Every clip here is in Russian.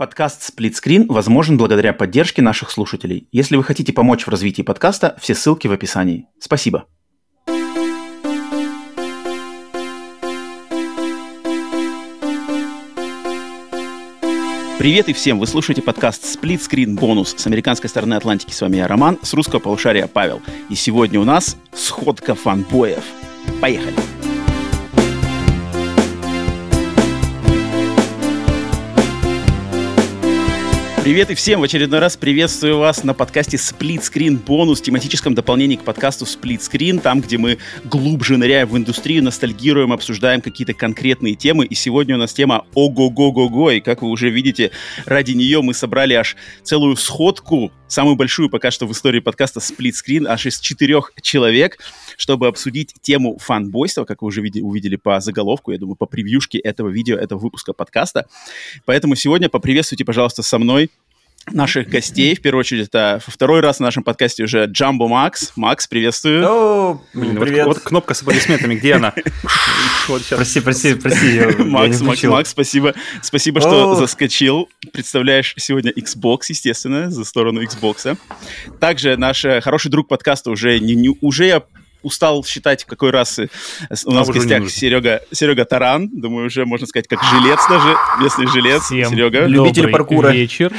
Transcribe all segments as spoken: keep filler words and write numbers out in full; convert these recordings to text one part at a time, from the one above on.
Подкаст «Сплитскрин» возможен благодаря поддержке наших слушателей. Если вы хотите помочь в развитии подкаста, все ссылки в описании. Спасибо. Привет и всем! Вы слушаете подкаст «Сплитскрин бонус» с американской стороны Атлантики. С вами я, Роман, с русского полушария Павел. И сегодня у нас сходка фанбоев. Поехали! Привет и всем! В очередной раз приветствую вас на подкасте Split Screen Bonus, тематическом дополнении к подкасту Split Screen, там, где мы глубже ныряем в индустрию, ностальгируем, обсуждаем какие-то конкретные темы. И сегодня у нас тема ого-го-го-го, и как вы уже видите, ради нее мы собрали аж целую сходку, самую большую пока что в истории подкаста Split Screen, аж из четырех человек, чтобы обсудить тему фанбойства, как вы уже види- увидели по заголовку, я думаю, по превьюшке этого видео, этого выпуска подкаста. Поэтому сегодня поприветствуйте, пожалуйста, со мной наших гостей. В первую очередь, это во второй раз на нашем подкасте уже Джамбо Макс. Макс, приветствую. О, блин, привет. Вот, вот кнопка с аплодисментами, где она? Прости, прости, прости. Макс, Макс, Макс, спасибо. Спасибо, что заскочил. Представляешь сегодня Xbox, естественно, за сторону Xbox. Также наш хороший друг подкаста уже уже я устал считать, в какой раз у нас а в гостях Серега, Серега Таран. Думаю, уже можно сказать, как жилец даже, местный жилец. Всем Серега. Любитель паркура. Вечер.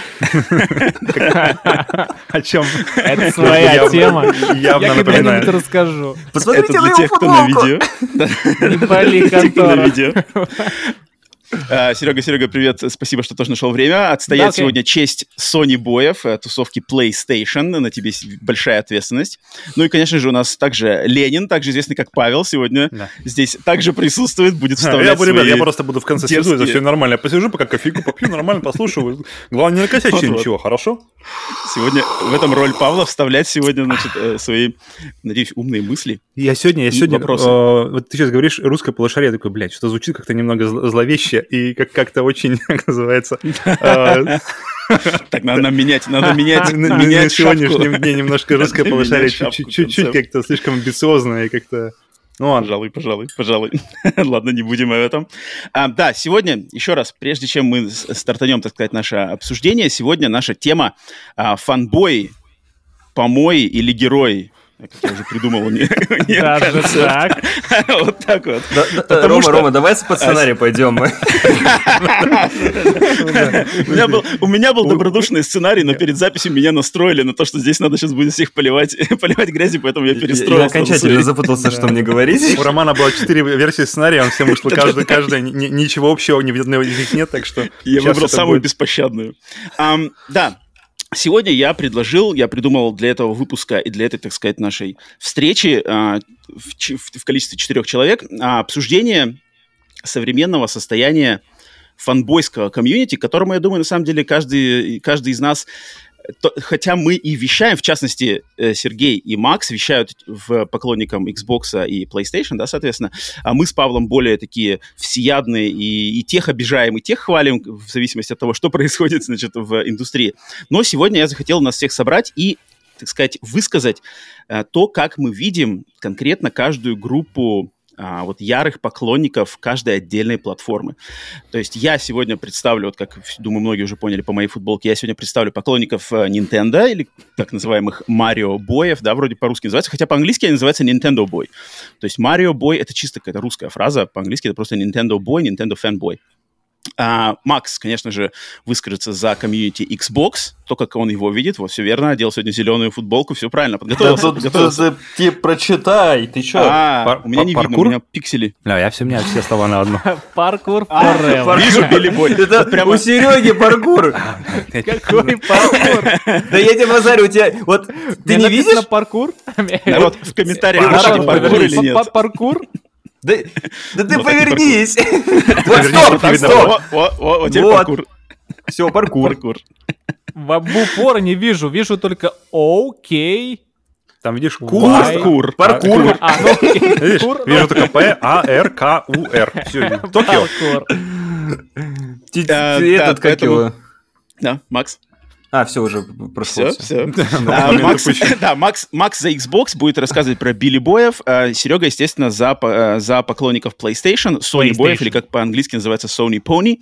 О чем? Это своя тема. Явно Я напоминаю. когда-нибудь расскажу. Посмотрите Это на для его тех, кто на футболку. видео. Не пали, Для тех, кто на контора. видео. А, Серега, Серега, привет, спасибо, что тоже нашел время. Отстоять Да, окей. сегодня честь Sony боев, э, тусовки PlayStation, на тебе с- большая ответственность. Ну и, конечно же, у нас также Ленин, также известный как Павел, сегодня Да. здесь также присутствует, будет вставлять Я, буду, ребят, свои... я просто буду в конце свяду, это дерзкие. все нормально. Я посижу, пока кофейку попью, нормально послушаю. Главное, не накосячить Вот-вот. ничего, хорошо? Сегодня в этом роль Павла вставлять сегодня, значит, э, свои, надеюсь, умные мысли. Я сегодня, я И сегодня, вопросы. э, вот ты сейчас говоришь русское полушарие, я такой, блядь, что звучит как-то немного зл- зловеще и как- как-то очень, как называется, э, Так, надо нам менять, надо менять, на- на на менять шапку. сегодняшнем дне немножко русское Надо полушарие менять шапку, чуть- чуть-чуть концепт. как-то слишком амбициозно и как-то... Ну ладно. Пожалуй, пожалуй, пожалуй. Ладно, не будем об этом. А, да, сегодня, еще раз, прежде чем мы с- стартанем, так сказать, наше обсуждение, сегодня наша тема а, фанбои, помои или герои. Как я уже придумал. не- не Даже концепт. так. Вот так вот. Да, да, Потому Рома, что- Рома, давай по сценарию пойдем. У меня был, у меня был добродушный сценарий, но перед записью меня настроили на то, что здесь надо сейчас будет всех поливать, поливать грязью, поэтому я Я перестроился. окончательно запутался, что мне говорить. У Романа было четыре версии сценария, он всем вышло каждая, каждая, ни- ничего общего ни в одной из них нет, так что... Я сейчас выбрал это самую будет. беспощадную. Ам, да, сегодня я предложил, я придумал для этого выпуска и для этой, так сказать, нашей встречи а, в, ч- в- в количестве четырех человек а, обсуждение современного состояния фанбойского комьюнити, к которому, я думаю, на самом деле каждый, каждый из нас, то- хотя мы и вещаем, в частности, э, Сергей и Макс вещают в поклонникам Xbox и PlayStation, да, соответственно, а мы с Павлом более такие всеядные и, и тех обижаем, и тех хвалим, в зависимости от того, что происходит, значит, в индустрии. Но сегодня я захотел нас всех собрать и, так сказать, высказать э, то, как мы видим конкретно каждую группу а, вот ярых поклонников каждой отдельной платформы. То есть я сегодня представлю, вот как, думаю, многие уже поняли по моей футболке, я сегодня представлю поклонников э, Nintendo, или так называемых Марио боев, да, вроде по-русски называется, хотя по-английски они называются Nintendo Boy. То есть Марио Boy — это чисто какая-то русская фраза, по-английски это просто Nintendo Boy, Nintendo Fanboy. А, Макс, конечно же, выскажется за комьюнити Xbox, то, как он его видит, вот, все верно, одел сегодня зеленую футболку, все правильно, Да подготовился, тут подготовился. ты прочитай, ты чё? А, Пар- у меня не пар- видно, у паркур? меня пиксели. Бля, я все меняю все слова на одно. Паркур А, forever. Паркур. Вижу, Билли Бой. Это Вот прямо- у Сереги паркур. Какой паркур? Да я тебе базарю, у тебя... Вот ты Мне не написано видишь? паркур? Народ, в комментариях Народ, пишите, паркур повернись. или нет. Па- Паркур? Да да ты Вот это повернись. Вот Повернись, стоп, вот видно. стоп. Вот, вот, вот, вот теперь Вот. паркур. Все, паркур. Паркур. В в упор не вижу, вижу только окей. Там видишь Why? кур. Паркур. Паркур. А, ну окей. Видишь, Кур, вижу только П, А, Р, К, У, Р. Все, Токио. паркур. Ты- Да, ты да, Этот, как поэтому- его... Да, Макс? А, все, уже прошло. Все, все. А, Макс, да, Макс, Макс за Xbox будет рассказывать про Билли Боев. А Серега, естественно, за, за поклонников PlayStation. Sony PlayStation. Боев, или как по-английски называется, Sony Pony.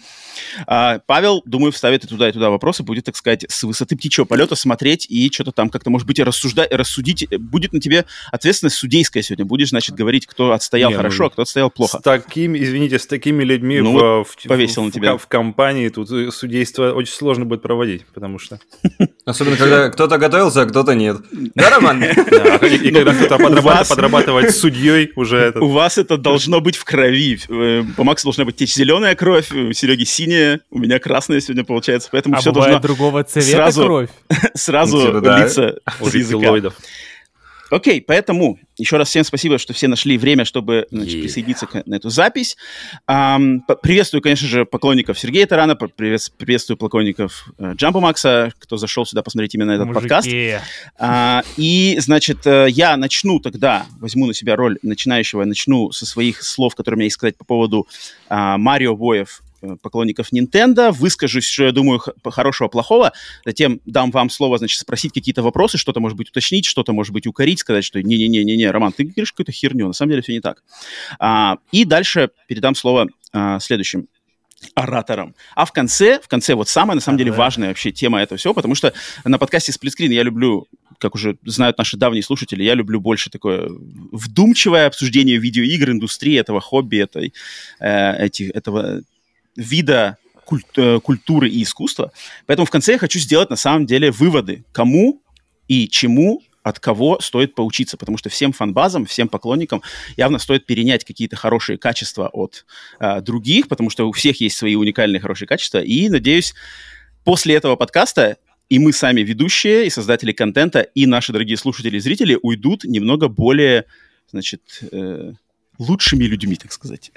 А Павел, думаю, вставит и туда, и туда вопросы. Будет, так сказать, с высоты птичьего полета смотреть и что-то там как-то, может быть, рассуждать, рассудить. Будет на тебе ответственность судейская сегодня. Будешь, значит, говорить, кто отстоял Не, хорошо, ну, а кто отстоял плохо. С такими, извините, с такими людьми ну, в, вот в, повесил в, на тебя. В, в компании тут судейство очень сложно будет проводить, потому что... Особенно, когда кто-то готовился, а кто-то нет. Да, Роман? И когда кто-то подрабатывает судьей уже... У вас это должно быть в крови. По Максу должна быть течь зеленая кровь, у Сереги синяя, у меня красная сегодня получается, поэтому все должно... другого цвета кровь? Сразу литься с языка. Окей, поэтому еще раз всем спасибо, что все нашли время, чтобы значит, yeah. присоединиться к, на эту запись. Um, приветствую, конечно же, поклонников Сергея Тарана, приветствую поклонников uh, Джамбо Макса, кто зашел сюда посмотреть именно этот Мужики. подкаст. Uh, и, значит, uh, я начну тогда, возьму на себя роль начинающего, начну со своих слов, которые у меня есть сказать по поводу uh, Марио Боев, поклонников Nintendo, выскажусь, что я думаю х- хорошего, плохого, затем дам вам слово, значит, спросить какие-то вопросы, что-то, может быть, уточнить, что-то, может быть, укорить, сказать, что не-не-не-не-не, Роман, ты говоришь какую-то херню, на самом деле все не так. А, и дальше передам слово а, следующим ораторам. А в конце, в конце вот самая, на самом деле, важная вообще тема этого всего, потому что на подкасте «Сплитскрин» я люблю, как уже знают наши давние слушатели, я люблю больше такое вдумчивое обсуждение видеоигр, индустрии, этого хобби, этой, э, этих, этого... вида куль- культуры и искусства. Поэтому в конце я хочу сделать, на самом деле, выводы, кому и чему, от кого стоит поучиться. Потому что всем фанбазам, всем поклонникам явно стоит перенять какие-то хорошие качества от а, других, потому что у всех есть свои уникальные хорошие качества. И, надеюсь, после этого подкаста и мы сами, ведущие, и создатели контента, и наши дорогие слушатели и зрители уйдут немного более, значит... Э- лучшими людьми, так сказать.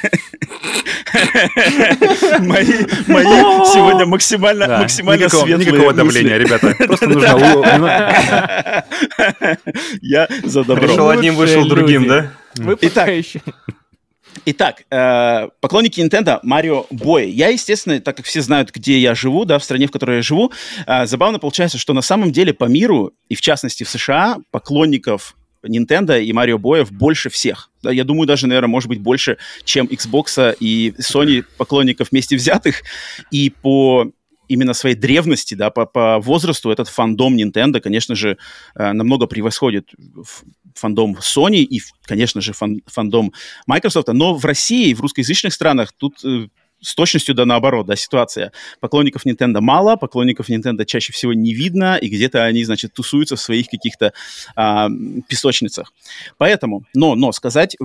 Мои сегодня максимально светлые Никакого давления, ребята. Просто нужно... Я за добро. Пришел одним, вышел другим, да? Выпускающий. Итак, э, поклонники Nintendo, Марио Бой. Я, естественно, так как все знают, где я живу, да, в стране, в которой я живу, э, забавно получается, что на самом деле по миру, и в частности в США, поклонников Nintendo и Марио Боев больше всех. Да, я думаю, даже, наверное, может быть, больше, чем Xbox и Sony поклонников вместе взятых. И по именно своей древности, да, по, по возрасту этот фандом Nintendo, конечно же, э, намного превосходит фандом Sony и, конечно же, фан, фандом Microsoft. Но в России, в русскоязычных странах тут... Э, с точностью да наоборот, да, ситуация. Поклонников Nintendo мало, поклонников Nintendo чаще всего не видно, и где-то они, значит, тусуются в своих каких-то а, песочницах. Поэтому, но, но сказать,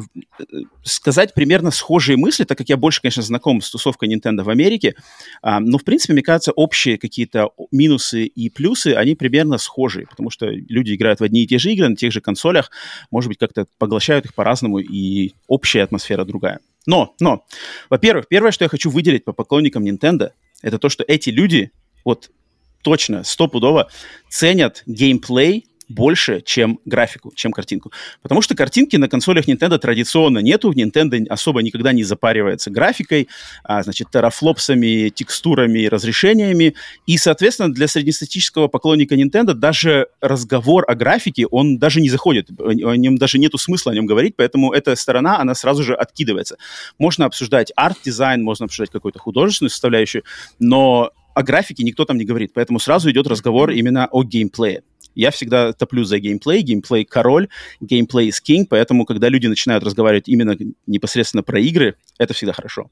сказать примерно схожие мысли, так как я больше, конечно, знаком с тусовкой Nintendo в Америке, а, но, в принципе, мне кажется, общие какие-то минусы и плюсы, они примерно схожие, потому что люди играют в одни и те же игры на тех же консолях, может быть, как-то поглощают их по-разному, и общая атмосфера другая. Но, но, во-первых, первое, что я хочу выделить по поклонникам Nintendo, это то, что эти люди, вот точно, стопудово ценят геймплей больше, чем графику, чем картинку. Потому что картинки на консолях Nintendo традиционно нету, Nintendo особо никогда не запаривается графикой, а, значит, терафлопсами, текстурами, разрешениями, и, соответственно, для среднестатистического поклонника Nintendo даже разговор о графике, он даже не заходит, о нем даже нету смысла о нем говорить, поэтому эта сторона, она сразу же откидывается. Можно обсуждать арт-дизайн, можно обсуждать какую-то художественную составляющую, но о графике никто там не говорит, поэтому сразу идет разговор именно о геймплее. Я всегда топлю за геймплей, геймплей король, геймплей is king, поэтому, когда люди начинают разговаривать именно непосредственно про игры, это всегда хорошо.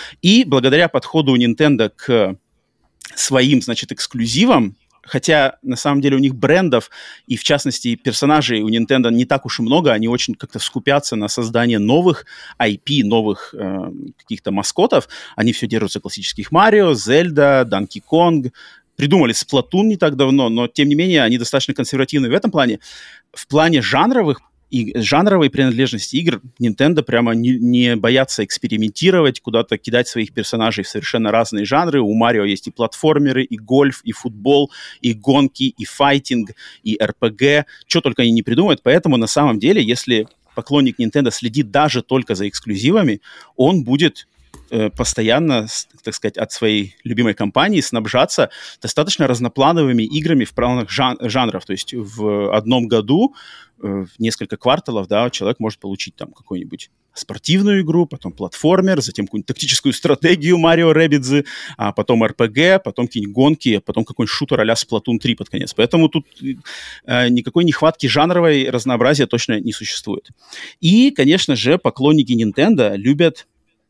И благодаря подходу Nintendo к своим, значит, эксклюзивам, хотя, на самом деле, у них брендов и, в частности, персонажей у Nintendo не так уж и много, они очень как-то скупятся на создание новых ай пи, новых э, каких-то маскотов, они все держатся классических Марио, Зельда, Donkey Kong. Придумали Splatoon не так давно, но, тем не менее, они достаточно консервативны в этом плане. В плане жанровых и жанровой принадлежности игр Nintendo прямо не, не боятся экспериментировать, куда-то кидать своих персонажей в совершенно разные жанры. У Марио есть и платформеры, и гольф, и футбол, и гонки, и файтинг, и эр пи джи. Что только они не придумают. Поэтому, на самом деле, если поклонник Nintendo следит даже только за эксклюзивами, он будет э, постоянно, с, так сказать, от своей любимой компании снабжаться достаточно разноплановыми играми в правилах жан- жанров. То есть в одном году, э, в несколько кварталов, да, человек может получить там какой-нибудь спортивную игру, потом платформер, затем какую-нибудь тактическую стратегию Марио Rabbids, а потом эр пи джи, потом какие-нибудь гонки, потом какой-нибудь шутер а-ля Splatoon три под конец. Поэтому тут э, никакой нехватки жанровой разнообразия точно не существует. И, конечно же, поклонники Nintendo любят,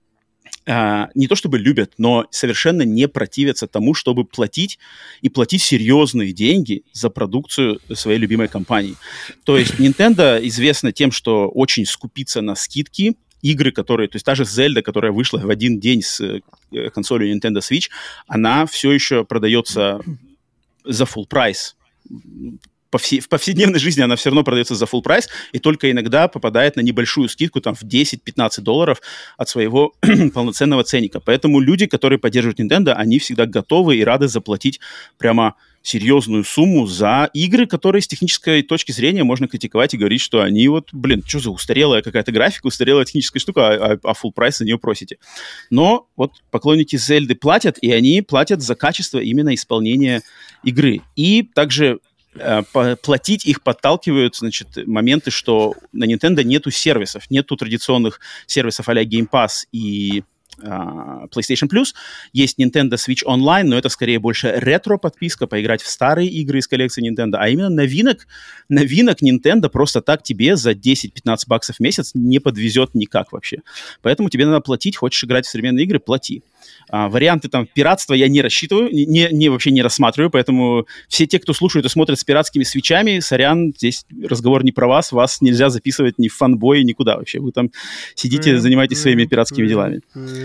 э, не то чтобы любят, но совершенно не противятся тому, чтобы платить и платить серьезные деньги за продукцию своей любимой компании. То есть Nintendo известна тем, что очень скупится на скидки, игры, которые... То есть та же Zelda, которая вышла в один день с э, консолью Nintendo Switch, она все еще продается за full прайс. По всей, в повседневной жизни она все равно продается за full прайс и только иногда попадает на небольшую скидку, там, в десять-пятнадцать долларов от своего полноценного ценника. Поэтому люди, которые поддерживают Nintendo, они всегда готовы и рады заплатить прямо серьезную сумму за игры, которые с технической точки зрения можно критиковать и говорить, что они вот, блин, что за устарелая какая-то графика, устарелая техническая штука, а, а full прайс за нее просите. Но вот поклонники Зельды платят, и они платят за качество именно исполнения игры. И также э, по- платить их подталкивают, значит, моменты, что на Nintendo нету сервисов, нету традиционных сервисов а-ля Game Pass и Uh, PlayStation Plus. Есть Nintendo Switch Online, но это скорее больше ретро-подписка, поиграть в старые игры из коллекции Nintendo. А именно новинок, новинок Nintendo просто так тебе за десять-пятнадцать баксов в месяц не подвезет никак вообще. Поэтому тебе надо платить. Хочешь играть в современные игры — плати. Uh, варианты там пиратства я не рассчитываю, не, не, вообще не рассматриваю, поэтому все те, кто слушают и смотрят с пиратскими свитчами, сорян, здесь разговор не про вас, вас нельзя записывать ни в фанбой, никуда вообще. Вы там сидите, занимаетесь своими пиратскими делами.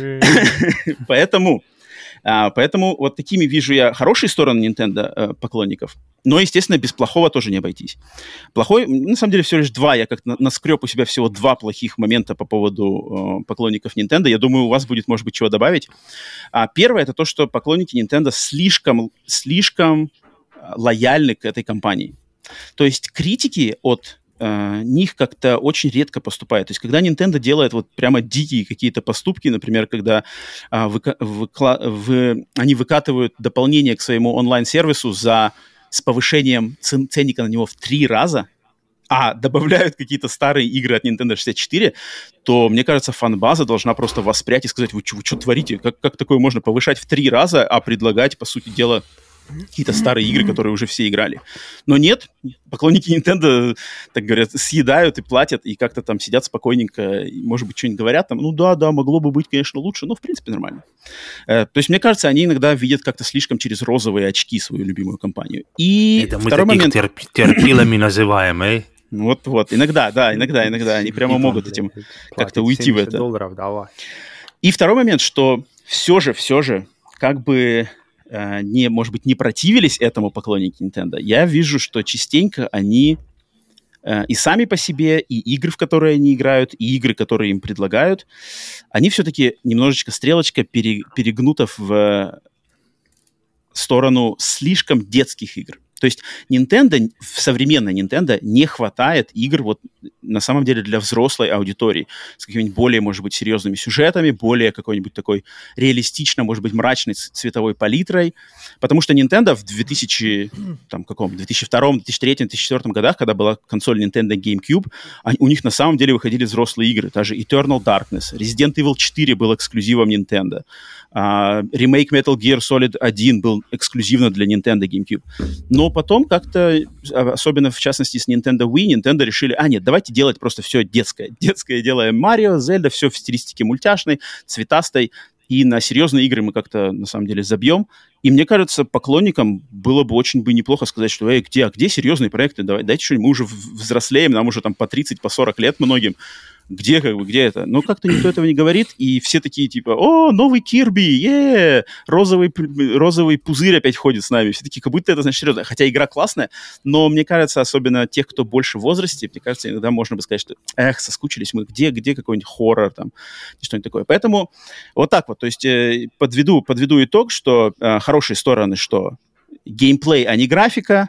Поэтому, а, поэтому вот такими вижу я хорошие стороны Nintendo а, поклонников, но, естественно, без плохого тоже не обойтись. Плохой, на самом деле, всего лишь два. Я как-то наскреб у себя всего два плохих момента по поводу а, поклонников Nintendo. Я думаю, у вас будет, может быть, чего добавить. А, первое — это то, что поклонники Nintendo слишком, слишком лояльны к этой компании. То есть критики от Uh, них как-то очень редко поступает. То есть, когда Nintendo делает вот прямо дикие какие-то поступки, например, когда uh, выка- выкла- вы- они выкатывают дополнение к своему онлайн-сервису за, с повышением цен- ценника на него в три раза, а добавляют какие-то старые игры от Nintendo шестьдесят четыре, то, мне кажется, фан-база должна просто воспрять и сказать: вы что, вы что творите? Как, как такое можно повышать в три раза, а предлагать, по сути дела, какие-то старые игры, которые уже все играли. Но нет, поклонники Nintendo, так говорят, съедают и платят, и как-то там сидят спокойненько, и, может быть, что-нибудь говорят, там, ну да, да, могло бы быть, конечно, лучше, но, в принципе, нормально. Э, то есть, мне кажется, они иногда видят как-то слишком через розовые очки свою любимую компанию. И Это мы второй таких момент... терп- терпилами называем, эй? Вот-вот, иногда, да, иногда, иногда они прямо могут этим как-то уйти в это. долларов давай. И второй момент, что все же, все же, как бы... не, может быть, не противились этому поклонники Nintendo, я вижу, что частенько они э, и сами по себе, и игры, в которые они играют, и игры, которые им предлагают, они все-таки немножечко стрелочка пере, перегнута в сторону слишком детских игр. То есть Nintendo, в современной Nintendo не хватает игр вот на самом деле для взрослой аудитории с какими-нибудь более, может быть, серьезными сюжетами, более какой-нибудь такой реалистично, может быть, мрачной цветовой палитрой. Потому что Nintendo в две тысячи, там, каком, две тысячи втором, две тысячи третьем, две тысячи четвёртом годах, когда была консоль Nintendo GameCube, они, у них на самом деле выходили взрослые игры. Та же Eternal Darkness, Resident Evil четыре был эксклюзивом Nintendo. Uh, ремейк Metal Gear Solid один был эксклюзивно для Nintendo GameCube. Но потом как-то, особенно в частности с Nintendo Wii, Nintendo решили: а нет, давайте делать просто все детское. Детское делаем Марио, Зельда, все в стилистике мультяшной, цветастой. И на серьезные игры мы как-то, на самом деле, забьем. И мне кажется, поклонникам было бы очень бы неплохо сказать, что эй, где, а где серьезные проекты? Давай, дайте что-нибудь, мы уже взрослеем, нам уже там по тридцать, по сорок лет многим. Где, как бы, где это? Но как-то никто этого не говорит, и все такие типа: о, новый Кирби, е розовый, розовый пузырь опять ходит с нами. Все такие, как будто это, значит, серьезно. Хотя игра классная, но мне кажется, особенно тех, кто больше в возрасте, мне кажется, иногда можно бы сказать, что эх, соскучились мы, где, где какой-нибудь хоррор там, что-нибудь такое. Поэтому вот так вот, то есть э, подведу, подведу итог, что э, хорошие стороны, что геймплей, а не графика,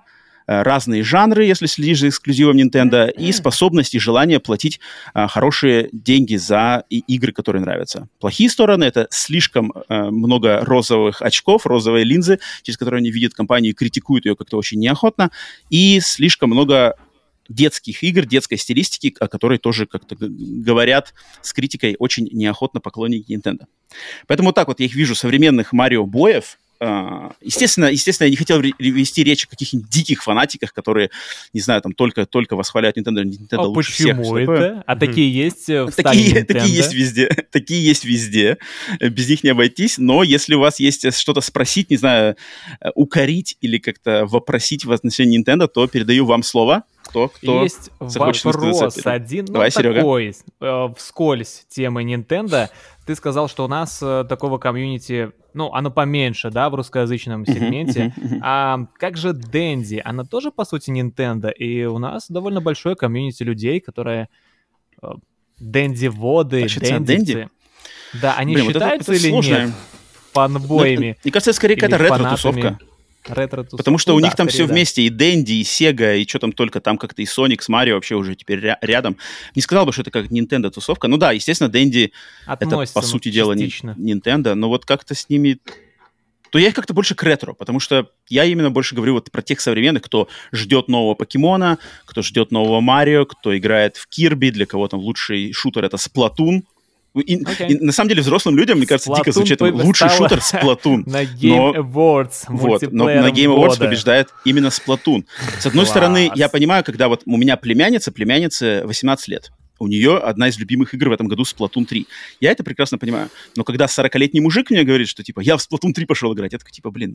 разные жанры, если следишь за эксклюзивом Nintendo, и способность и желание платить а, хорошие деньги за и- игры, которые нравятся. Плохие стороны — это слишком а, много розовых очков, розовые линзы, через которые они видят компанию и критикуют ее как-то очень неохотно, и слишком много детских игр, детской стилистики, о которой тоже как-то г- говорят с критикой очень неохотно поклонники Nintendo. Поэтому вот так вот я их вижу, современных Марио-боев. Uh, естественно, естественно, я не хотел ре- вести речь о каких-нибудь диких фанатиках, которые, не знаю, там только-только восхваляют Nintendo, Nintendo А лучше всех. почему это? А такие есть в стане Такие, Nintendo? такие есть везде. Такие есть везде. Без них не обойтись. Но если у вас есть что-то спросить, не знаю, укорить или как-то вопросить в отношении Nintendo, то передаю вам слово. Кто, кто Есть захочет вопрос высказаться. один, ну, Давай, Серега. такой, э, вскользь темы Nintendo. Ты сказал, что у нас э, такого комьюнити, ну, оно поменьше, да, в русскоязычном сегменте. Мгм, мгм. А как же Dendy? Она тоже, по сути, Nintendo, и у нас довольно большое комьюнити людей, которые э, Dendy-воды, Тащатся от дендивцы. Да, они Блин, вот это- считаются это или сложное. нет фанбоями? Мне кажется, это скорее или какая-то фанатами? ретро-тусовка. Ретро-тусовка. Потому что Ну у да, них там скорее, все да. вместе, и Дэнди, и Сега, и что там только, там как-то и Соник с Марио вообще уже теперь ря- рядом. Не сказал бы, что это как Nintendo-тусовка. Ну да, естественно, Дэнди это, Относится, по ну, сути дела, не частично. Nintendo, но вот как-то с ними... То я их как-то больше к ретро, потому что я именно больше говорю вот про тех современных, кто ждет нового Покемона, кто ждет нового Марио, кто играет в Кирби, для кого там лучший шутер — это Splatoon. И, Окей. и на самом деле взрослым людям, мне кажется, дико Splatoon звучит по- лучший стала шутер Splatoon. На Game Но- Awards Вот, но на мультиплеером Game Awards года. побеждает именно Splatoon. С одной Класс. стороны, я понимаю, когда вот у меня племянница, племяннице восемнадцать лет. У нее одна из любимых игр в этом году Splatoon три. Я это прекрасно понимаю. Но когда сорокалетний мужик мне говорит, что типа я в Splatoon три пошел играть, я такой типа, блин,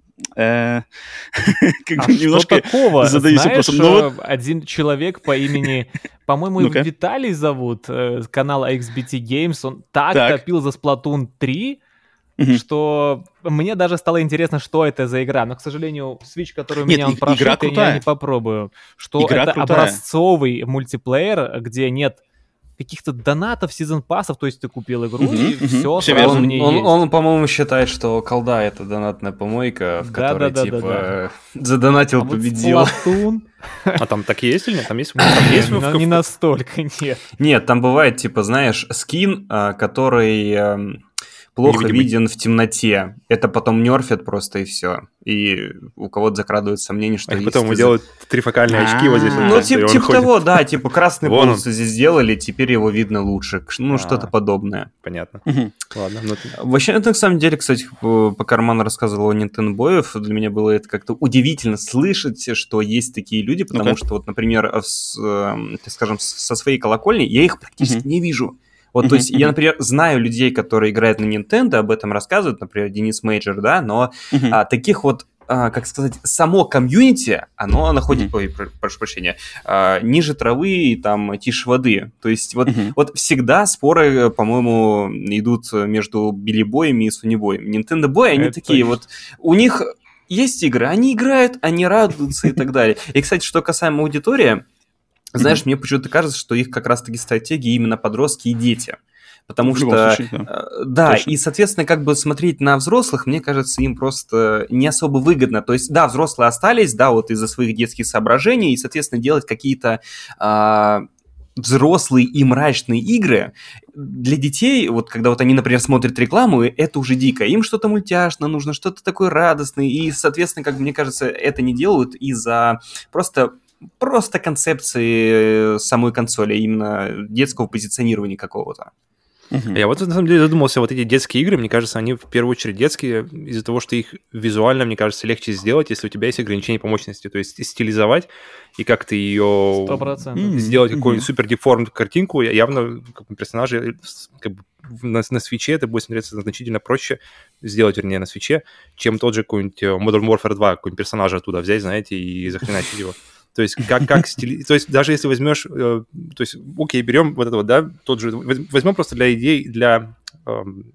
э, как А бы что немножко такого? задаюсь Знаешь, вопросом. Но вот- э, один человек по имени, по-моему, Ну-ка. Виталий зовут, э, с канала икс би ти Games, он так, Так. топил за Splatoon три, Мгм. что мне даже стало интересно, что это за игра. Но, к сожалению, Switch, который у Нет, меня он и- прошел, игра я крутая. не попробую. Что Игра это крутая. образцовый мультиплеер, где нет каких-то донатов, сезон-пассов, то есть ты купил игру, Мгм, и мгм. все Всё сразу верно. в Он, ней он- есть. он, по-моему, считает, что колда — это донатная помойка, в Да, которой, да, да, типа, да, задонатил, А вот победил. Splatoon, А там так и есть или нет? Там есть, там есть в- не в- не настолько, нет. Нет, там бывает, типа, знаешь, скин, а, который эм, плохо Невидимый. виден в темноте. Это потом нерфят просто, и все. И у кого-то закрадывают сомнения, что А есть потом из- делают трифокальные очки вот здесь. А, вот Ну, просто, и типа, он типа ходит. того, да, типа красный Вон он. полосу здесь сделали, теперь его видно лучше. Ну, А. что-то подобное. Понятно. Мгм. Ладно. ну, Вообще, это на самом деле, кстати, п- пока Роман рассказывал о Nintendo боев, для меня было это как-то удивительно слышать, что есть такие люди, потому Ну-ка. что вот, например, в с- эм, так скажем, с- со своей колокольни я их практически Мгм. не вижу. Вот, то Мгм, есть я, мгм. например, знаю людей, которые играют на Nintendo, об этом рассказывают, например, Денис Мейджор, да, но Мгм. а, таких вот, а, как сказать, само комьюнити, оно находит, Мгм. ой, про- прошу прощения, а, ниже травы и там тише воды. То есть вот Мгм. вот всегда споры, по-моему, идут между Билли Боями и Сони Боем. Nintendo Boy, они Это такие точно. вот... У них есть игры, они играют, они радуются и так далее. И, кстати, что касаемо аудитории, знаешь, мне почему-то кажется, что их как раз-таки стратегии именно подростки и дети. Потому В любом что, случае, да. э, да, Точно. и, соответственно, как бы смотреть на взрослых, мне кажется, им просто не особо выгодно. То есть, да, взрослые остались, да, вот из-за своих детских соображений, и, соответственно, делать какие-то а, взрослые и мрачные игры для детей, вот когда вот они, например, смотрят рекламу, это уже дико. Им что-то мультяшно, нужно что-то такое радостное, и, соответственно, как мне кажется, это не делают из-за просто... Просто концепции самой консоли, именно детского позиционирования какого-то. Мгм. Я вот на самом деле задумался, вот эти детские игры, мне кажется, они в первую очередь детские из-за того, что их визуально, мне кажется, легче сделать, если у тебя есть ограничение по мощности, то есть стилизовать и как-то ее Сто процентов. М. сделать Мгм. какую-нибудь супер деформ картинку, явно как бы, персонажи как бы, на, на свитче это будет смотреться значительно проще сделать, вернее, на свитче, чем тот же какой-нибудь Modern Warfare два, какой-нибудь персонажа оттуда взять, знаете, и захреначить его. То есть, как, как стили... То есть, даже если возьмешь... Э, то есть, окей, берем вот это вот, да, тот же... Возьмем просто для идей, для эм,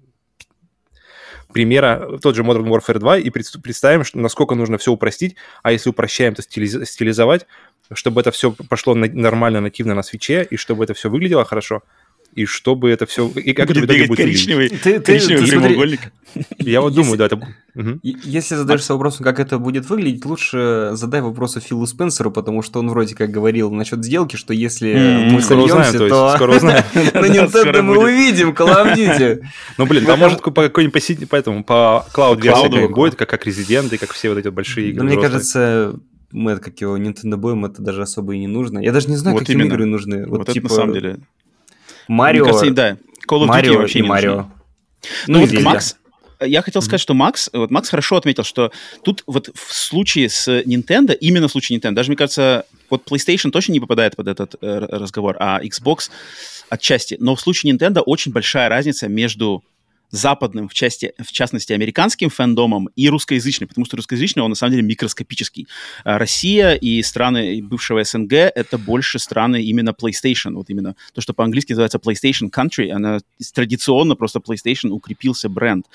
примера тот же Modern Warfare два и пред- представим, что, насколько нужно все упростить, а если упрощаем, то стилиз- стилизовать, чтобы это все пошло на- нормально, нативно на свитче, и чтобы это все выглядело хорошо, и чтобы это все... И как это в Будет итоге бегать будет выглядеть. коричневый, Ты- ты- коричневый ты смотри, прямоугольник. Я вот думаю, да, это... Мгм. И- Если задаешься вопросом, как это будет выглядеть, лучше задай вопросы Филу Спенсеру, потому что он вроде как говорил насчет сделки, что если М, мы Скоро узнаем, сольемся, то есть, то скоро узнаем. на Да, скоро Nintendo мы будет. увидим Call of Duty. Ну, блин, В там этом- может по какой-нибудь по, си- по этому, по клауд-версии клауду. какой-нибудь будет, как, как Resident и как все вот эти вот большие игры Но мне взрослые. кажется, мы это как его Nintendo Boy, это даже особо и не нужно. Я даже не знаю, Вот какие именно. игры нужны. Вот, Вот, это типа на самом деле. Марио, Мне кажется, да. Call of Duty Марио вообще и не нужны. Марио. Ну, и вот Зельда. Макс, я хотел сказать, что Макс, вот Макс хорошо отметил, что тут вот в случае с Nintendo, именно в случае Nintendo, даже, мне кажется, вот PlayStation точно не попадает под этот э, разговор, а Xbox отчасти. Но в случае Nintendo очень большая разница между западным, в, части, в частности, американским фэндомом и русскоязычным, потому что русскоязычный, он на самом деле микроскопический. А Россия и страны бывшего СНГ — это больше страны именно PlayStation, вот именно то, что по-английски называется PlayStation Country, она традиционно просто PlayStation укрепился бренд.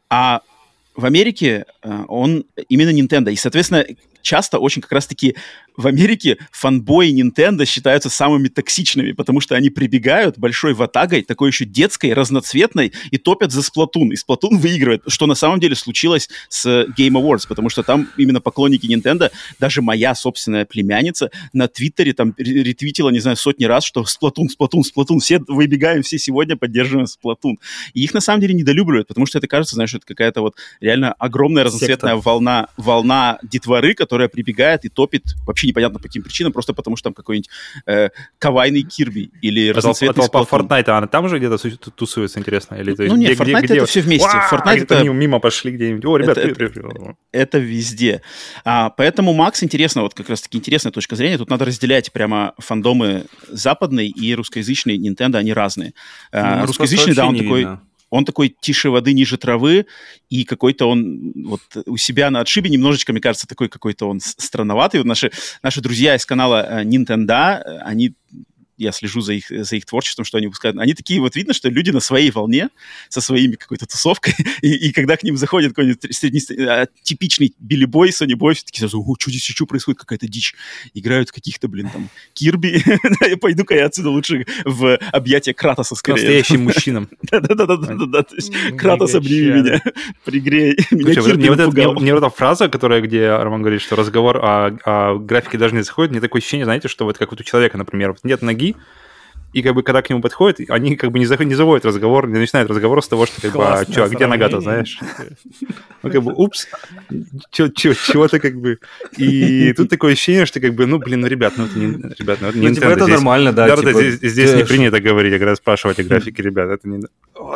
А в Америке э, он именно Nintendo, и, соответственно, часто очень как раз-таки в Америке фанбои Nintendo считаются самыми токсичными, потому что они прибегают большой ватагой, такой еще детской, разноцветной, и топят за Splatoon. И Splatoon выигрывает, что на самом деле случилось с Game Awards, потому что там именно поклонники Nintendo, даже моя собственная племянница на Твиттере там ре- ретвитила, не знаю, сотни раз, что Splatoon, Splatoon, Splatoon, все выбегаем, все сегодня поддерживаем Splatoon. И их на самом деле недолюбливают, потому что это кажется, знаешь, это какая-то вот реально огромная разноцветная Секта. волна, волна детворы, которая прибегает и топит вообще непонятно по каким причинам, просто потому что там какой-нибудь э, кавайный Кирби или А разноцветный толпа Splatoon. Fortnite, она там же где-то су- тусуется, интересно? Или, то есть, Ну нет, где- где- Fortnite где это вот- все вместе. Уа, Fortnite где-то это- мимо, мимо пошли где-нибудь. О, ребят, Это- привет, привет. Это везде. А, поэтому, Макс, интересно, вот как раз-таки интересная точка зрения. Тут надо разделять прямо фандомы западный и русскоязычный Nintendo, они разные. Ну, А, у нас русскоязычный, просто да, он вообще не такой... видно. Он такой тише воды, ниже травы, и какой-то он вот у себя на отшибе немножечко, мне кажется, такой какой-то он с- странноватый. Вот наши, наши друзья из канала э, Nintendo, э, они... Я слежу за их, за их творчеством, что они выпускают. Они такие, вот видно, что люди на своей волне, со своими какой-то тусовкой, и, и когда к ним заходит какой-нибудь средне, а, типичный Билли Бой, Сони Бой, все такие сразу, о, что здесь еще происходит, какая-то дичь. Играют каких-то, блин, там, Кирби. Пойду-ка я отсюда лучше в объятия Кратоса скорее. Настоящим мужчинам. Да-да-да-да-да. Кратос, обними Гигачара. меня, пригрей. Меня Слушай, Кирби мне, вот это- мне- напугал. мне вот эта фраза, которая, где Роман говорит, что разговор о, о графике даже не заходит, мне такое ощущение, знаете, что вот как вот у человека, например, вот нет ноги, и как бы когда к нему подходят, они как бы не, заход- не заводят разговор, не начинают разговор с того, что как бы, а, Классное чё, а где нога-то, сравнение. знаешь? Ну, как бы, упс, чё- чё- чего-то как бы... И тут такое ощущение, что как бы, ну, блин, ну, ребят, ну, это не... Ребят, ну, это не Ну, типа, Nintendo, это здесь- нормально, да. Да, типа, да, здесь, здесь ты не ж- принято говорить, а когда спрашивать о графике, ребят, это не...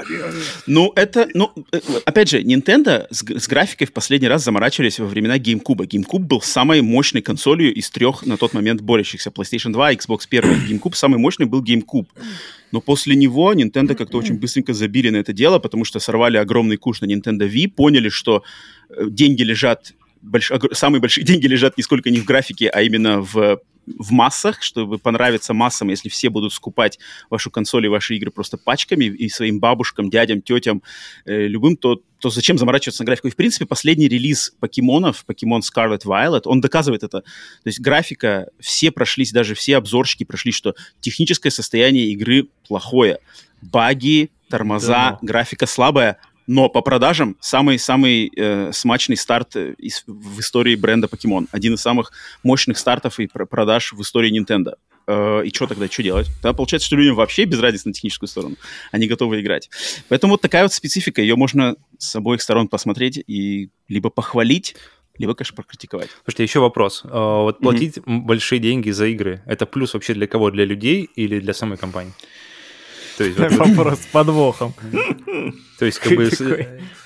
Ну, это, ну, э, опять же, Nintendo с, г- с графикой в последний раз заморачивались во времена GameCube. GameCube был самой мощной консолью из трех на тот момент борющихся. PlayStation два, Xbox один. GameCube самый мощный был GameCube. Но после него Nintendo как-то очень быстренько забили на это дело, потому что сорвали огромный куш на Nintendo Wii, поняли, что э, деньги лежат, больш- огр- самые большие деньги лежат не сколько не в графике, а именно в, в массах, чтобы понравиться массам, если все будут скупать вашу консоль и ваши игры просто пачками и своим бабушкам, дядям, тетям, э, любым, то, то зачем заморачиваться на графику? И, в принципе, последний релиз покемонов, Pokemon Scarlet Violet, он доказывает это. То есть графика, все прошлись, даже все обзорщики прошли, что техническое состояние игры плохое. Баги, тормоза, Да ну. графика слабая, но по продажам самый-самый э, смачный старт э, из- в истории бренда Pokemon. Один из самых мощных стартов и пр- продаж в истории Nintendo. Э, и что тогда, что делать? Тогда получается, что людям вообще без разницы на техническую сторону. Они готовы играть. Поэтому вот такая вот специфика. Ее можно с обоих сторон посмотреть и либо похвалить, либо, конечно, прокритиковать. Слушайте, еще вопрос. А, Вот Мгм. платить м, большие деньги за игры, это плюс вообще для кого? Для людей или для самой компании? То есть, вот- Вопрос с подвохом. то есть как бы с- Какой?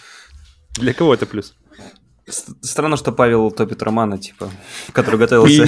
для кого это плюс? С- Странно, что Павел топит Романа, типа, который готовился.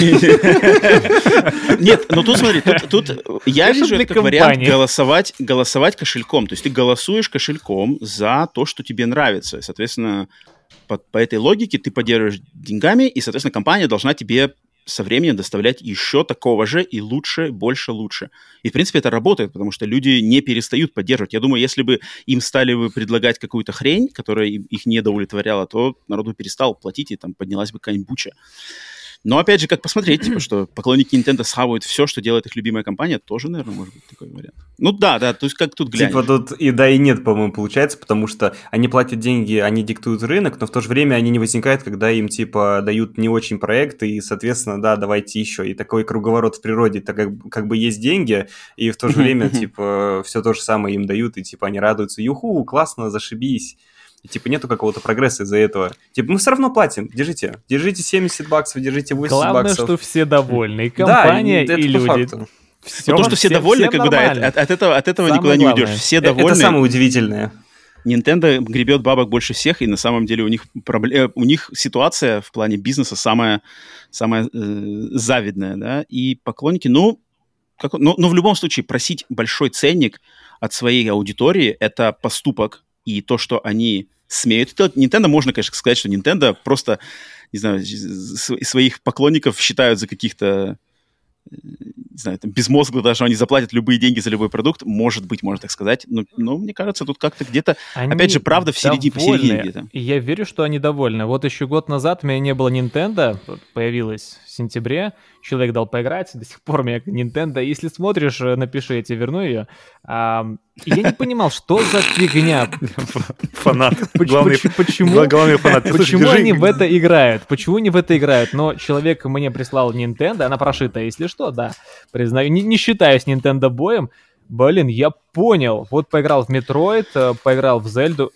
Нет, ну тут смотри, тут, тут я Конечно, вижу для это как вариант компании. голосовать, голосовать кошельком. То есть ты голосуешь кошельком за то, что тебе нравится. И, соответственно, по, по этой логике ты поддерживаешь деньгами, и, соответственно, компания должна тебе со временем доставлять еще такого же и лучше, больше, лучше. И, в принципе, это работает, потому что люди не перестают поддерживать. Я думаю, если бы им стали бы предлагать какую-то хрень, которая им- их не удовлетворяла, то народ бы перестал платить, и там поднялась бы какая-нибудь буча. Но, опять же, как посмотреть, типа, что поклонники Nintendo схавают все, что делает их любимая компания, тоже, наверное, может быть такой вариант. Ну да, да, то есть как тут глянешь. Типа тут и да, и нет, по-моему, получается, потому что они платят деньги, они диктуют рынок, но в то же время они не возникают, когда им, типа, дают не очень проекты, и, соответственно, да, давайте еще. И такой круговорот в природе, так как, как бы есть деньги, и в то же время, типа, все то же самое им дают, и, типа, они радуются, юху, классно, зашибись. И, типа, нету какого-то прогресса из-за этого. Типа, мы все равно платим, держите. Держите семьдесят баксов, держите восемьдесят Главное, баксов. что все довольны, и компания, да, и люди. Все, ну, то, что все довольны, как бы, да, от, от этого, от этого никуда главное. не уйдешь. Все довольны. Это самое удивительное. Nintendo гребет бабок больше всех, и на самом деле у них, проблем, у них ситуация в плане бизнеса самая, самая э, завидная, да, и поклонники, ну, как, ну, ну, в любом случае, просить большой ценник от своей аудитории – это поступок, и то, что они смеют делать. Nintendo, можно, конечно, сказать, что Nintendo просто, не знаю, своих поклонников считают за каких-то, не знаю, там, безмозглых, даже они заплатят любые деньги за любой продукт, может быть, можно так сказать, но, но мне кажется, тут как-то где-то, они опять же, правда, в середине, посередине где-то. И я верю, что они довольны. Вот еще год назад у меня не было Nintendo, появилась в сентябре, человек дал поиграть, до сих пор у меня Nintendo, если смотришь, напиши, я тебе верну ее. А, я не понимал, что за фигня. Фанат. Почему, главный фанат. Почему они в это играют? Почему они в это играют? Но человек мне прислал Nintendo, она прошита, если что, да, признаю, не, не считаюсь Nintendo боем. Блин, я понял. Вот поиграл в Metroid, поиграл в Зельду.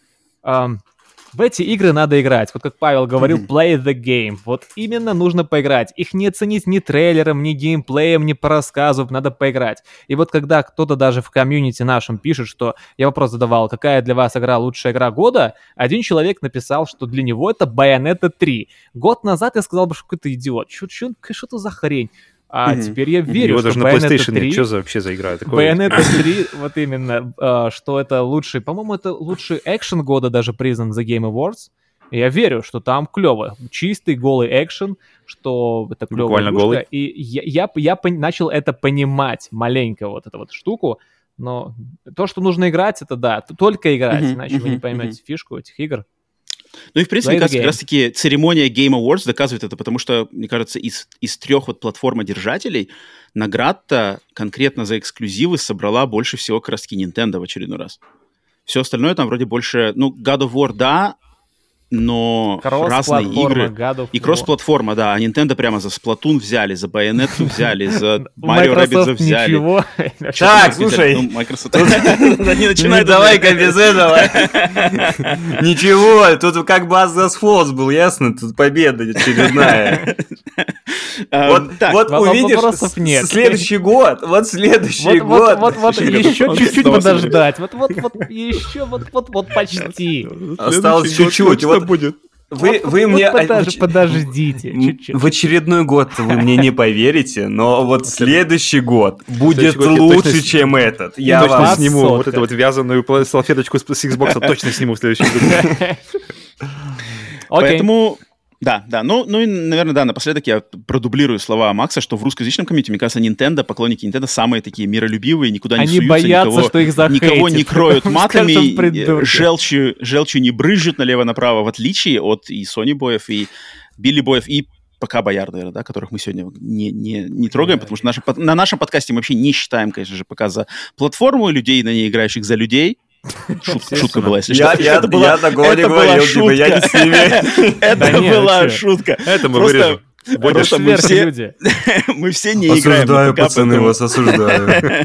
Um, в эти игры надо играть. Вот как Павел говорил, play the game. Вот именно нужно поиграть. Их не оценить ни трейлером, ни геймплеем, ни по рассказу. Надо поиграть. И вот когда кто-то даже в комьюнити нашем пишет, что я вопрос задавал, какая для вас игра лучшая игра года, один человек написал, что для него это Bayonetta три. Год назад я сказал бы, что какой-то идиот. Что это за хрень? А mm-hmm. теперь я верю, его что даже на PlayStation три... Что за вообще за игра? Bayonetta три, вот именно, uh, что это лучший... По-моему, это лучший экшен года даже признан за Game Awards. И я верю, что там клево. Чистый, голый экшен, что это клевая игрушка. Голый. И я, я, я пон... начал это понимать маленько, вот эту вот штуку. Но то, что нужно играть, это да, только играть, mm-hmm. иначе mm-hmm. вы не поймете mm-hmm. фишку этих игр. Ну и, в принципе, мне кажется, как раз-таки церемония Game Awards доказывает это, потому что, мне кажется, из, из трех вот платформодержателей наград-то конкретно за эксклюзивы собрала больше всего как раз-таки Nintendo в очередной раз. Все остальное там вроде больше... Ну, God of War, да, но разные игры. И кросс-платформа, да. А Nintendo прямо за Splatoon взяли, за Bayonetta взяли, за Mario Rabbids взяли. Ничего. Так, слушай, не давай-ка без этого. Ничего, тут как бы Asphalt был, ясно? Тут победа очередная. Вот увидишь, следующий год, вот следующий год. Вот еще чуть-чуть подождать. Вот еще, вот почти. Осталось чуть-чуть. Будет. Вы, вот, вы вот мне... Подож, подождите чуть-чуть. В очередной год вы мне не поверите, но вот следующий год будет лучше, точно, чем этот. Я точно вас сниму сотка. Вот эту вот вязаную салфеточку с Xbox, точно сниму в следующем году. Поэтому... Да, да. Ну, ну и, наверное, да, напоследок я продублирую слова Макса, что в русскоязычном комьюнити, мне кажется, Nintendo, поклонники Nintendo самые такие миролюбивые, никуда не Они суются, боятся, никого, что их захейтят. Никого не кроют матами, желчью, желчью не брызжут налево-направо, в отличие от и Sony боев, и Билли боев, и пока Бояр, наверное, да, которых мы сегодня не, не, не трогаем, потому что наши, на нашем подкасте мы вообще не считаем, конечно же, пока за платформу людей, на ней играющих за людей. Шутка, шутка была, если я, что. Я, это была, я такого не говорил, типа, я не с ними. Это была шутка. Это мы вырежем. Просто мы все, мы все не играем на ПК. Осуждаю, пацаны, вас осуждаю.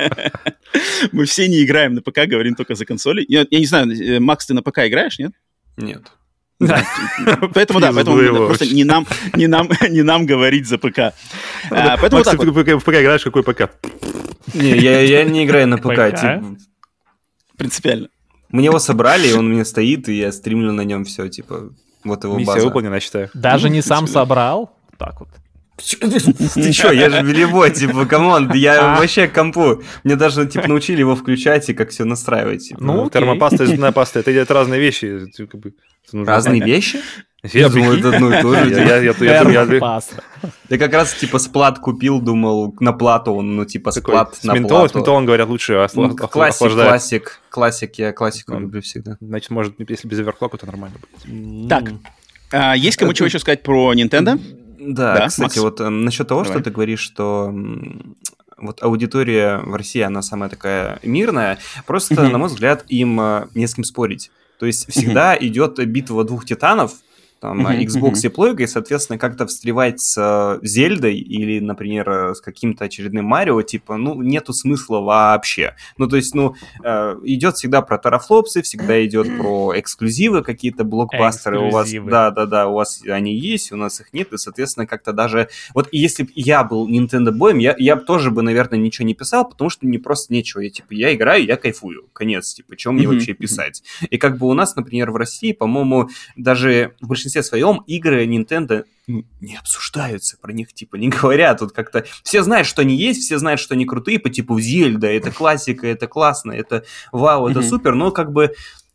Мы все не играем на ПК, говорим только за консоли. Я не знаю, Макс, ты на ПК играешь, нет? Нет. Да. Поэтому да, поэтому просто не нам, не нам, не нам говорить за ПК. Поэтому Макс, ты в ПК играешь, какой ПК? Не, я не играю на ПК, типа. Принципиально. Мне его собрали, и он у меня стоит, и я стримлю на нем все, типа, вот его база. Миссия выполнена, считаю. Даже не сам собрал? Так вот. Ты чё, я же белевой, типа, камон, я вообще компу. Мне даже, типа, научили его включать и как все настраивать. Ну, термопаста и зубная паста, это разные вещи. Разные вещи? Я думал, это одно и то же. Термопаста. Я как раз, типа, сплат купил, думал, на плату он, ну, типа, сплат на плату. С ментолом, говорят, лучше охлаждает. Классик, классик, я классику люблю всегда. Значит, может, если без оверклока, то нормально будет. Так, есть кому чего еще сказать про Nintendo? Да, Да, кстати, Макс? вот э, насчет того, Давай. что ты говоришь, что м, вот аудитория в России, она самая такая мирная, просто, Мгм. на мой взгляд, им э, не с кем спорить. То есть Мгм. всегда идет битва двух титанов, там, Мгм, э, Xbox мгм. и плойка, и, соответственно, как-то встревать с э, Зельдой или, например, э, с каким-то очередным Марио, типа, ну, нету смысла вообще. Ну, то есть, ну, э, идет всегда про тарафлопсы, всегда идет про эксклюзивы, какие-то блокбастеры у вас, Эксклюзивы. да-да-да, у вас они есть, у нас их нет, и, соответственно, как-то даже... Вот если бы я был Nintendo боем, я, я бы тоже бы, наверное, ничего не писал, потому что мне просто нечего. Я, типа, я играю, я кайфую. Конец, типа, чем мне Мгм, вообще мгм. писать? И как бы у нас, например, в России, по-моему, даже в большинстве своем игры Nintendo ну, не обсуждаются, про них типа не говорят. Тут как-то все знают, что они есть, все знают, что они крутые, по типу Зельда, это классика, это классно, это вау, это Мгм. супер, но как бы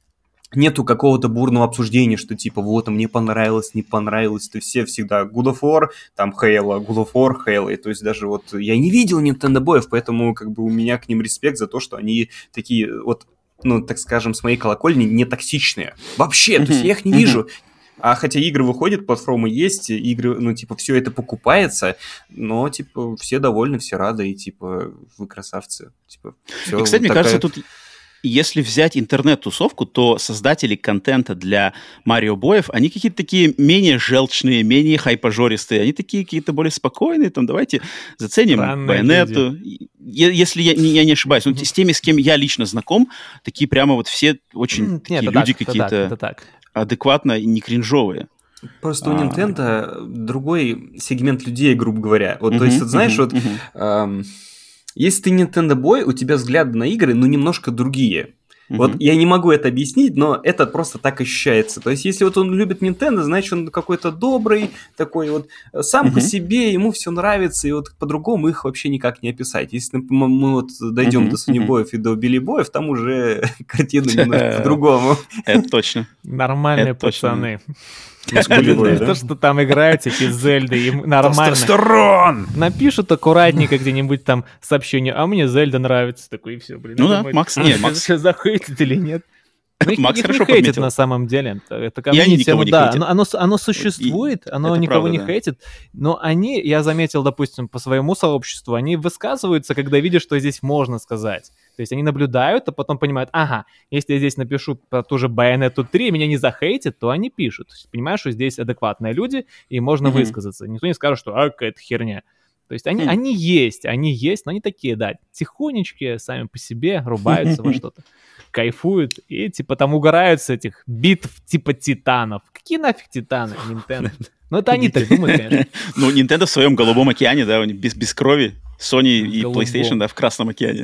нету какого-то бурного обсуждения, что типа вот, а мне понравилось, не понравилось. То есть все всегда God of War, там Halo, God of War, Halo. И то есть даже вот я не видел Nintendo боев, поэтому как бы у меня к ним респект за то, что они такие вот, ну, так скажем, с моей колокольни не токсичные. Вообще, то есть я их не Мгм, вижу. А хотя игры выходят, платформы есть, игры, ну, типа, все это покупается, но, типа, все довольны, все рады, и, типа, вы красавцы. Типа, все И, кстати, мне такая... кажется, тут если взять интернет-тусовку, то создатели контента для Марио боев, они какие-то такие менее желчные, менее хайпожористые, они такие какие-то более спокойные, там, давайте заценим Странные Байонету. Е- Если я не, я не ошибаюсь, ну, Мгм. с теми, с кем я лично знаком, такие прямо вот все очень М, такие Нет, это люди так, это так, какие-то это так. адекватно и не кринжовые. Просто у А, Nintendo другой сегмент людей, грубо говоря. Вот, то есть, мгм, вот, знаешь, мгм, вот, мгм. эм, если ты Nintendo Boy, у тебя взгляды на игры, ну, немножко другие. Вот Мгм. я не могу это объяснить, но это просто так ощущается. То есть, если вот он любит Nintendo, значит, он какой-то добрый, такой вот э, сам по Мгм. себе, ему все нравится, и вот по-другому их вообще никак не описать. Если например, мы вот дойдем Мгм, до Сони мгм. Боев и до Билли Боев, там уже картина немножко по-другому. Это точно. Нормальные Это точно. пацаны. Мускулевые, Не да? то, что там играют эти Зельды, им нормально. Тестостерон! Напишут аккуратненько где-нибудь там сообщение, а мне Зельда нравится. Такой, и все, блин. Ну и да, думают, Макс, не, Макс, захейтит или нет. Ну, их, Макс их не хорошо хейтит подметил. на самом деле. Это, это И они комьюнити, никого оно, не да, хейтят. оно, оно, оно И существует, оно это никого правда, не да. хейтит, но они, я заметил, допустим, по своему сообществу, они высказываются, когда видят, что здесь можно сказать. То есть они наблюдают, а потом понимают, ага, если я здесь напишу про ту же Bayonetta три, меня не захейтят, то они пишут. То есть, понимаешь, что здесь адекватные люди, и можно Мгм. высказаться. Никто не скажет, что а, какая-то херня. То есть они, Хм. они есть, они есть, но они такие, да, тихонечки, сами по себе, рубаются во что-то, кайфуют и типа там угорают с этих битв типа титанов. Какие нафиг титаны, Nintendo? Ну это они так думают, конечно. Ну, Nintendo в своем голубом океане, да, у них без, без крови. Sony и Голубом. PlayStation, да, в Красном океане.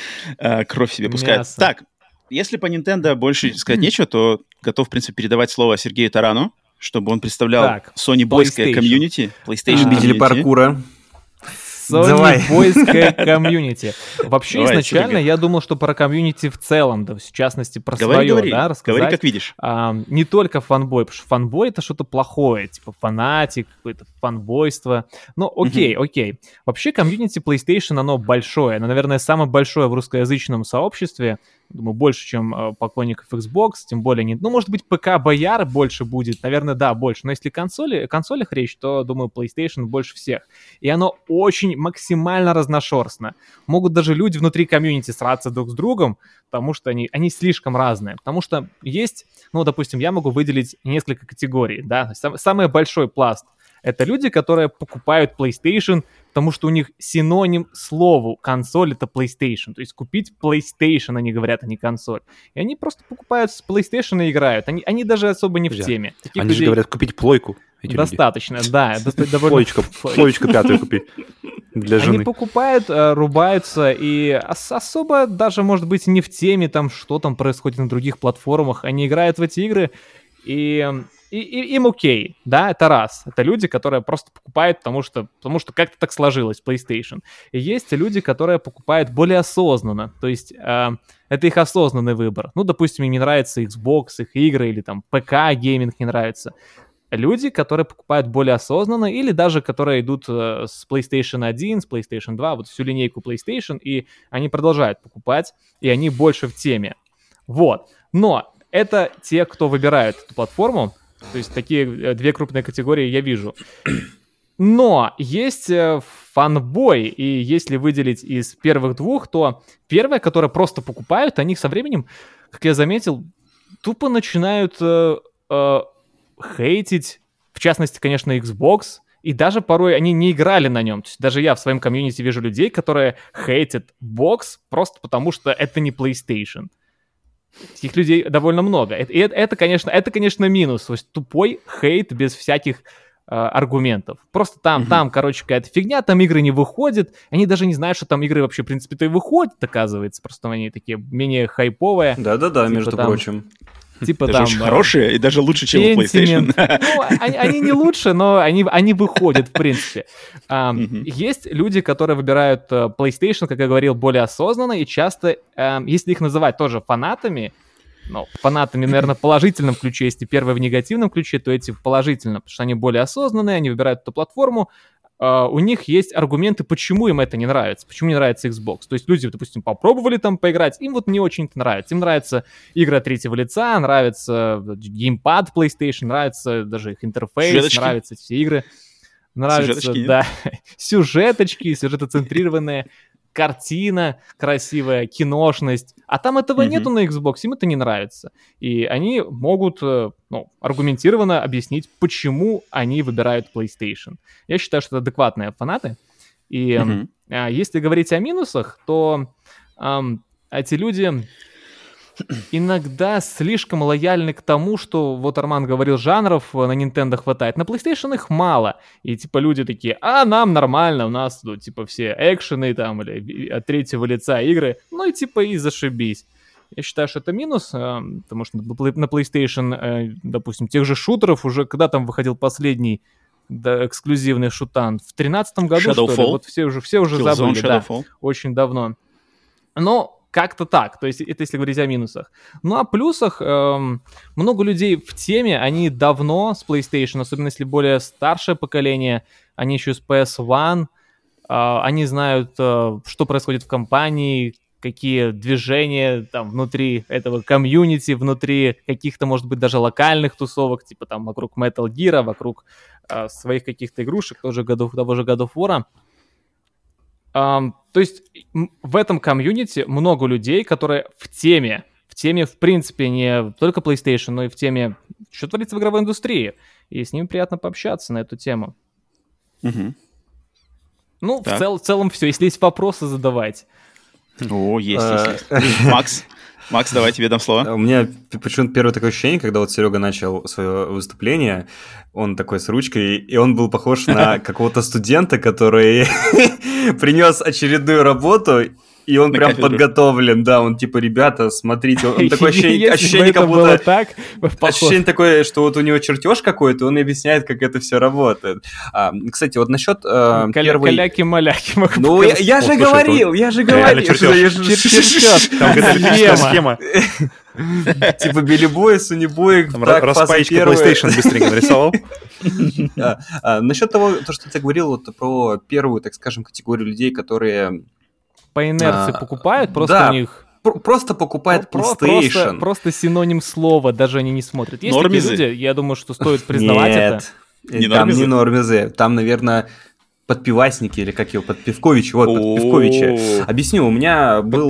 А, кровь себе пускают. Мясо. Так, если по Nintendo больше сказать нечего, то готов, в принципе, передавать слово Сергею Тарану, чтобы он представлял Так, Sony бойское PlayStation. комьюнити. PlayStation А. Любители комьюнити. паркура. Sony Давай. бойское комьюнити. Вообще, Давай, изначально супер. я думал, что про комьюнити в целом, да, в частности, про Говори, свое, говори, да, рассказать. говори, как видишь. А, не только фанбой, потому что фанбой — это что-то плохое, типа фанатик, какое-то фанбойство. Ну, окей, окей. Вообще, комьюнити PlayStation, оно большое. Оно, наверное, самое большое в русскоязычном сообществе. Думаю, больше, чем э, поклонников Xbox, тем более не... Ну, может быть, ПК-бояр больше будет. Наверное, да, больше. Но если консоли, консолях речь, то, думаю, PlayStation больше всех. И оно очень максимально разношерстно. Могут даже люди внутри комьюнити сраться друг с другом, потому что они, они слишком разные. Потому что есть, ну, допустим, я могу выделить несколько категорий, да. Сам, самый большой пласт — это люди, которые покупают PlayStation, потому что у них синоним слову консоль — это PlayStation. То есть купить PlayStation, они говорят, а не консоль. И они просто покупают с PlayStation и играют. Они, они даже особо не в Друзья, теме. Таких Они же людей говорят купить плойку. Эти люди. достаточно, да. доста- довольно- Плоечка, плоечка пятую купить для Они жены. покупают, э, рубаются, и ос- особо даже, может быть, не в теме, там, что там происходит на других платформах. Они играют в эти игры, и, и- и- им окей, да, это раз. Это люди, которые просто покупают, потому что, потому что как-то так сложилось, PlayStation. И есть люди, которые покупают более осознанно, то есть э, это их осознанный выбор. Ну, допустим, им не нравится Xbox, их игры, или там ПК-гейминг не нравится. Люди, которые покупают более осознанно, или даже которые идут э, с PlayStation один, с PlayStation два, вот всю линейку PlayStation, и они продолжают покупать, и они больше в теме. Вот. Но это те, кто выбирает эту платформу, то есть такие э, две крупные категории я вижу. Но есть э, фанбой, и если выделить из первых двух, то первое, которое просто покупают, они со временем, как я заметил, тупо начинают э, э, хейтить, в частности, конечно, Xbox, и даже порой они не играли на нем. То есть даже я в своем комьюнити вижу людей, которые хейтят бокс просто потому, что это не PlayStation. Таких людей довольно много. И это, это, конечно, это, конечно, минус. То есть тупой хейт без всяких аргументов. Просто там, mm-hmm. там, короче, какая-то фигня, там игры не выходят, они даже не знают, что там игры вообще, в принципе-то, и выходят, оказывается, просто они такие менее хайповые. Да-да-да, типа между там, прочим. Типа даже там... очень хорошие и даже лучше, чем у PlayStation. Ну, они, они не лучше, но они, они выходят, в принципе. Um, mm-hmm. Есть люди, которые выбирают uh, PlayStation, как я говорил, более осознанно, и часто, um, если их называть тоже фанатами, ну, фанатами, наверное, в положительном ключе, если первые в негативном ключе, то эти в положительном, потому что они более осознанные, они выбирают эту платформу, uh, у них есть аргументы, почему им это не нравится, почему не нравится Xbox. То есть люди, допустим, попробовали там поиграть, им вот не очень это нравится. Им нравится игра третьего лица, нравится геймпад PlayStation, нравится даже их интерфейс, сюжеточки. Нравятся все игры. Нравятся, сюжеточки, да, сюжеточки, сюжетоцентрированные. Картина красивая, киношность. А там этого mm-hmm. нету на Xbox, им это не нравится. И они могут ну, аргументированно объяснить, почему они выбирают PlayStation. Я считаю, что это адекватные фанаты. И mm-hmm. а, если говорить о минусах, то а, эти люди иногда слишком лояльны к тому, что, вот Арман говорил, жанров на Nintendo хватает. На PlayStation их мало. И типа люди такие, а нам нормально, у нас ну, типа все экшены там или от третьего лица игры. Ну и типа и зашибись. Я считаю, что это минус, потому что на PlayStation, допустим, тех же шутеров уже, когда там выходил последний да, эксклюзивный шутан? В тринадцатом году, Shadowfall. что ли? Вот все уже, все уже Killzone, забыли, да, Shadowfall. Очень давно. Но как-то так, то есть это если говорить о минусах. Ну, о плюсах, эм, много людей в теме, они давно с PlayStation, особенно если более старшее поколение, они еще с пи эс один, э, они знают, э, что происходит в компании, какие движения там внутри этого комьюнити, внутри каких-то, может быть, даже локальных тусовок, типа там вокруг Metal Gear, вокруг э, своих каких-то игрушек, тоже God of, того же God of War. Um, то есть в этом комьюнити много людей, которые в теме, в теме, в принципе, не только PlayStation, но и в теме, что творится в игровой индустрии. И с ними приятно пообщаться на эту тему. Угу. Ну, в, цел, в целом все. Если есть вопросы, задавайте. О, есть, есть, есть. Макс, Макс, давай тебе дам слово. У меня почему-то первое такое ощущение, когда вот Серега начал свое выступление, он такой с ручкой, и он был похож на какого-то студента, который принес очередную работу, и он прям подготовлен, да, он типа, ребята, смотрите, он такое ощущение, ощущение как будто... так, ощущение такое, что вот у него чертеж какой-то, он объясняет, как это все работает. А, кстати, вот насчет э, Каля- первой... Каляки-маляки. Ну, я, я же говорил, я же говорил. Чертеж. Там какая-то схема. Типа Билли Бой, Суни Бой, так, распаечка PlayStation быстренько нарисовал. Насчет того, что ты говорил про первую, так скажем, категорию людей, которые... По инерции а, покупают, просто да, у них... Про- просто покупают PlayStation. Просто, просто синоним слова, даже они не смотрят. Есть нормизы? Такие люди, я думаю, что стоит признавать Нет, это. Не там нормизы? не нормизы, там, наверное, подпивасники, или как его, подпивковичи, вот, подпивковичи. Объясню, у меня был,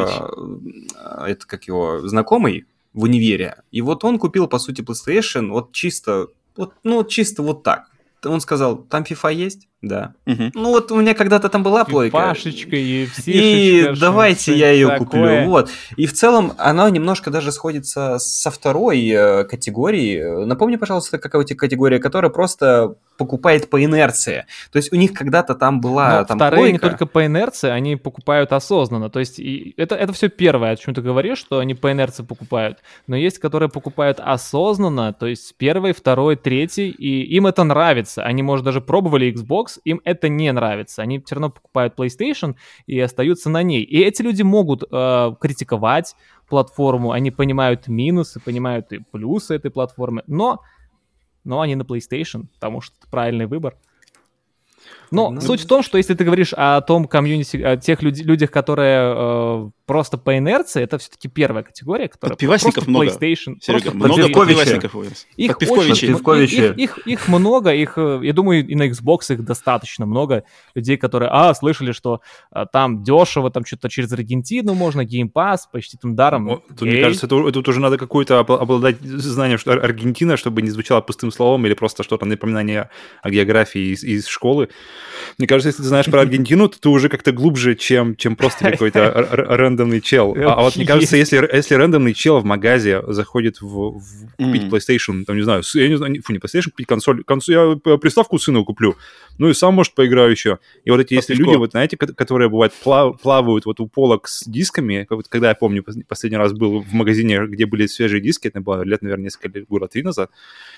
это как его, знакомый в универе, и вот он купил, по сути, PlayStation, вот чисто, вот, ну, чисто вот так. Он сказал, там FIFA есть? Да. Угу. Ну вот у меня когда-то там была плойка. Фашечка и все. И давайте я ее такое. куплю. Вот. И в целом она немножко даже сходится со второй э, категорией. Напомни, пожалуйста, какая у тебя категория, которая просто покупает по инерции. То есть у них когда-то там была Но там вторые плойка. не только по инерции, они покупают осознанно. То есть и это, это все первое, о чем ты говоришь, что они по инерции покупают. Но есть, которые покупают осознанно, то есть первый, второй, третий, и им это нравится. Они, может, даже пробовали Xbox, им это не нравится. Они все равно покупают PlayStation и остаются на ней. И эти люди могут э, критиковать платформу, они понимают минусы, понимают и плюсы этой платформы, но, но они на PlayStation, потому что это правильный выбор. Но ну, суть в том, что если ты говоришь о том комьюнити, о тех люд- людях, которые э, просто по инерции, это все-таки первая категория, которая Подпивасников просто много. PlayStation. Серега, просто много Подпивковичи. подпивасников у вас. Их Подпивковичи. очень- Подпивковичи. их, их- их много, их, э, я думаю, и на Xbox их достаточно много людей, которые, а, слышали, что а, там дешево, там что-то через Аргентину можно, Game Pass, почти там даром. О, Тут, Окей. мне кажется, это, тут уже надо какое-то обла- обладать знанием, что Аргентина, чтобы не звучало пустым словом или просто что-то напоминание о географии из, из школы. Мне кажется, если ты знаешь про Аргентину, то ты уже как-то глубже, чем, чем просто какой-то р- р- рандомный чел. А, а вот мне кажется, если, если рандомный чел в магазе заходит в, в купить Мгм. PlayStation, там, не знаю, с- я не знаю, не- фу, не PlayStation, купить консоль, консоль, я п- приставку сыну куплю, ну и сам, может, поиграю еще. И вот эти, если Подпивко. люди, вот знаете, ко- которые, бывает, плав- плавают вот у полок с дисками, как вот когда я помню, пос- последний раз был в магазине, где были свежие диски, это было лет, наверное, несколько лет, года три назад,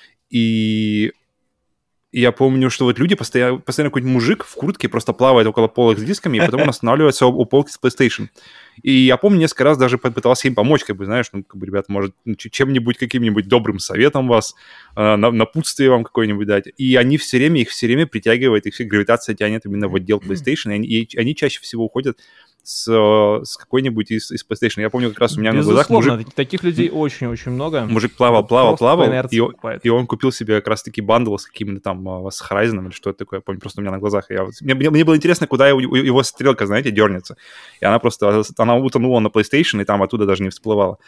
и и я помню, что вот люди постоянно, постоянно какой-нибудь мужик в куртке просто плавает около полок с дисками, и потом он останавливается у, у полки с PlayStation. И я помню, несколько раз даже пытался им помочь, как бы, знаешь, ну, как бы, ребята, может, ну, ч- чем-нибудь, каким-нибудь добрым советом вас, э, на- напутствие вам какое-нибудь дать. И они все время, их все время притягивают, их все гравитация тянет именно в отдел PlayStation, и они, и они чаще всего уходят с, э, с какой-нибудь из, из PlayStation. Я помню, как раз у меня на глазах Безусловно, мужик, таки- таких людей очень-очень много. мужик плавал, плавал, Просто плавал, по инерции и, он- покупают. и он купил себе как раз-таки бандл с каким-то там, а, с Horizon или что-то такое, я помню, просто у меня на глазах. Я, вот- мне, мне- мне было интересно, куда его, его стрелка, знаете, дернется. И она просто, она утонула на PlayStation, и там оттуда даже не всплывала.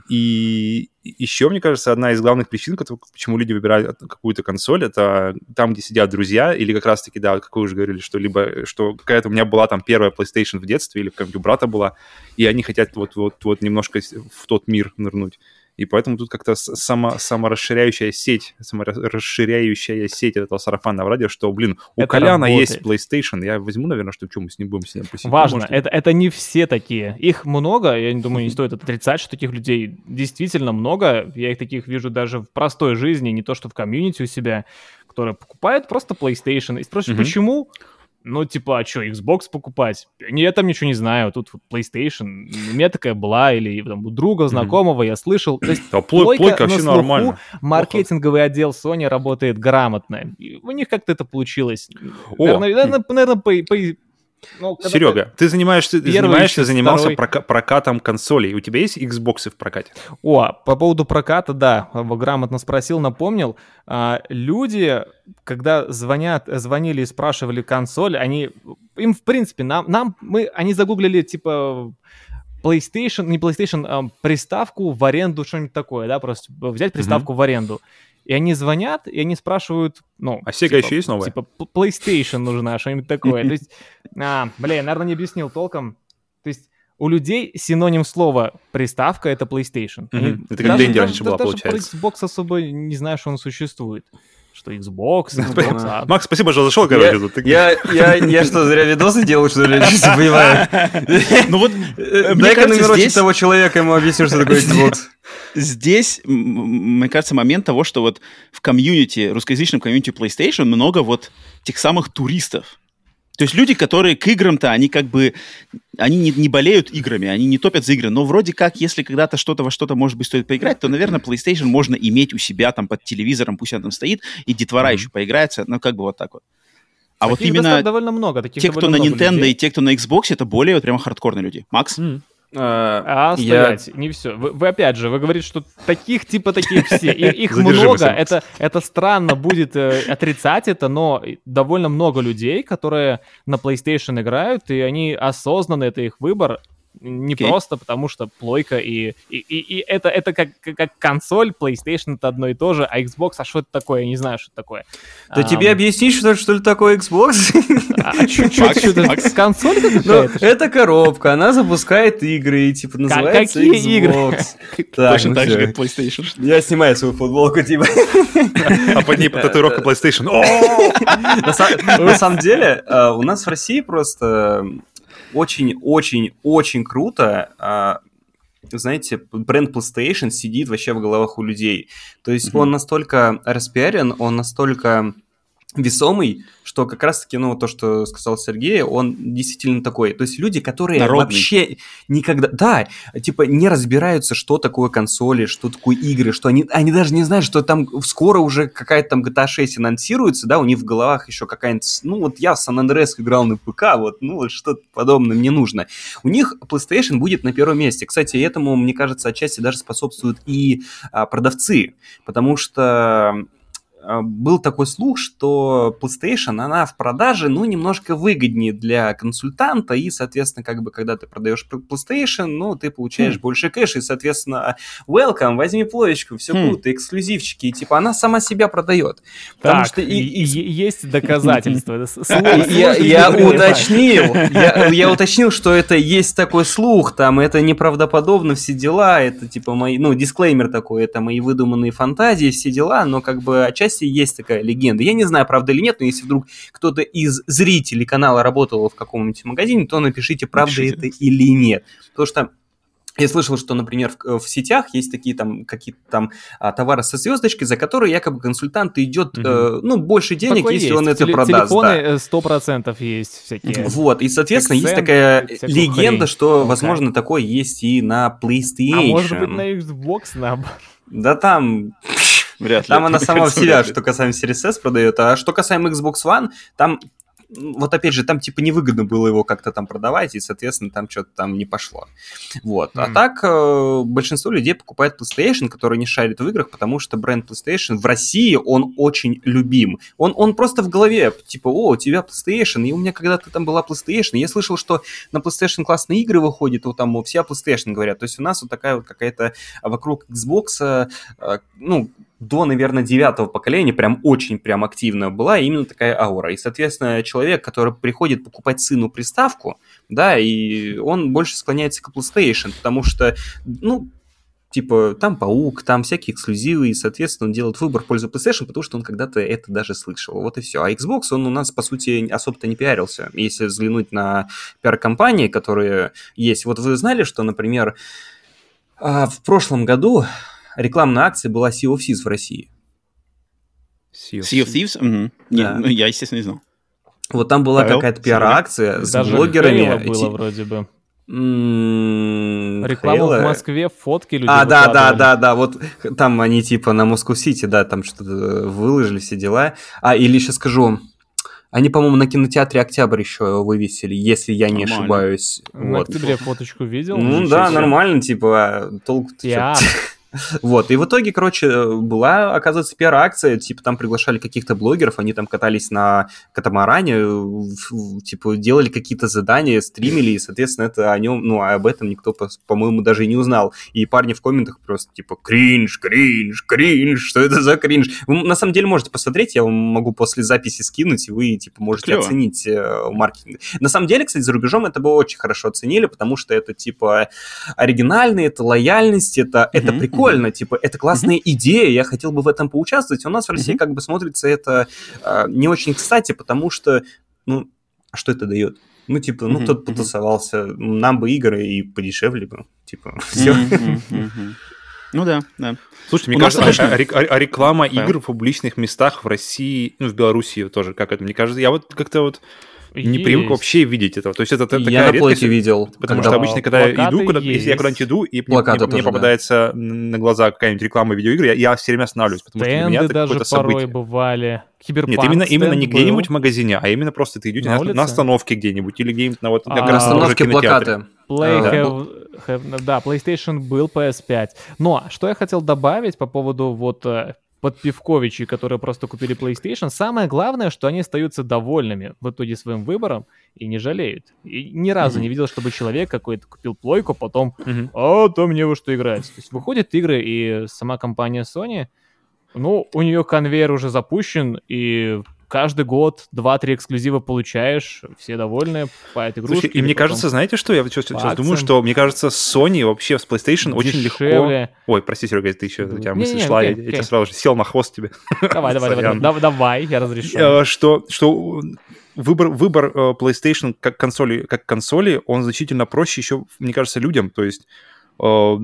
И еще, мне кажется, одна из главных причин, кото- почему люди выбирают какую-то консоль, это там, где сидят друзья, или как раз-таки, да, как вы уже говорили, что либо, что какая-то у меня была там первая PlayStation в детстве, или как у брата была, и они хотят вот, вот, вот немножко в тот мир нырнуть. И поэтому тут как-то с- само, саморасширяющая сеть, саморасширяющая сеть этого сарафанного радио, что, блин, у Это Коляна работает. есть PlayStation, я возьму, наверное, что что мы с ним будем с ним посидеть. Важно, Может, это, это не все такие. Их много, я не думаю, не стоит отрицать, что таких людей действительно много. Я их таких вижу даже в простой жизни, не то что в комьюнити у себя, которые покупают просто PlayStation. И спросишь, Мгм. почему? Ну, типа, а что, Xbox покупать? Не, я там ничего не знаю, тут вот PlayStation. У меня такая была, или там, у друга, знакомого, я слышал. То есть Да, плой- плойка плойка на вообще слуху, нормально. маркетинговый отдел Sony работает грамотно. И у них как-то это получилось. О, Наверное, наверное, наверное, по, по- ну, когда Серега, ты занимаешься, ты первый, занимаешься, еще занимался второй. прока- прокатом консолей. У тебя есть Xbox в прокате? О, по поводу проката, да, в- грамотно спросил, напомнил. А, люди, когда звонят, звонили и спрашивали консоль, они, им, в принципе, нам, нам мы, они загуглили, типа, PlayStation, не PlayStation, а приставку в аренду, что-нибудь такое, да, просто взять приставку в аренду. И они звонят, и они спрашивают, ну... А Sega еще есть новая? Типа, п- PlayStation нужна, что-нибудь такое. То есть, а, блин, наверное, не объяснил толком. То есть, у людей синоним слова приставка — это PlayStation. Мгм. Они Это как Денди раньше была, даже получается. про Xbox особо не знаю, что он существует. Что Xbox, Xbox, а- Макс, спасибо, что зашел, Я, короче. тут. Ты- я, я, я что, зря видосы делал, что ли? Чуть понимаю. Ну вот, мне Дай-ка кажется, номерочек здесь- того человека, ему объясню, что такое Xbox. Здесь, м, м, мне кажется, момент того, что вот в комьюнити, русскоязычном комьюнити PlayStation много вот тех самых туристов. То есть люди, которые к играм-то, они как бы, они не, не болеют играми, они не топят за игры, но вроде как, если когда-то что-то во что-то, может быть, стоит поиграть, то, наверное, PlayStation можно иметь у себя там под телевизором, пусть она там стоит, и детвора Мгм. еще поиграется, ну как бы вот так вот. А вот Таких именно доста- довольно много. Таких те, кто довольно на много Nintendo людей. и те, кто на Xbox, это более вот прямо хардкорные люди. Макс? М. А, Я- стоять, не все. Вы, вы опять же, вы говорите, что таких типа таких все. И- их Задержимся, много. Макс. Это, это странно будет э, отрицать это, но довольно много людей, которые на PlayStation играют, и они осознанно, это их выбор. Не Окей. просто потому, что плойка и, и, и, и это, это как, как- как консоль, PlayStation это одно и то же, а Xbox, а что это такое? Я не знаю, что это такое. Да тебе объяснить, что, что ли такое Xbox? А чуть-чуть, Макс, что это Макс. консоль Ну, какая-то? это коробка, она запускает игры, и типа называется какие игры? Xbox. Так, Точно ну так же, всё. как PlayStation. Я снимаю свою футболку, типа. А под ней татуировка PlayStation. О! На са- на самом деле, э, у нас в России просто очень-очень-очень круто, а, знаете, бренд PlayStation сидит вообще в головах у людей. То есть Мгм. он настолько распиарен, он настолько весомый, что как раз-таки, ну, то, что сказал Сергей, он действительно такой. То есть люди, которые Народный. вообще никогда, да, типа не разбираются, что такое консоли, что такое игры, что они, они даже не знают, что там скоро уже какая-то там джи ти эй шесть анонсируется, да, у них в головах еще какая-нибудь, ну, вот я в San Andreas играл на ПК, вот, ну, вот что-то подобное мне нужно. У них PlayStation будет на первом месте. Кстати, этому, мне кажется, отчасти даже способствуют и а, продавцы, потому что был такой слух, что PlayStation, она в продаже, ну, немножко выгоднее для консультанта, и, соответственно, как бы, когда ты продаешь PlayStation, ну, ты получаешь mm. больше кэша, и, соответственно, welcome, возьми плоечку, все mm. круто, эксклюзивчики, и, типа, она сама себя продает. Потому так, что и, и... есть доказательства. Я уточнил, я уточнил, что это есть такой слух, там, это неправдоподобно, все дела, это, типа, мои, ну, дисклеймер такой, это мои выдуманные фантазии, все дела, но, как бы, отчасти есть такая легенда. Я не знаю, правда или нет, но если вдруг кто-то из зрителей канала работал в каком-нибудь магазине, то напишите, правда напишите. Это или нет. Потому что я слышал, что, например, в, в сетях есть такие там какие-то там а, товары со звездочкой, за которые якобы консультант идет, mm-hmm. э, ну, больше денег, Такое если есть. он это Теле- продаст. Телефоны сто процентов да. есть всякие. Вот, и, соответственно, Accent, есть такая легенда, хрень. что, okay. возможно, такое есть и на PlayStation. А может быть, на Xbox, наоборот. Да там... Вряд ли. Там она сама в себя, что касаемо Series S продает, а что касаемо Xbox One, там, вот опять же, там типа невыгодно было его как-то там продавать, и, соответственно, там что-то там не пошло. Вот. Mm. А так, э, большинство людей покупает PlayStation, который не шарит в играх, потому что бренд PlayStation в России, он очень любим. Он, он просто в голове, типа, о, у тебя PlayStation, и у меня когда-то там была PlayStation, и я слышал, что на PlayStation классные игры выходят, вот там все о PlayStation говорят. То есть у нас вот такая вот какая-то вокруг Xbox, э, ну, до, наверное, девятого поколения прям очень прям активная была именно такая аура. И, соответственно, человек, который приходит покупать сыну приставку, да, и он больше склоняется к PlayStation, потому что, ну, типа, там Паук, там всякие эксклюзивы, и, соответственно, он делает выбор в пользу PlayStation, потому что он когда-то это даже слышал. Вот и все. А Xbox, он у нас, по сути, особо-то не пиарился. Если взглянуть на пиар-компании, которые есть. Вот вы знали, что, например, в прошлом году рекламная акция была Sea of Thieves в России. Sea of, sea of Thieves? Угу. Да. Не, я, естественно, не знал. Вот там была Павел? какая-то пиар-акция с Даже блогерами. Даже было вроде бы. М-м- Реклама Хейла. в Москве, фотки людей А, да, да, да, да, вот там они типа на Москву-Сити, да, там что-то выложили, все дела. А, или сейчас скажу... Они, по-моему, на кинотеатре «Октябрь» еще вывесили, если я не нормально. ошибаюсь. В вот. октябре фоточку видел? Ну да, нормально, типа, толку-то Вот, и в итоге, короче, была, оказывается, пиар-акция, типа, там приглашали каких-то блогеров, они там катались на катамаране, типа, делали какие-то задания, стримили, и, соответственно, это о нем, ну, об этом никто, по-моему, даже и не узнал. И парни в комментах просто, типа, кринж, кринж, кринж, что это за кринж? Вы, на самом деле, можете посмотреть, я вам могу после записи скинуть, и вы, типа, можете Клево. оценить э, маркетинг. На самом деле, кстати, за рубежом это бы очень хорошо оценили, потому что это, типа, оригинально, это лояльность, это, mm-hmm. это прикольно. Типа, это классная mm-hmm. идея, я хотел бы в этом поучаствовать. У нас в России mm-hmm. как бы смотрится это э, не очень кстати, потому что, ну, а что это дает? Ну, типа, ну, mm-hmm. кто-то потусовался, нам бы игры и подешевле бы, типа, все. Mm-hmm. Mm-hmm. Ну да, да. Слушайте, мне кажется, а, а, а, а реклама да. игр в публичных местах в России, ну, в Белоруссии тоже, как это? Мне кажется, я вот как-то вот не есть. привык вообще видеть этого. То есть это такая я редкость. Я на видел. Потому что обычно, когда я иду, куда, если я куда-нибудь иду, и мне, мне, мне попадается да. на глаза какая-нибудь реклама видеоигры, я, я все время останавливаюсь, потому стенды что для меня это даже какое-то порой событие. бывали. Киберпанк Нет, именно, именно не был. где-нибудь в магазине, а именно просто ты идешь на, на, на остановке где-нибудь или где-нибудь на вот а, на остановке плакаты. Play да. Have, have, да, PlayStation был, пи эс пять. Но что я хотел добавить по поводу вот подпивковичей, которые просто купили PlayStation, самое главное, что они остаются довольными в итоге своим выбором и не жалеют. И ни разу mm-hmm. не видел, чтобы человек какой-то купил плойку, потом, mm-hmm. а, то мне во что играть. То есть выходят игры, и сама компания Sony, ну, у нее конвейер уже запущен, и каждый год два-три эксклюзива получаешь, все довольны, покупают игрушки. Слушай, и мне кажется, знаете что, я сейчас, сейчас думаю, что, мне кажется, Sony вообще с PlayStation очень легко... Ой, прости, Серега, ты еще, у тебя мысль шла, я, я тебе сразу же сел на хвост тебе. Давай, давай, давай, давай, давай, я разрешу. Что, что выбор, выбор PlayStation как консоли, как консоли, он значительно проще еще, мне кажется, людям, то есть...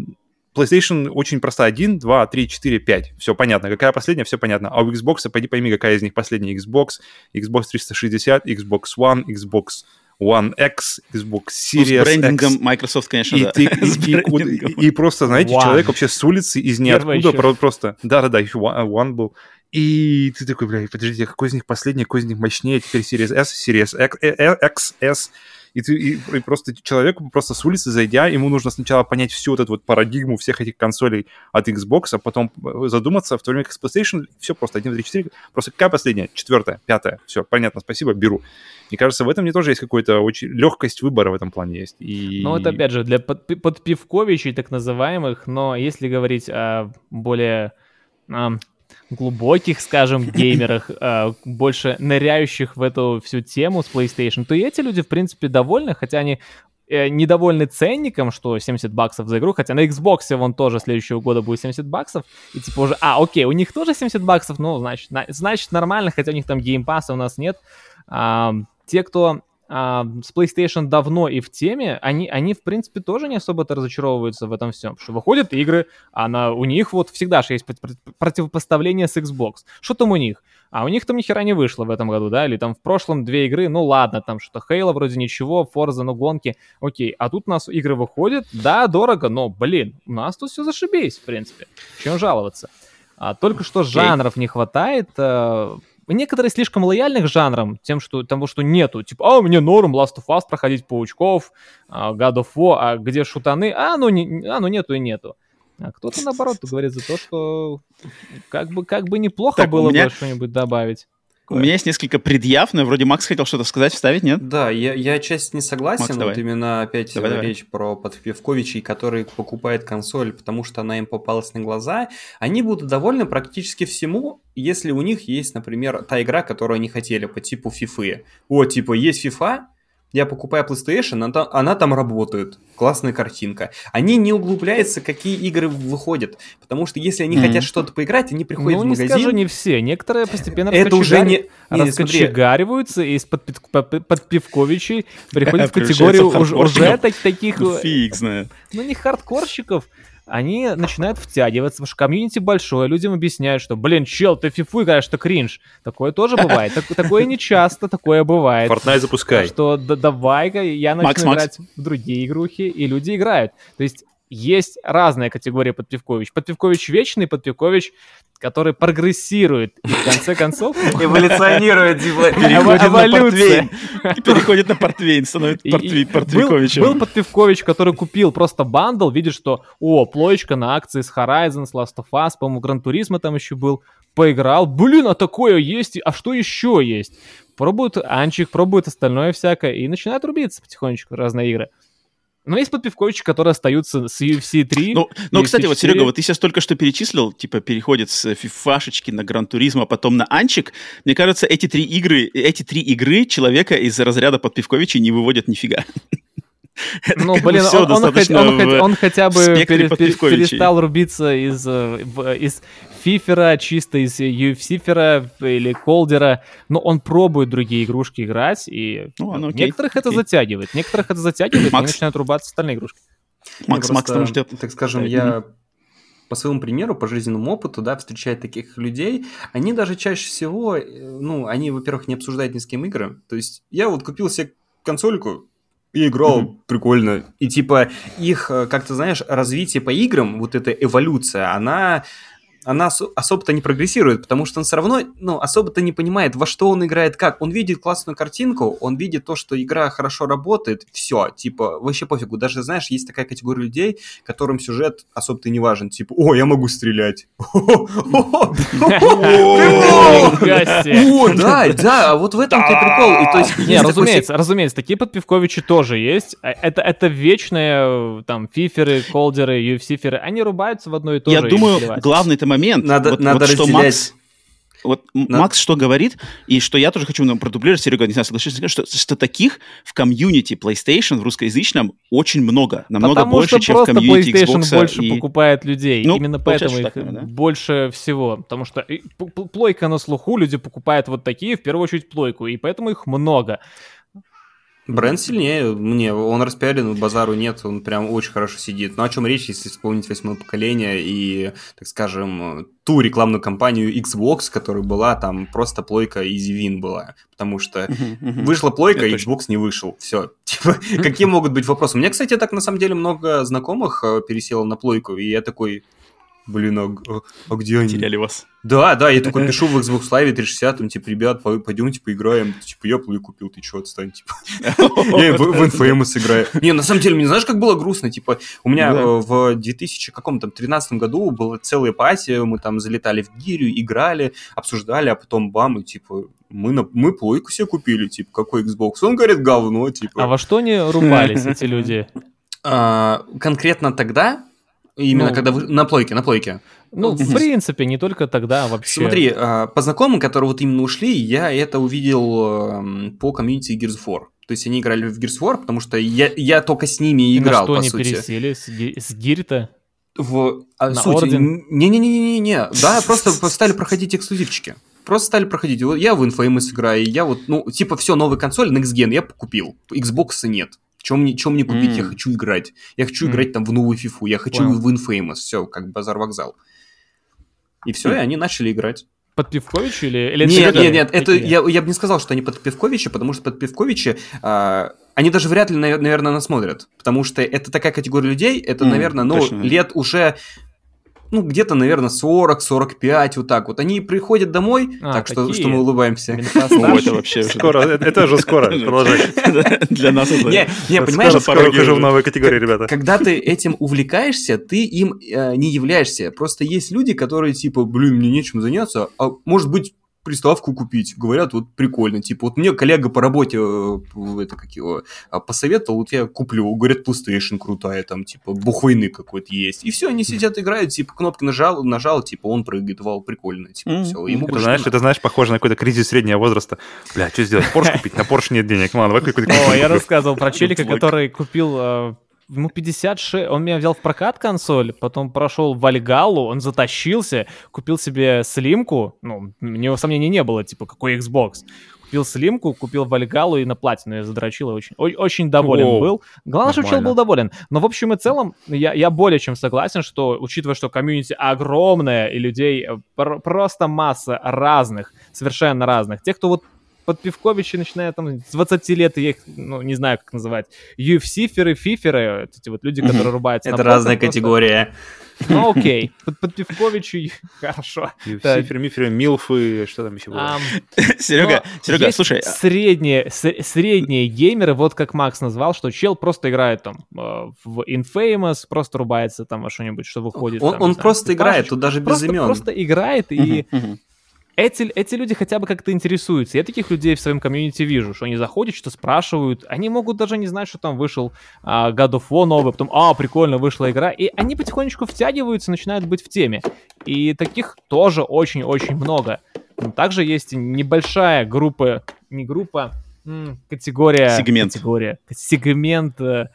PlayStation очень проста. один, два, три, четыре, пять. Все понятно. Какая последняя, все понятно. А у Xbox, пойди пойми, какая из них последняя. Xbox, Xbox триста шестьдесят, Xbox One, Xbox One X, Xbox Series ну, с брендингом X. Microsoft, конечно, и, да. ты, и, и, и просто, знаете, One. Человек вообще с улицы из ниоткуда про, просто... Да-да-да, еще One был. И ты такой, бля, подождите, какой из них последний, какой из них мощнее? Теперь Series S, Series X, S... И, ты, и, и просто человеку просто с улицы зайдя, ему нужно сначала понять всю вот эту вот парадигму всех этих консолей от Xbox, а потом задуматься, в то время как с PlayStation все просто один, два, три, четыре. Просто какая последняя? Четвертая, пятая. Все, понятно, спасибо, беру. Мне кажется, в этом мне тоже есть какая-то очень легкость выбора в этом плане есть. И... Ну, это опять же для под, подпивковичей так называемых, но если говорить о более... О... глубоких, скажем, геймерах, э, больше ныряющих в эту всю тему с PlayStation, то и эти люди, в принципе, довольны, хотя они э, недовольны ценником, что семьдесят баксов за игру, хотя на Xbox вон тоже следующего года будет семьдесят баксов, и типа уже, а, окей, у них тоже семьдесят баксов, ну, значит, на, значит нормально, хотя у них там геймпасса у нас нет. А, те, кто а, с PlayStation давно и в теме, они, они, в принципе, тоже не особо-то разочаровываются в этом всем, что выходят игры, а на, у них вот всегда же есть противопоставление с Xbox. Что там у них? А у них там ни хера не вышло в этом году, да, или там в прошлом две игры, ну ладно, там что-то Halo вроде ничего, Forza, ну гонки, окей, а тут у нас игры выходят, да, дорого, но, блин, у нас тут все зашибись, в принципе, чем жаловаться. А, только что жанров не хватает, а, некоторые слишком лояльны к жанрам, тем, что, тому, что нету. Типа, а, мне норм Last of Us проходить паучков, God of War, а где шутаны? А, ну, не, а, ну нету и нету. А кто-то, наоборот, говорит за то, что как бы, как бы неплохо так, было меня... бы что-нибудь добавить. У меня есть несколько предъяв, но вроде Макс хотел что-то сказать, вставить, нет? Да, я, я отчасти не согласен. Макс, вот давай. именно опять давай, давай. речь про подпивковичей, которые покупают консоль, потому что она им попалась на глаза. Они будут довольны практически всему, если у них есть, например, та игра, которую они хотели, по типу FIFA. О, типа, есть FIFA, я покупаю PlayStation, она, она там работает. Классная картинка. Они не углубляются, какие игры выходят. Потому что если они mm-hmm. хотят что-то поиграть, они приходят ну, в магазин. Ну, не скажу, не все. Некоторые постепенно это уже не... раскочегариваются и из-под подпивковичей приходят в категорию уже таких... Фиг знает. Ну, не хардкорщиков. Они начинают втягиваться, потому что комьюнити большое, людям объясняют, что, блин, чел, ты фифу играешь, что кринж. Такое тоже бывает. Так, такое не часто, такое бывает. Fortnite запускай. Что да, давай-ка я начну Макс, играть Макс. в другие игрухи, и люди играют. То есть есть разная категория подпивкович. Подпивкович вечный, подпивкович, который прогрессирует и в конце концов... Эволюционирует. Переходит на портвейн. Переходит на портвейн, становится подпивковичем. Был подпивкович, который купил просто бандл, видит, что, о, плоечка на акции с Horizon, с Last of Us, по-моему, Gran Turismo там еще был, поиграл, блин, а такое есть, а что еще есть? Пробует анчик, пробует остальное всякое, и начинает рубиться потихонечку разные игры. Но есть подпивковичи, которые остаются с ю эф си три. Ну, ну кстати, вот, Серега, вот ты сейчас только что перечислил, типа, переходит с фифашечки на Гран-туризмо, а потом на анчик. Мне кажется, эти три игры, эти три игры человека из разряда подпивковичей не выводят нифига. Ну, блин, он, он, хоть, он, хоть, он хотя бы пере, пере, перестал рубиться из, из фифера, чисто из ю эф си-фера или колдера, но он пробует другие игрушки играть, и ну, ну, окей, некоторых окей. это затягивает, некоторых это затягивает, Макс. И начинают рубаться остальные игрушки. Макс, просто, Макс там ждет. Так скажем, я по своему примеру, по жизненному опыту, да, встречаю таких людей, они даже чаще всего, ну, они, во-первых, не обсуждают ни с кем игры, то есть я вот купил себе консольку, и играл mm-hmm. прикольно. И типа их, как ты знаешь, развитие по играм, вот эта эволюция, она, она особо-то не прогрессирует, потому что он все равно, ну, особо-то не понимает, во что он играет, как. Он видит классную картинку, он видит то, что игра хорошо работает, все, типа, вообще пофигу. Даже, знаешь, есть такая категория людей, которым сюжет особо-то не важен. Типа, о, я могу стрелять. О, да, да, а вот в этом-то прикол. Не, разумеется, разумеется, такие подпивковичи тоже есть. Это это вечные, там, фиферы, колдеры, ю эф си-феры, они рубаются в одно и то же. Я думаю, главный-то момент, надо, вот, надо вот что разделять. Макс, вот надо. Макс что говорит, и что я тоже хочу нам продублировать, Серега, не знаю, соглашусь, что, что таких в комьюнити PlayStation в русскоязычном очень много, намного Потому больше, чем в комьюнити Xbox. Потому что PlayStation больше и... покупает людей, ну, именно поэтому их так, да? больше всего, потому что плойка на слуху, люди покупают вот такие, в первую очередь плойку, и поэтому их много. Бренд сильнее, мне, он распиарен, базару нет, он прям очень хорошо сидит. Но о чем речь, если вспомнить восьмое поколение и, так скажем, ту рекламную кампанию Xbox, которая была, там просто плойка Easy Win была, потому что uh-huh, uh-huh. вышла плойка, и Xbox не вышел, все. Типа, какие могут быть вопросы? У меня, кстати, так на самом деле много знакомых пересело на плойку, и я такой... Блин, а, а где они? Теряли вас. Да, да, я такой пишу в Xbox Live триста шестьдесят, там, типа, ребят, пойдемте поиграем. Типа, я плей купил, ты чё, отстань, типа. Я в Infamous играю. Не, на самом деле, мне знаешь, как было грустно? Типа, у меня в две тысячи тринадцатом году была целая пати, мы там залетали в гирю, играли, обсуждали, а потом бам, и типа... Мы, на, мы плойку себе купили, типа, какой Xbox? Он говорит, говно, типа. А во что они рубались, эти люди? А, конкретно тогда... Именно ну, когда вы... На плойке, на плойке. Ну, в принципе, не только тогда вообще. Смотри, по знакомым, которые вот именно ушли, я это увидел по комьюнити Gears of War. То есть они играли в Gears of War, потому что я, я только с ними играл, по сути. На что они пересели? С, ги... с Гирта? В а, на суть. Орден? Не-не-не-не-не. Да, просто стали проходить эксклюзивчики. Просто стали проходить. Вот я в Infamous играю, я вот, ну, типа, все, новая консоль, Next Gen я купил. Xbox нет. Чем мне, чем мне купить? Mm. Я хочу играть. Я хочу mm. играть там в новую фифу. Я хочу Понял. в Infamous. Все, как базар-вокзал. И все, mm. и они начали играть. Под Пивковича или... или нет, нет, нет, это я, я бы не сказал, что они под Пивковича, потому что под Пивковича а, они даже вряд ли, наверное, нас смотрят. Потому что это такая категория людей, это, mm, наверное, ну, точно. лет уже... Ну, где-то, наверное, сорок сорок пять, вот так вот. Они приходят домой, а, так что, что мы улыбаемся. О, это вообще скоро, это уже скоро, продолжай. Для нас это... Не, не, понимаешь, скоро ухожу в новые категории, ребята. Когда ты этим увлекаешься, ты им не являешься. Просто есть люди, которые типа, блин, мне нечем заняться, а может быть, приставку купить. Говорят, вот прикольно. Типа, вот мне коллега по работе это, как его, посоветовал, вот я куплю. Говорят, PlayStation крутая, там, типа, бухойны какой-то есть. И все, они сидят, играют, типа, кнопки нажал, нажал, типа, он прыгает, вал, прикольно. Типа, mm-hmm. все. Ему это, знаешь, это, знаешь, похоже на какой-то кризис среднего возраста. Бля, что сделать? Порш купить? На Порш нет денег. Ладно, давай какой-то... О, я рассказывал про челика, который купил... Ему пятьдесят шесть, он меня взял в прокат консоль, потом прошел Вальгаллу, он затащился, купил себе слимку, ну, у него сомнений не было, типа, какой Xbox. Купил слимку, купил Вальгаллу и на платину я задрочил, и очень, очень доволен Воу, был. Главное, чтобы человек был доволен. Но в общем и целом, я, я более чем согласен, что, учитывая, что комьюнити огромное, и людей пр- просто масса разных, совершенно разных, тех, кто вот под Пивковича, начиная там с двадцати лет, я их, ну, не знаю, как называть, ю эф си-феры, фиферы, эти вот люди, которые рубаются на Это разная категория. Ну, окей. Под, под Пивковичу хорошо. ю эф си-феры, миферы, милфы, что там еще было? Серега, Серега, слушай. Средние, средние геймеры, вот как Макс назвал, что чел просто играет там в Infamous, просто рубается там во что-нибудь, что выходит. Он, он просто играет, тут даже без имен. Просто играет и... Эти, эти люди хотя бы как-то интересуются. Я таких людей в своем комьюнити вижу, что они заходят, что спрашивают. Они могут даже не знать, что там вышел а, God of War новый, потом, а, прикольно, вышла игра. И они потихонечку втягиваются, начинают быть в теме. И таких тоже очень-очень много. Но также есть небольшая группа, не группа, м, категория... Сегмент. Категория, сегмент...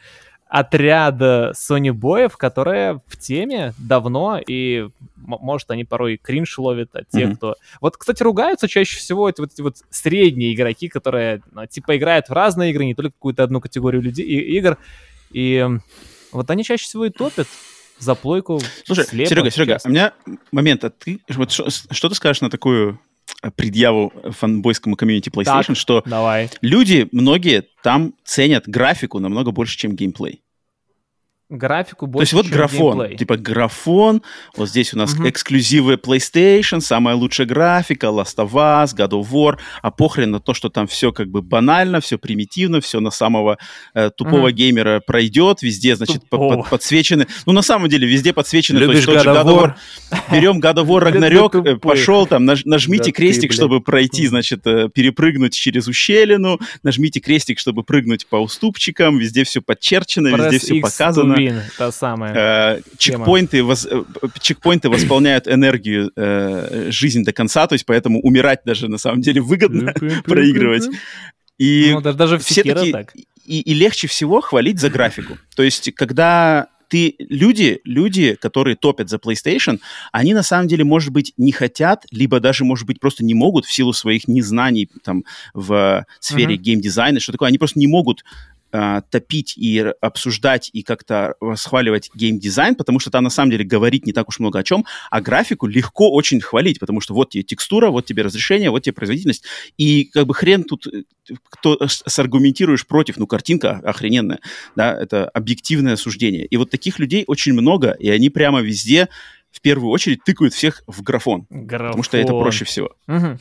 отряда сонибоев, которые в теме давно, и, м- может, они порой кринж ловят от тех, mm-hmm. кто... Вот, кстати, ругаются чаще всего эти вот, эти вот средние игроки, которые, ну, типа, играют в разные игры, не только какую-то одну категорию людей, и, игр, и вот они чаще всего и топят за плойку. Слушай, слепо, Серега, Серега, честно. у меня момент, а ты... Вот что, что ты скажешь на такую предъяву фанбойскому комьюнити PlayStation, Так, что давай. люди, многие там ценят графику намного больше, чем геймплей. Графику То есть больше, вот чем графон, геймплей. типа графон, вот здесь у нас Мгм. эксклюзивы PlayStation, самая лучшая графика, Last of Us, God of War, а похрен на то, что там все как бы банально, все примитивно, все на самого э, тупого Мгм. геймера пройдет, везде, значит, под- Тупого. под- подсвечены. Ну, на самом деле, везде подсвечены. То есть Любишь тот же God of God of War. War? Берем God of War Для Ragnarok, э, тупых. пошел там, наж- нажмите Да ты, крестик, блядь. чтобы пройти, значит, э, перепрыгнуть через ущелину, нажмите крестик, чтобы прыгнуть по уступчикам, везде все подчерчено, везде Press все X to показано. win, та самая. Э, чекпоинты, воз- э, чекпоинты восполняют энергию, э, жизнь до конца, то есть поэтому умирать даже на самом деле выгодно проигрывать. И Ну, даже, даже в все Sekiro такие... так. И, и легче всего хвалить за графику. То есть, когда ты, люди, люди, которые топят за PlayStation, они на самом деле, может быть, не хотят, либо даже, может быть, просто не могут в силу своих незнаний там в сфере mm-hmm. геймдизайна, что такое, они просто не могут э, топить и обсуждать и как-то расхваливать геймдизайн, потому что там на самом деле говорить не так уж много о чем, а графику легко очень хвалить, потому что вот тебе текстура, вот тебе разрешение, вот тебе производительность, и как бы хрен тут кто саргументируешь против, ну, картинка охрененная, да, это объективное суждение. И вот таких людей очень много, и они прямо везде в первую очередь тыкают всех в графон, графон. Потому что это проще всего. Угу.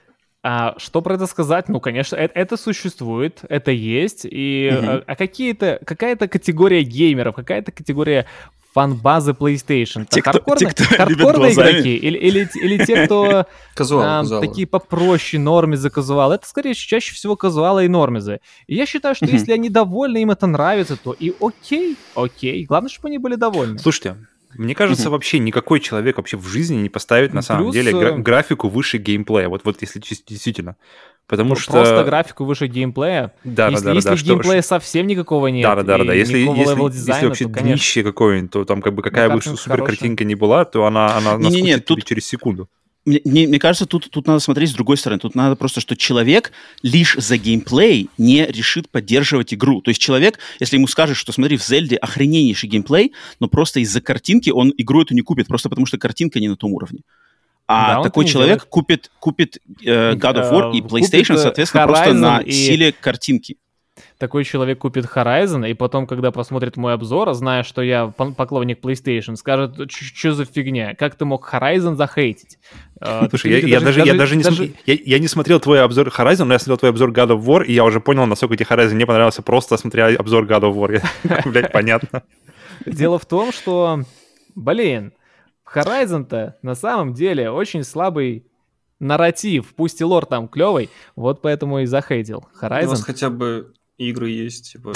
А что про это сказать? Ну, конечно, это, это существует, это есть. И угу. а, а какие-то, какая-то категория геймеров, какая-то категория фан-базы PlayStation. Те, кто, хардкорные, те, кто хардкорные игроки или, или, или те, кто казуал, а, казуал. такие попроще, нормизы, казуал. Это, скорее, чаще всего казуалы и нормизы. И я считаю, что если они довольны, им это нравится, то и окей, окей. Главное, чтобы они были довольны. Слушайте, мне кажется, mm-hmm. вообще никакой человек вообще в жизни не поставит на Плюс... самом деле гра- графику выше геймплея. Вот, вот если действительно. Потому ну, что... Просто графику выше геймплея. Да, если да, да, если да, геймплея что... совсем никакого нет, да, да, да, да. Если, если, дизайна, если вообще то, конечно... днище какое-нибудь, то там как бы какая бы супер хорошая. картинка ни была, то она, она наскучит тут... через секунду. Мне, мне, мне кажется, тут, тут надо смотреть с другой стороны. Тут надо просто, что человек лишь за геймплей не решит поддерживать игру. То есть человек, если ему скажешь, что смотри, в Зельде охрененнейший геймплей, но просто из-за картинки он игру эту не купит, просто потому что картинка не на том уровне. А да, такой человек делает. купит, купит э, God of War и PlayStation, купит, соответственно, Horizon просто на и... силе картинки. Такой человек купит Horizon, и потом, когда посмотрит мой обзор, зная, что я поклонник PlayStation, скажет, что за фигня, как ты мог Horizon захейтить? Слушай, я, я, даже, даже, я, даже не даже... См... я, я не смотрел твой обзор Horizon, но я смотрел твой обзор God of War, и я уже понял, насколько тебе Horizon не понравился, просто смотря обзор God of War. Блять, понятно. Дело в том, что, блин, Horizon-то на самом деле очень слабый нарратив, пусть и лор там клевый, вот поэтому и захейтил Horizon. У нас хотя бы... игры есть, типа...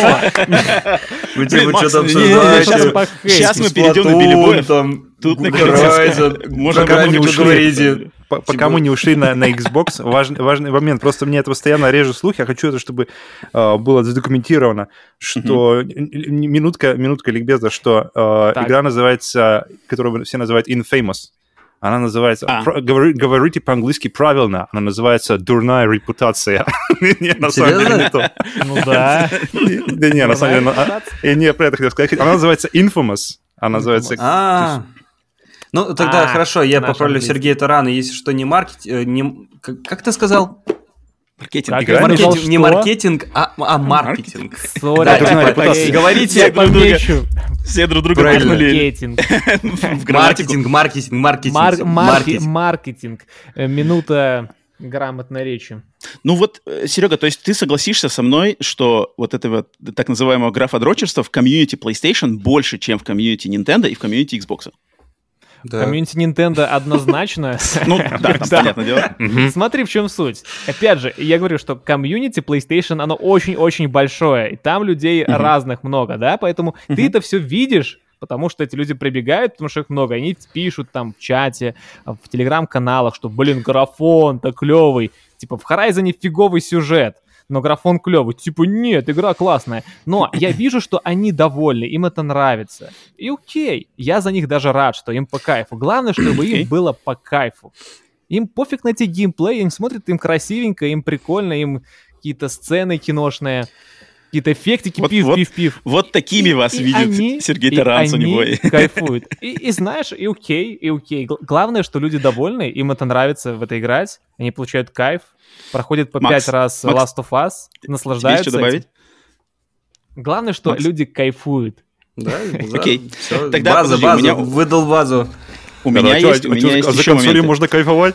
Вы типа что-то обсуждаете? Сейчас мы перейдем на Билли Боя. Тут на Horizon. Можно не ушли. Пока мы не ушли на Xbox, важный момент. Просто мне это постоянно режет слух. Я хочу это, чтобы было задокументировано, что... Минутка, минутка ликбеза, что игра называется, которую все называют Infamous. Она называется... А. Про, говори, говорите по-английски правильно. Она называется «Дурная репутация». Не, на самом деле не то. Ну да. Да не, на самом деле... Я не про это хотел сказать. Она называется «Infamous». Она называется... А. Ну, тогда хорошо, я поправлю Сергея Тарана. Если что, не маркетинг... Как ты сказал? Маркетинг. Игра, маркетинг не маркетинг, а, а маркетинг. Сори, да, типа, говорите друг друга. Все друг друга маркетинг. Маркетинг, маркетинг, маркетинг. Маркетинг. Маркетинг. Минута грамотной речи. Ну вот, Серега, то есть ты согласишься со мной, что вот этого так называемого графодрочерства в комьюнити PlayStation больше, чем в комьюнити Nintendo и в комьюнити Xbox? Да. Комьюнити Nintendo однозначно. Ну, да, там понятное дело. Смотри, в чем суть. Опять же, я говорю, что комьюнити PlayStation, оно очень-очень большое, и там людей разных много, да, поэтому ты это все видишь, потому что эти люди прибегают, потому что их много, они пишут там в чате, в телеграм-каналах, что, блин, графон-то клевый, типа в Horizon фиговый сюжет, но графон клевый. Типа, нет, игра классная. Но я вижу, что они довольны, им это нравится. И окей, я за них даже рад, что им по кайфу. Главное, чтобы им было по кайфу. Им пофиг на эти геймплей, им смотрят, им красивенько, им прикольно, им какие-то сцены киношные, какие-то эффектики, вот, пив, вот, пив, пив. Вот такими и, вас и видит они, Сергей Таран, Сонибой. Кайфуют. И, и знаешь, и окей, и окей. Главное, что люди довольны, им это нравится в это играть, они получают кайф, проходят по пять раз Макс, Last of Us, наслаждаются. Есть что добавить? Этим. Главное, что Макс? люди кайфуют. Да, окей. Все, Тогда, база, подожди, база, меня... выдал базу. У меня да, есть, а, у меня а, есть а еще за консолью моменты. Можно кайфовать?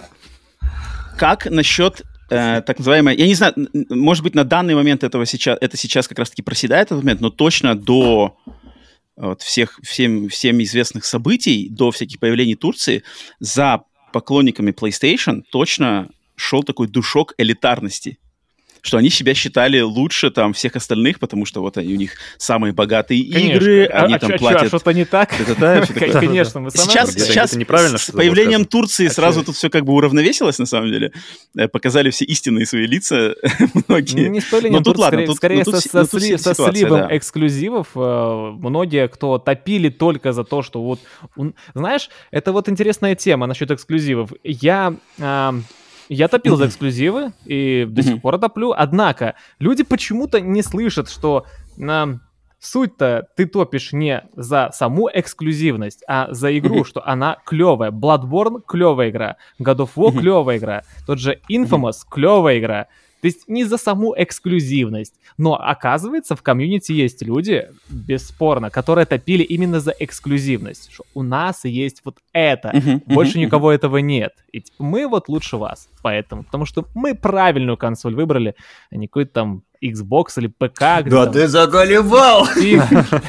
Как насчет э, так называемой... Я не знаю, может быть, на данный момент этого сейчас, это сейчас как раз-таки проседает этот момент, но точно до вот, всех, всем, всем известных событий, до всяких появлений Турции, за поклонниками PlayStation точно шел такой душок элитарности. что они себя считали лучше там всех остальных, потому что вот они, у них самые богатые Конечно. игры, А- они а там чё- платят... чё, что-то не так? Да-да-да, всё такое. Конечно, мы сами Сейчас, об этом Это сейчас неправильно, с что было появлением сказано. Турции А сразу чё? тут все как бы уравновесилось, на самом деле. Э, Показали все истинные свои лица многие. Не с появлением Но тут Турции, ладно, скорее, тут- скорее ну, тут со, си- со ну, тут сли- си- со ситуация, сливом да. эксклюзивов. э, Многие, кто топили только за то, что вот... ун- Знаешь, это вот интересная тема насчет эксклюзивов. Я... а, Я топил за эксклюзивы и до сих Мгм. пор топлю, однако люди почему-то не слышат, что а, суть-то ты топишь не за саму эксклюзивность, а за игру, Мгм. что она клевая. Bloodborne — клевая игра, God of War — Мгм. клевая игра, тот же Infamous — клевая игра. То есть не за саму эксклюзивность. Но оказывается, в комьюнити есть люди, бесспорно, которые топили именно за эксклюзивность. Что у нас есть вот это. Мгм, Больше мгм, никого этого нет. И типа, мы вот лучше вас. Поэтому. Потому что мы правильную консоль выбрали, а не какой-то там Xbox или ПК. где Да там ты заколебал! фиг.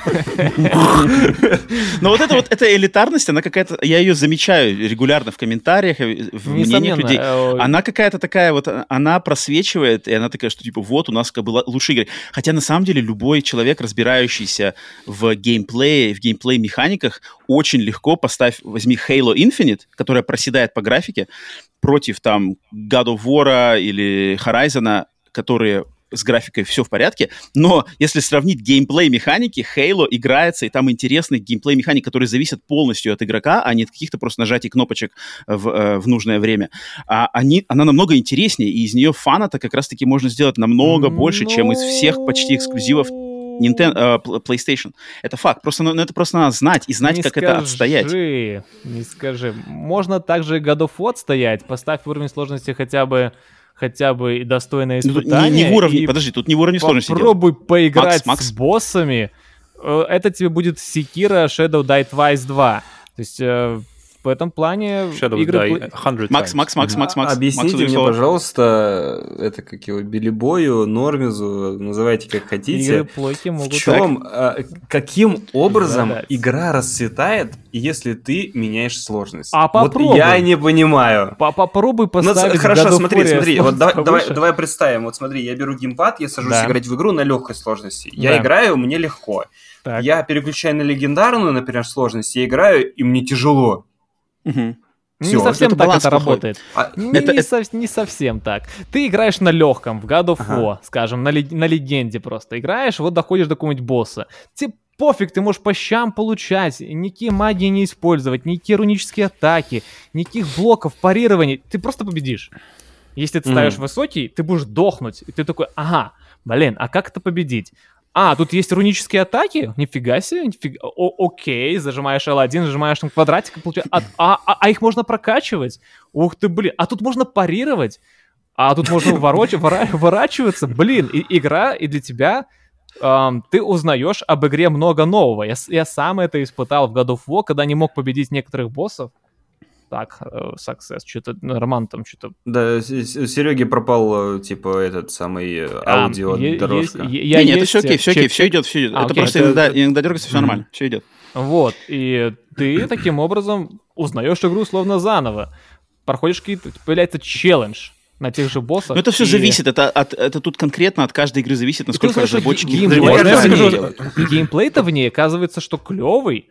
Но вот эта вот эта элитарность, она какая-то, я ее замечаю регулярно в комментариях, э, в мнениях Несомненно, людей. э, Она какая-то такая вот, а, она просвечивает, и она такая, что типа вот у нас как бы ла- лучшие игры. Хотя на самом деле любой человек, разбирающийся в геймплее, в геймплей-механиках, очень легко поставь, возьми Halo Infinite, которая проседает по графике, против там God of War или Horizon, которые с графикой все в порядке, но если сравнить геймплей-механики, Halo играется, и там интересный геймплей-механик, который зависит полностью от игрока, а не от каких-то просто нажатий кнопочек в, э, в нужное время. А они, она намного интереснее, и из нее фана-то как раз-таки можно сделать намного больше, чем из всех почти эксклюзивов Nintendo, э, PlayStation. Это факт. Просто, ну, это просто надо знать и знать, не как скажи, это отстоять. Не скажи. Можно также God of War отстоять, поставь уровень сложности хотя бы хотя бы и достойное Ну, тут испытание. не, не в уровне, и подожди, тут не в уровне сложности дело. попробуй поиграть Макс, Макс. с боссами. Э, Это тебе будет Sekiro Shadow Die Twice два. То есть э, в этом плане Shadow игры... Die пла- one hundred Макс, times. Макс, Макс, Макс, Макс. Максу Объясните даю мне, слово. пожалуйста, это как его, Билибою, Нормизу, называйте как Игры хотите. плойки В могут... чем, а, каким образом Загадать. игра расцветает, если ты меняешь сложность? А Вот попробуй. я не понимаю. По- Попробуй Ну, поставить хорошо, God of смотри, War смотри, вот сложность давай, давай, повыше. давай представим, вот смотри, я беру геймпад, я сажусь Да. играть в игру на легкой сложности. Я Да. играю, мне легко. Так. Я переключаю на легендарную, например, сложность, я играю, и мне тяжело. Мгм. Не Всё, совсем это так баланс это плохой. работает. А, Не, Это- не это- сов- не совсем так. Ты играешь на легком, в God of Ага. War, скажем, на, ле- на легенде просто. Играешь, вот доходишь до какого-нибудь босса. Тебе пофиг, ты можешь по щам получать, никакие магии не использовать, никакие рунические атаки, никаких блоков, парирований. Ты просто победишь. Если ты ставишь Мгм. высокий, ты будешь дохнуть. И ты такой, ага, блин, а как это победить? А, тут есть рунические атаки? Нифига себе, нифига. О, окей, зажимаешь эл один, зажимаешь там квадратик, и получаешь... А, а, а- а их можно прокачивать? Ух ты, блин. А тут можно парировать? А тут можно вороча- вора- ворачиваться? Блин, и игра, и для тебя... ам, ты узнаешь об игре много нового. Я, с- я сам это испытал в God of War, когда не мог победить некоторых боссов. Так, э, success, что-то, Роман там что-то... Да, Сереге пропал, э, типа, этот самый э, А, аудио е- дорожка. есть- я Не, не, это есть, все окей, все чек- окей, все идет, все идет. А, Это окей. просто Это- иногда, иногда дергается, все Мгм. нормально, все идет. Вот, и ты таким образом узнаешь игру словно заново. Проходишь какие-то, появляется челлендж на тех же боссах. Но это все и- зависит, это, от, это тут конкретно от каждой игры зависит, и ты насколько узнаешь, что разработчики... ге- Подожди, геймплей- можно я геймплей- скажу? Геймплей-то в ней оказывается, что клевый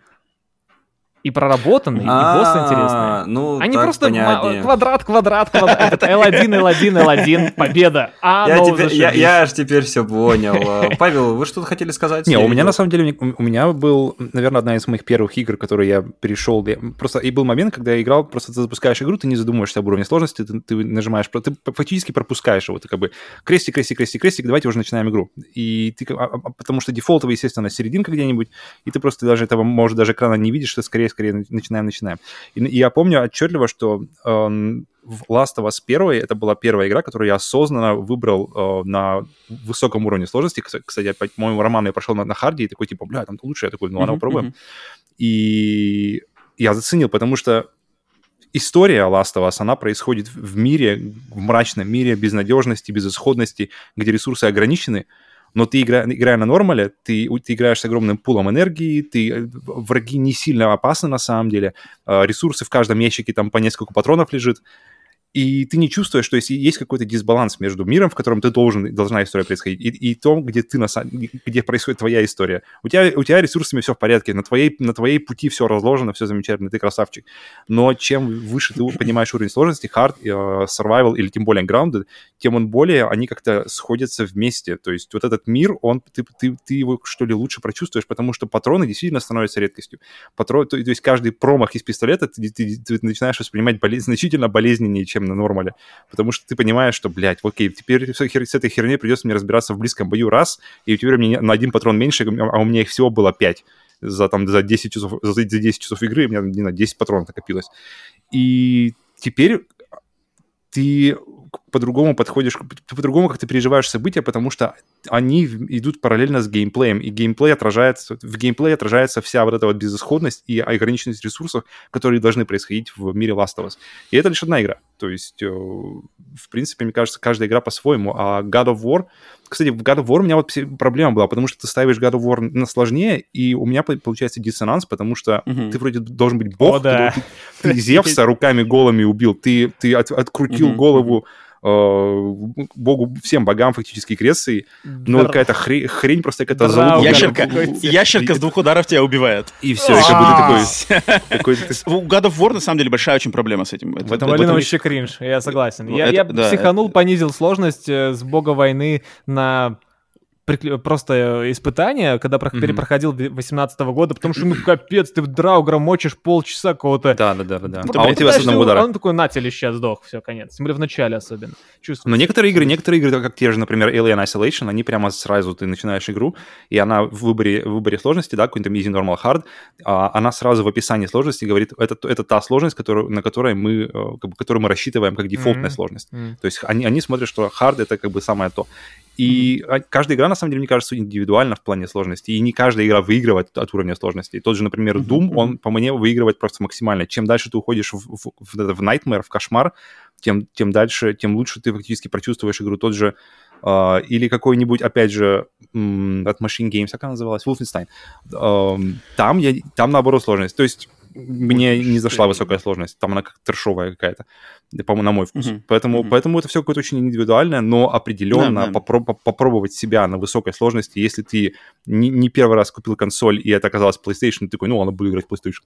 и проработанный, и боссы интересные. А, ну, Они так просто ма- понятнее. квадрат, квадрат, квадрат. Это эл один, эл один, эл один, победа. А, Я, ну, теперь, я, зашибись. я аж теперь все понял. А, Павел, вы что-то хотели сказать? Не, Я у меня видел. на самом деле, у у меня был, наверное, одна из моих первых игр, которые я перешел. Я- Просто и был момент, когда я играл, просто ты запускаешь игру, ты не задумываешься об уровне сложности, ты, ты нажимаешь, про- ты фактически пропускаешь его, ты как бы крестик, крестик, крестик, крестик, давайте уже начинаем игру. И ты, как- а- а- потому что дефолтовый, естественно, серединка где-нибудь, и ты просто даже этого, может, даже экрана не видишь, что скорее, скорее начинаем, начинаем. И, и я помню отчетливо, что эм, в Last of Us один, это была первая игра, которую я осознанно выбрал э, на высоком уровне сложности. Кс- Кстати, я, по-моему, роман я прошел на, на харде, и такой, типа, бля, там лучше. Я такой, ну ладно, Мгм, попробуем. мгм. И я заценил, потому что история Last of Us, она происходит в мире, в мрачном мире безнадежности, безысходности, где ресурсы ограничены, но ты, игра, играя на нормале, ты, ты играешь с огромным пулом энергии, ты, враги не сильно опасны на самом деле, э, ресурсы в каждом ящике, там по несколько патронов лежит, И ты не чувствуешь, что если есть какой-то дисбаланс между миром, в котором ты должен, должна история происходить, и, и том, где ты на, где происходит твоя история. У тебя, у тебя ресурсами все в порядке, на твоей, на твоей пути все разложено, все замечательно, ты красавчик. Но чем выше ты понимаешь уровень сложности, hard, survival или тем более grounded, тем он более, они как-то сходятся вместе. То есть вот этот мир, он, ты, ты, ты его, что ли, лучше прочувствуешь, потому что патроны действительно становятся редкостью. Патрон, то, то есть каждый промах из пистолета ты, ты, ты начинаешь воспринимать болез, значительно болезненнее, чем на нормале. Потому что ты понимаешь, что, блядь, окей, теперь с этой херней придется мне разбираться в близком бою раз, и теперь у меня на один патрон меньше, а у меня их всего было пять. За, там, за, десять часов, за десять часов игры у меня, не знаю, десять патронов накопилось. И теперь ты по-другому подходишь, ты по-другому как-то переживаешь события, потому что они идут параллельно с геймплеем, и геймплей отражается, в геймплее отражается вся вот эта вот безысходность и ограниченность ресурсов, которые должны происходить в мире Last of Us. И это лишь одна игра. То есть, в принципе, мне кажется, каждая игра по-своему. А God of War... Кстати, в God of War у меня вот проблема была, потому что ты ставишь God of War на сложнее, и у меня получается диссонанс, потому что mm-hmm. ты вроде должен быть бог, О, да. ты, ты, ты Зевса руками голыми убил, ты, ты от, открутил mm-hmm. голову богу, всем богам фактически Греции, но Др... какая-то хрень, хрень просто какая-то залупа. Ящерка, ящерка с двух ударов тебя убивает. И все, и как будто такой... У God of War, на самом деле, большая очень проблема с этим. Это вообще кринж, я согласен. Я психанул, понизил сложность с бога войны на... просто испытание, когда mm-hmm. перепроходил восемнадцатого года, потому что, ну, капец, ты Драугра мочишь полчаса кого-то. Да-да-да. А у тебя с одного удара. Он такой, на тебе сейчас сдох, все, конец. Тем более в начале особенно. Чувствуется. Но некоторые игры, некоторые игры, как те же, например, Alien Isolation, они прямо сразу, ты начинаешь игру, и она в выборе, в выборе сложности, да, какой-нибудь easy, normal, hard, она сразу в описании сложности говорит, это, это та сложность, которую, на которой мы, как бы, которую мы рассчитываем как дефолтная mm-hmm. сложность. Mm-hmm. То есть они, они смотрят, что hard — это как бы самое то. И mm-hmm. каждая игра, на самом деле, мне кажется, индивидуальна в плане сложности. И не каждая игра выигрывает от уровня сложности. Тот же, например, Doom, mm-hmm. он, по мне, выигрывает просто максимально. Чем дальше ты уходишь в, в, в, в Nightmare, в кошмар, тем, тем дальше, тем лучше ты фактически прочувствуешь игру. Тот же, э, или какой-нибудь, опять же, м, от Machine Games, как она называлась? Wolfenstein. Э, там, я, там, наоборот, сложность. То есть мне не зашла высокая сложность. Там она как трешовая какая-то, по-моему, на мой вкус. Uh-huh. Поэтому, uh-huh. поэтому это все какое-то очень индивидуальное, но определенно yeah, yeah. попро- попробовать себя на высокой сложности. Если ты не, не первый раз купил консоль, и это оказалось PlayStation, ты такой, ну, ладно, буду играть в PlayStation.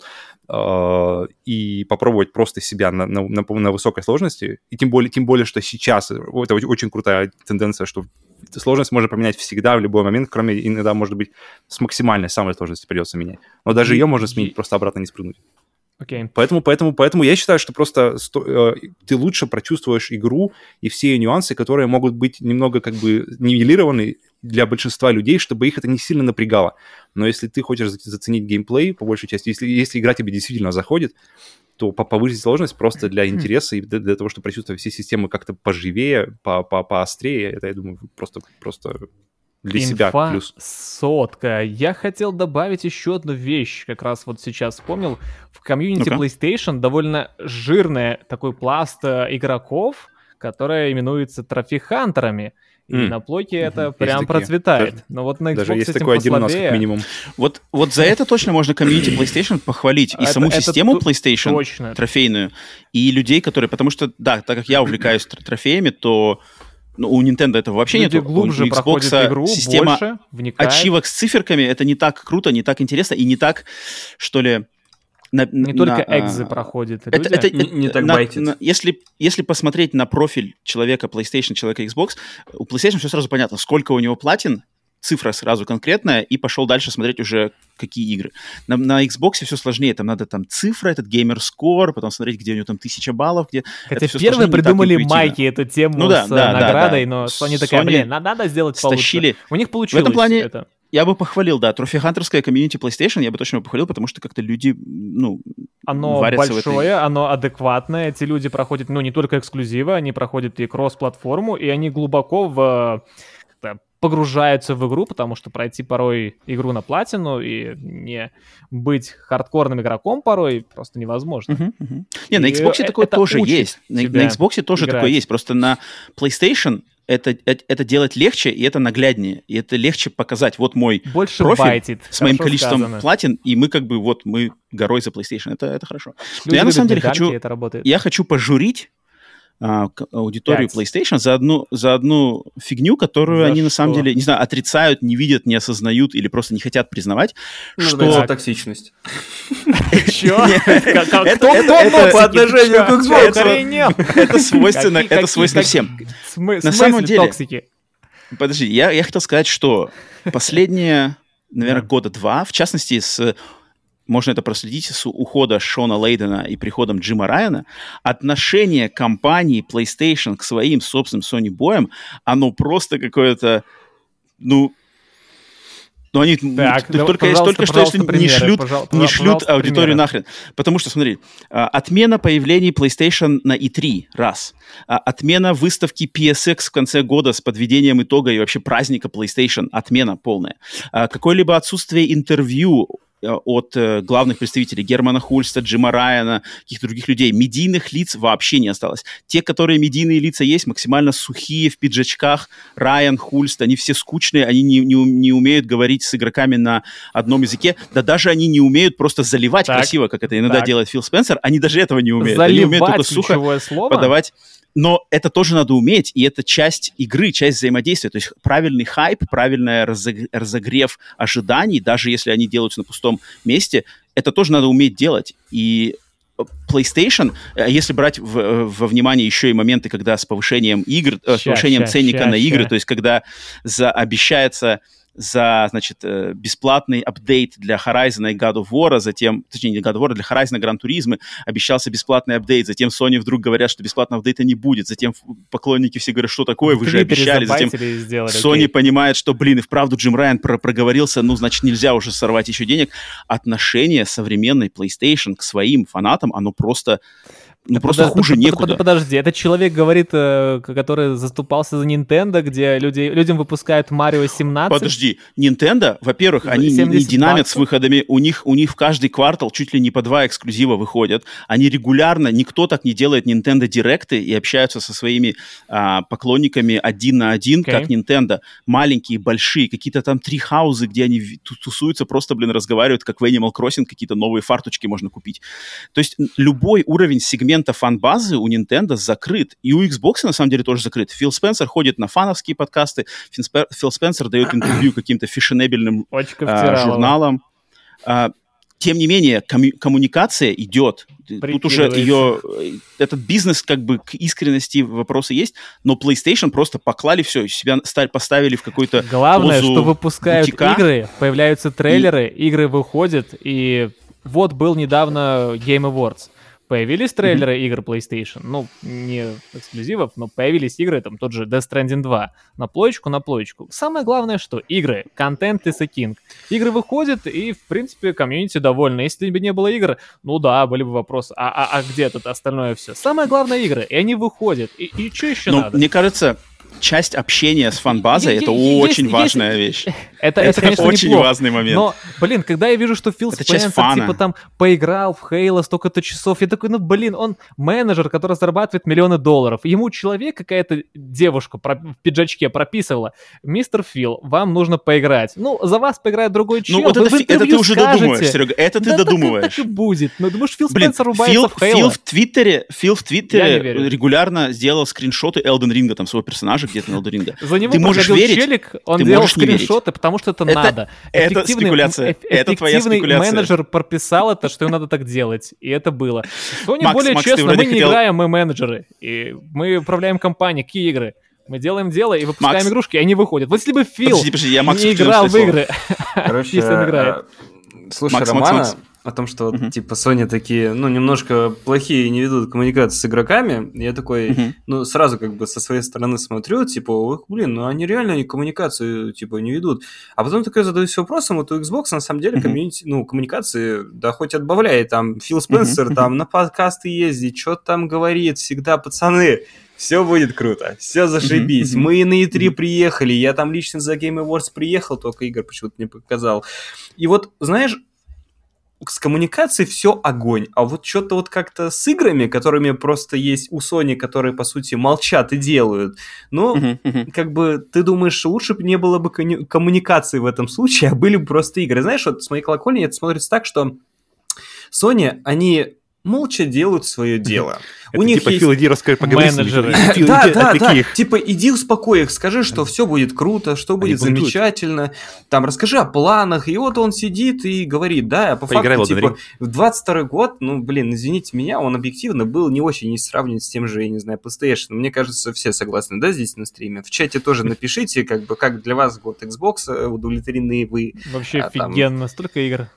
Uh, и попробовать просто себя на, на, на, на высокой сложности. И тем более, тем более, что сейчас это очень, очень крутая тенденция, что сложность можно поменять всегда, в любой момент, кроме иногда, может быть, с максимальной самой сложности придется менять. Но даже ее можно сменить, просто обратно не спрыгнуть. Okay. Поэтому, поэтому, поэтому я считаю, что просто сто, э, ты лучше прочувствуешь игру и все ее нюансы, которые могут быть немного как бы нивелированы для большинства людей, чтобы их это не сильно напрягало. Но если ты хочешь заценить геймплей, по большей части, если, если игра тебе действительно заходит, то повысить сложность просто для интереса и для, для того, чтобы прочувствовать все системы как-то поживее, по, по, поострее, это, я думаю, просто... просто... для Инфа себя плюс. Сотка. Я хотел добавить еще одну вещь, как раз вот сейчас вспомнил. В комьюнити ну-ка. PlayStation довольно жирный такой пласт игроков, которые именуются трофи-хантерами. И mm. на плойке mm-hmm. это есть прям такие. Процветает. Даже, Но вот на Xbox даже есть с этим такой один у нас послабее. как минимум. Вот, вот за это точно можно комьюнити PlayStation похвалить. И это, саму это систему т- PlayStation точно. Трофейную, и людей, которые... Потому что, да, так как я увлекаюсь трофеями, то... Ну, у Nintendo этого вообще Люди нету. глубже у Xbox проходят игру, система больше вникают. Ачивок с циферками, это не так круто, не так интересно и не так, что ли... На, не на, только на, экзы проходят это, люди. Это, не, не так на, байтит. На, если, если посмотреть на профиль человека PlayStation, человека Xbox, у PlayStation все сразу понятно, сколько у него платин, цифра сразу конкретная, и пошел дальше смотреть уже, какие игры. На, на Xbox все сложнее, там надо там цифра, этот геймер-скор, потом смотреть, где у него там тысяча баллов, где... Хотя первые придумали майки эту тему ну, да, с да, наградой, да, да. но Sony такая, блин, надо сделать стащили. Получше. У них получилось в этом плане это. Я бы похвалил, да, трофи-хантерское комьюнити PlayStation, я бы точно похвалил, потому что как-то люди, ну, оно варятся большое, в этой... оно адекватное, эти люди проходят, ну, не только эксклюзивы, они проходят и кросс-платформу, и они глубоко в... погружаются в игру, потому что пройти порой игру на платину и не быть хардкорным игроком порой просто невозможно. Uh-huh, uh-huh. Не, на Xbox такое тоже есть. На, на Xbox тоже играть. Такое есть. Просто на PlayStation это, это, это делать легче, и это нагляднее. И это легче показать. Вот мой больше профиль байтит. с моим количеством сказано. Платин, и мы как бы вот мы горой за PlayStation. Это, это хорошо. Но я на самом деле хочу... Я хочу пожурить а, аудиторию Пять. PlayStation за одну, за одну фигню, которую За они на самом что? деле, не знаю, отрицают, не видят, не осознают или просто не хотят признавать, что... Называется токсичность. Чё? Это- Кто это- кто это- по отношению к Xbox? это- Охренел. Это свойственно, Какие- это свойственно какие- всем. Смы- На в самом смысле деле- токсики? Подожди, я, я хотел сказать, что последние, наверное, Да. года два, в частности, с, можно это проследить с ухода Шона Лейдена и приходом Джима Райана, отношение компании PlayStation к своим собственным Sony боям, оно просто какое-то, ну, ну они Так, т- да, только, есть, пожалуйста, только что если пожалуйста, не примеры, шлют, пожал- не шлют пожалуйста, аудиторию примеры. нахрен. Потому что, смотри, а, отмена появлений PlayStation на и три, раз. А, Отмена выставки пи эс икс в конце года с подведением итога и вообще праздника PlayStation, отмена полная. А, Какое-либо отсутствие интервью э, от э, главных представителей Германа Хульста, Джима Райана, каких-то других людей. Медийных лиц вообще не осталось. Те, которые медийные лица есть, максимально сухие, в пиджачках. Райан, Хульст, они все скучные, они не, не, ум- не умеют говорить с игроками на одном языке. Да даже они не умеют просто заливать Так, красиво, как это иногда так. делает Фил Спенсер. Они даже этого не умеют. Они умеют только Заливать сухо ключевое слово? подавать. Но это тоже надо уметь, и это часть игры, часть взаимодействия. То есть правильный хайп, правильный разог- разогрев ожиданий, даже если они делаются на пустом месте, это тоже надо уметь делать. И PlayStation, э, если брать в- э, во внимание еще и моменты, когда с повышением игр, э, с Ща, повышением ща, ценника ща, на игры, ща. то есть когда за, обещается за, значит, э, бесплатный апдейт для Horizon и God of War, затем, точнее, не God of War, для Horizon и Gran Turismo обещался бесплатный апдейт, затем Sony вдруг говорят, что бесплатного апдейта не будет, затем ф- поклонники все говорят, что такое, В вы же Твиттере обещали, затем забайтили и сделали, Sony окей. понимает, что, блин, и вправду Джим Райан про- проговорился, ну, значит, нельзя уже сорвать еще денег. Отношение современной PlayStation к своим фанатам, оно просто, ну, Да просто подо- хуже под- некуда. под- Подожди, этот человек говорит, э, к- который заступался за Nintendo, где люди, людям выпускают Марио семнадцать. Подожди, Nintendo, во-первых, За они не, не семьдесят динамят баксов? с выходами, у них, у них в каждый квартал чуть ли не по два эксклюзива выходят, они регулярно, никто так не делает Nintendo Директы и общаются со своими а, поклонниками один на один, Окей. как Nintendo, маленькие, большие, какие-то там трихаузы, где они ви- ту- тусуются, просто, блин, разговаривают, как в Animal Crossing, какие-то новые фарточки можно купить. То есть н- любой уровень сегмента фан-базы у Nintendo закрыт, и у Xbox на самом деле тоже закрыт. Фил Спенсер ходит на фановские подкасты, Фин Спе- Фил Спенсер дает интервью каким-то фешенебельным Очков а, Тиралова. журналам. А, тем не менее, комму- коммуникация идет. Тут уже ее... э, Этот бизнес, как бы, к искренности вопросы есть, но PlayStation просто поклали все, себя ста- поставили в какой-то Главное, позу что выпускают бутика. игры, появляются трейлеры, игры выходят, и вот был недавно Game Awards. Появились трейлеры игр PlayStation, ну, не эксклюзивов, но появились игры, там, тот же Death Stranding два, на плоечку, на плоечку. Самое главное, что игры, контент is a king. Игры выходят, и, в принципе, комьюнити довольна. Если бы не было игр, ну да, были бы вопросы, а, а, а где тут остальное все? Самое главное игры, и они выходят, и, и что еще Но надо? мне кажется, часть общения с фан-базой Е- это е- есть- очень есть- важная вещь. Это, Это, это, конечно, очень неплохо. важный момент. Но, блин, когда я вижу, что Фил Это часть Спенсер, фана. типа, там, поиграл в Хейла столько-то часов, я такой, ну, блин, он менеджер, который зарабатывает миллионы долларов. Ему человек, какая-то девушка про- в пиджачке прописывала: мистер Фил, вам нужно поиграть. Ну, за вас поиграет другой чел. Ну, вот вы это, в фи- это ты интервью уже скажете. додумываешь, Серега, это ты Да, так и- додумываешь. Так и будет. Ну, думаешь, Фил Блин, Спенсер рубается Фил, в Хейла? Фил в Твиттере, Фил в Я не Твиттере верю. регулярно сделал скриншоты Элден Ринга, там, своего персонажа где-то на Элден Ринга. За него Ты можешь проходил верить, челик, он ты делал можешь не верить. скриншоты, потому что это, Это- надо. это Эффективный- спекуляция. эф- Это твоя эффективный спекуляция. менеджер прописал это, что надо так делать, и это было. Sony Макс, более Макс, ты честно, мы вроде не хотел- играем, мы менеджеры, и мы управляем компанией, какие игры? Мы делаем дело и выпускаем Макс. игрушки, и они выходят. Вот если бы Фил Подожди, подожди, я Максу не хотел играл в сказать игры, Короче, если он играет. э, слушай, Макс, Макс, Романа Макс. о том, что вот, Мгм. типа Sony такие, ну, немножко плохие, не ведут коммуникации с игроками, я такой, Мгм. ну, сразу как бы со своей стороны смотрю, типа, ох, блин, ну они реально коммуникацию, типа, не ведут. А потом такой задаюсь вопросом, вот у Xbox на самом деле Мгм. комьюнити, ну, коммуникации, да хоть отбавляй, там, Фил Спенсер Мгм. там на подкасты ездит, что там говорит, всегда, пацаны, все будет круто, все зашибись. Мгм. Мы и на и три Мгм. приехали, я там лично за Game Awards приехал, только Игорь почему-то не показал. И вот, знаешь, с коммуникацией все огонь, а вот что-то вот как-то с играми, которыми просто есть у Sony, которые, по сути, молчат и делают, ну, Мгм, мгм. как бы, ты думаешь, лучше бы не было бы коню- коммуникации в этом случае, а были бы просто игры. Знаешь, вот с моей колокольни это смотрится так, что Sony, они молча делают свое дело. Это У них типа, есть Фил, иди расскажи, поговори с ними. менеджеры. Фил, Да, иди, да, отвлеки да. их. Типа, иди успокой их, скажи, что все будет круто, что будет бунтуют. замечательно. Там, расскажи о планах. И вот он сидит и говорит, да, а по Поиграй в факту, Elden типа, Ring. в двадцать второй год, ну, блин, извините меня, он объективно был не очень не сравнен с тем же, я не знаю, PlayStation. Мне кажется, все согласны, да, здесь на стриме? В чате тоже напишите, как бы, как для вас год Xbox, удовлетворены вы. Вообще А, там- офигенно, столько игр.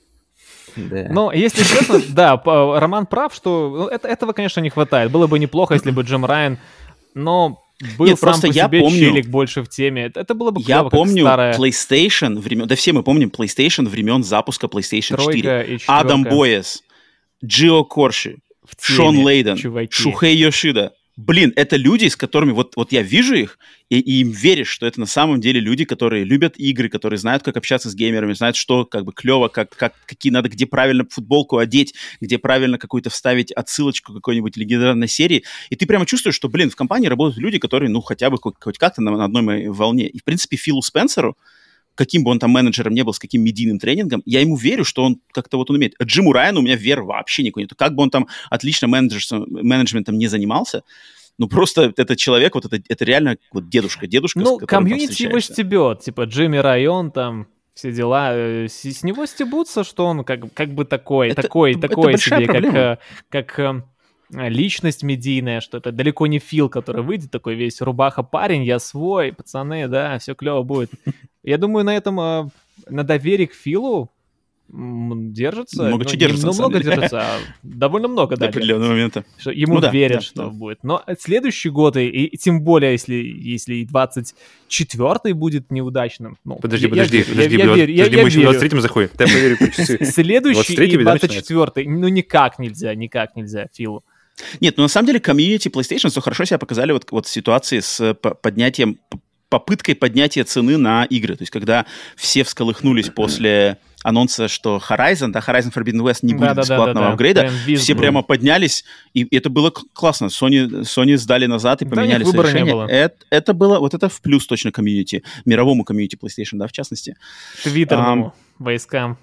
Да. Но, если честно, да, п- Роман прав, что ну, это, этого, конечно, не хватает. Было бы неплохо, если бы Джим Райан, но был Нет, сам просто по я себе помню- челик больше в теме. Это, это было бы Я клево, как помню старая PlayStation времен... Да все мы помним PlayStation времен запуска PlayStation четыре. тройка и четверка. Адам Боэс, Джио Корши, В теме, Шон Лейден, чуваки. Шухей Йошида. Блин, это люди, с которыми вот, вот я вижу их, и, и им веришь, что это на самом деле люди, которые любят игры, которые знают, как общаться с геймерами, знают, что как бы клево, как, как, какие надо, где правильно футболку одеть, где правильно какую-то вставить отсылочку к какой-нибудь легендарной серии. И ты прямо чувствуешь, что, блин, в компании работают люди, которые, ну, хотя бы хоть, хоть как-то на, на одной моей волне. И, в принципе, Филу Спенсеру, каким бы он там менеджером не был, с каким медийным тренингом, я ему верю, что он как-то вот он умеет. А Джиму Райану у меня веры вообще никакой нет. Как бы он там отлично менеджментом не занимался, ну просто этот человек, вот это, это реально вот дедушка, дедушка, с Ну, которым там комьюнити его встречаешься. стебет, типа Джимми Район там, все дела. э, С, с него стебутся, что он как, как бы такой, Это- такой, это такой большая себе, как, проблема. э, как э, личность медийная, что это далеко не Фил, который выйдет такой весь рубаха парень, я свой, пацаны, да, все клево будет. Я думаю, на этом, э, на доверии к Филу м, держится. Много ну, чего держится, не на самом много деле. держится, а довольно много, До да, определенного момента. что ему Ну да, верят, да, что да. будет. Но следующий год, и, и тем более, если, если и двадцать четвёртый будет неудачным. Ну, Подожди, я- подожди, я, подожди, я, я, вот- верю, я, подожди, я мы еще в верю. двадцать третьем заходим. Я поверю по часы. Следующий двадцать и третий, да, двадцать четвёртый, ну никак нельзя, никак нельзя Филу. Нет, ну на самом деле комьюнити PlayStation все хорошо себя показали вот, вот в ситуации с э, по- поднятием, п- попыткой поднятия цены на игры. То есть когда все всколыхнулись после анонса, что Horizon, да, Horizon Forbidden West не будет бесплатного Да-да-да-да-да, апгрейда, прям визг все был. прямо поднялись, и это было к- классно. Sony, Sony сдали назад и Да, у поменяли них выбора не решение. было. Это, это было, вот это в плюс точно комьюнити, мировому комьюнити PlayStation, да, в частности. Твиттерному войскам.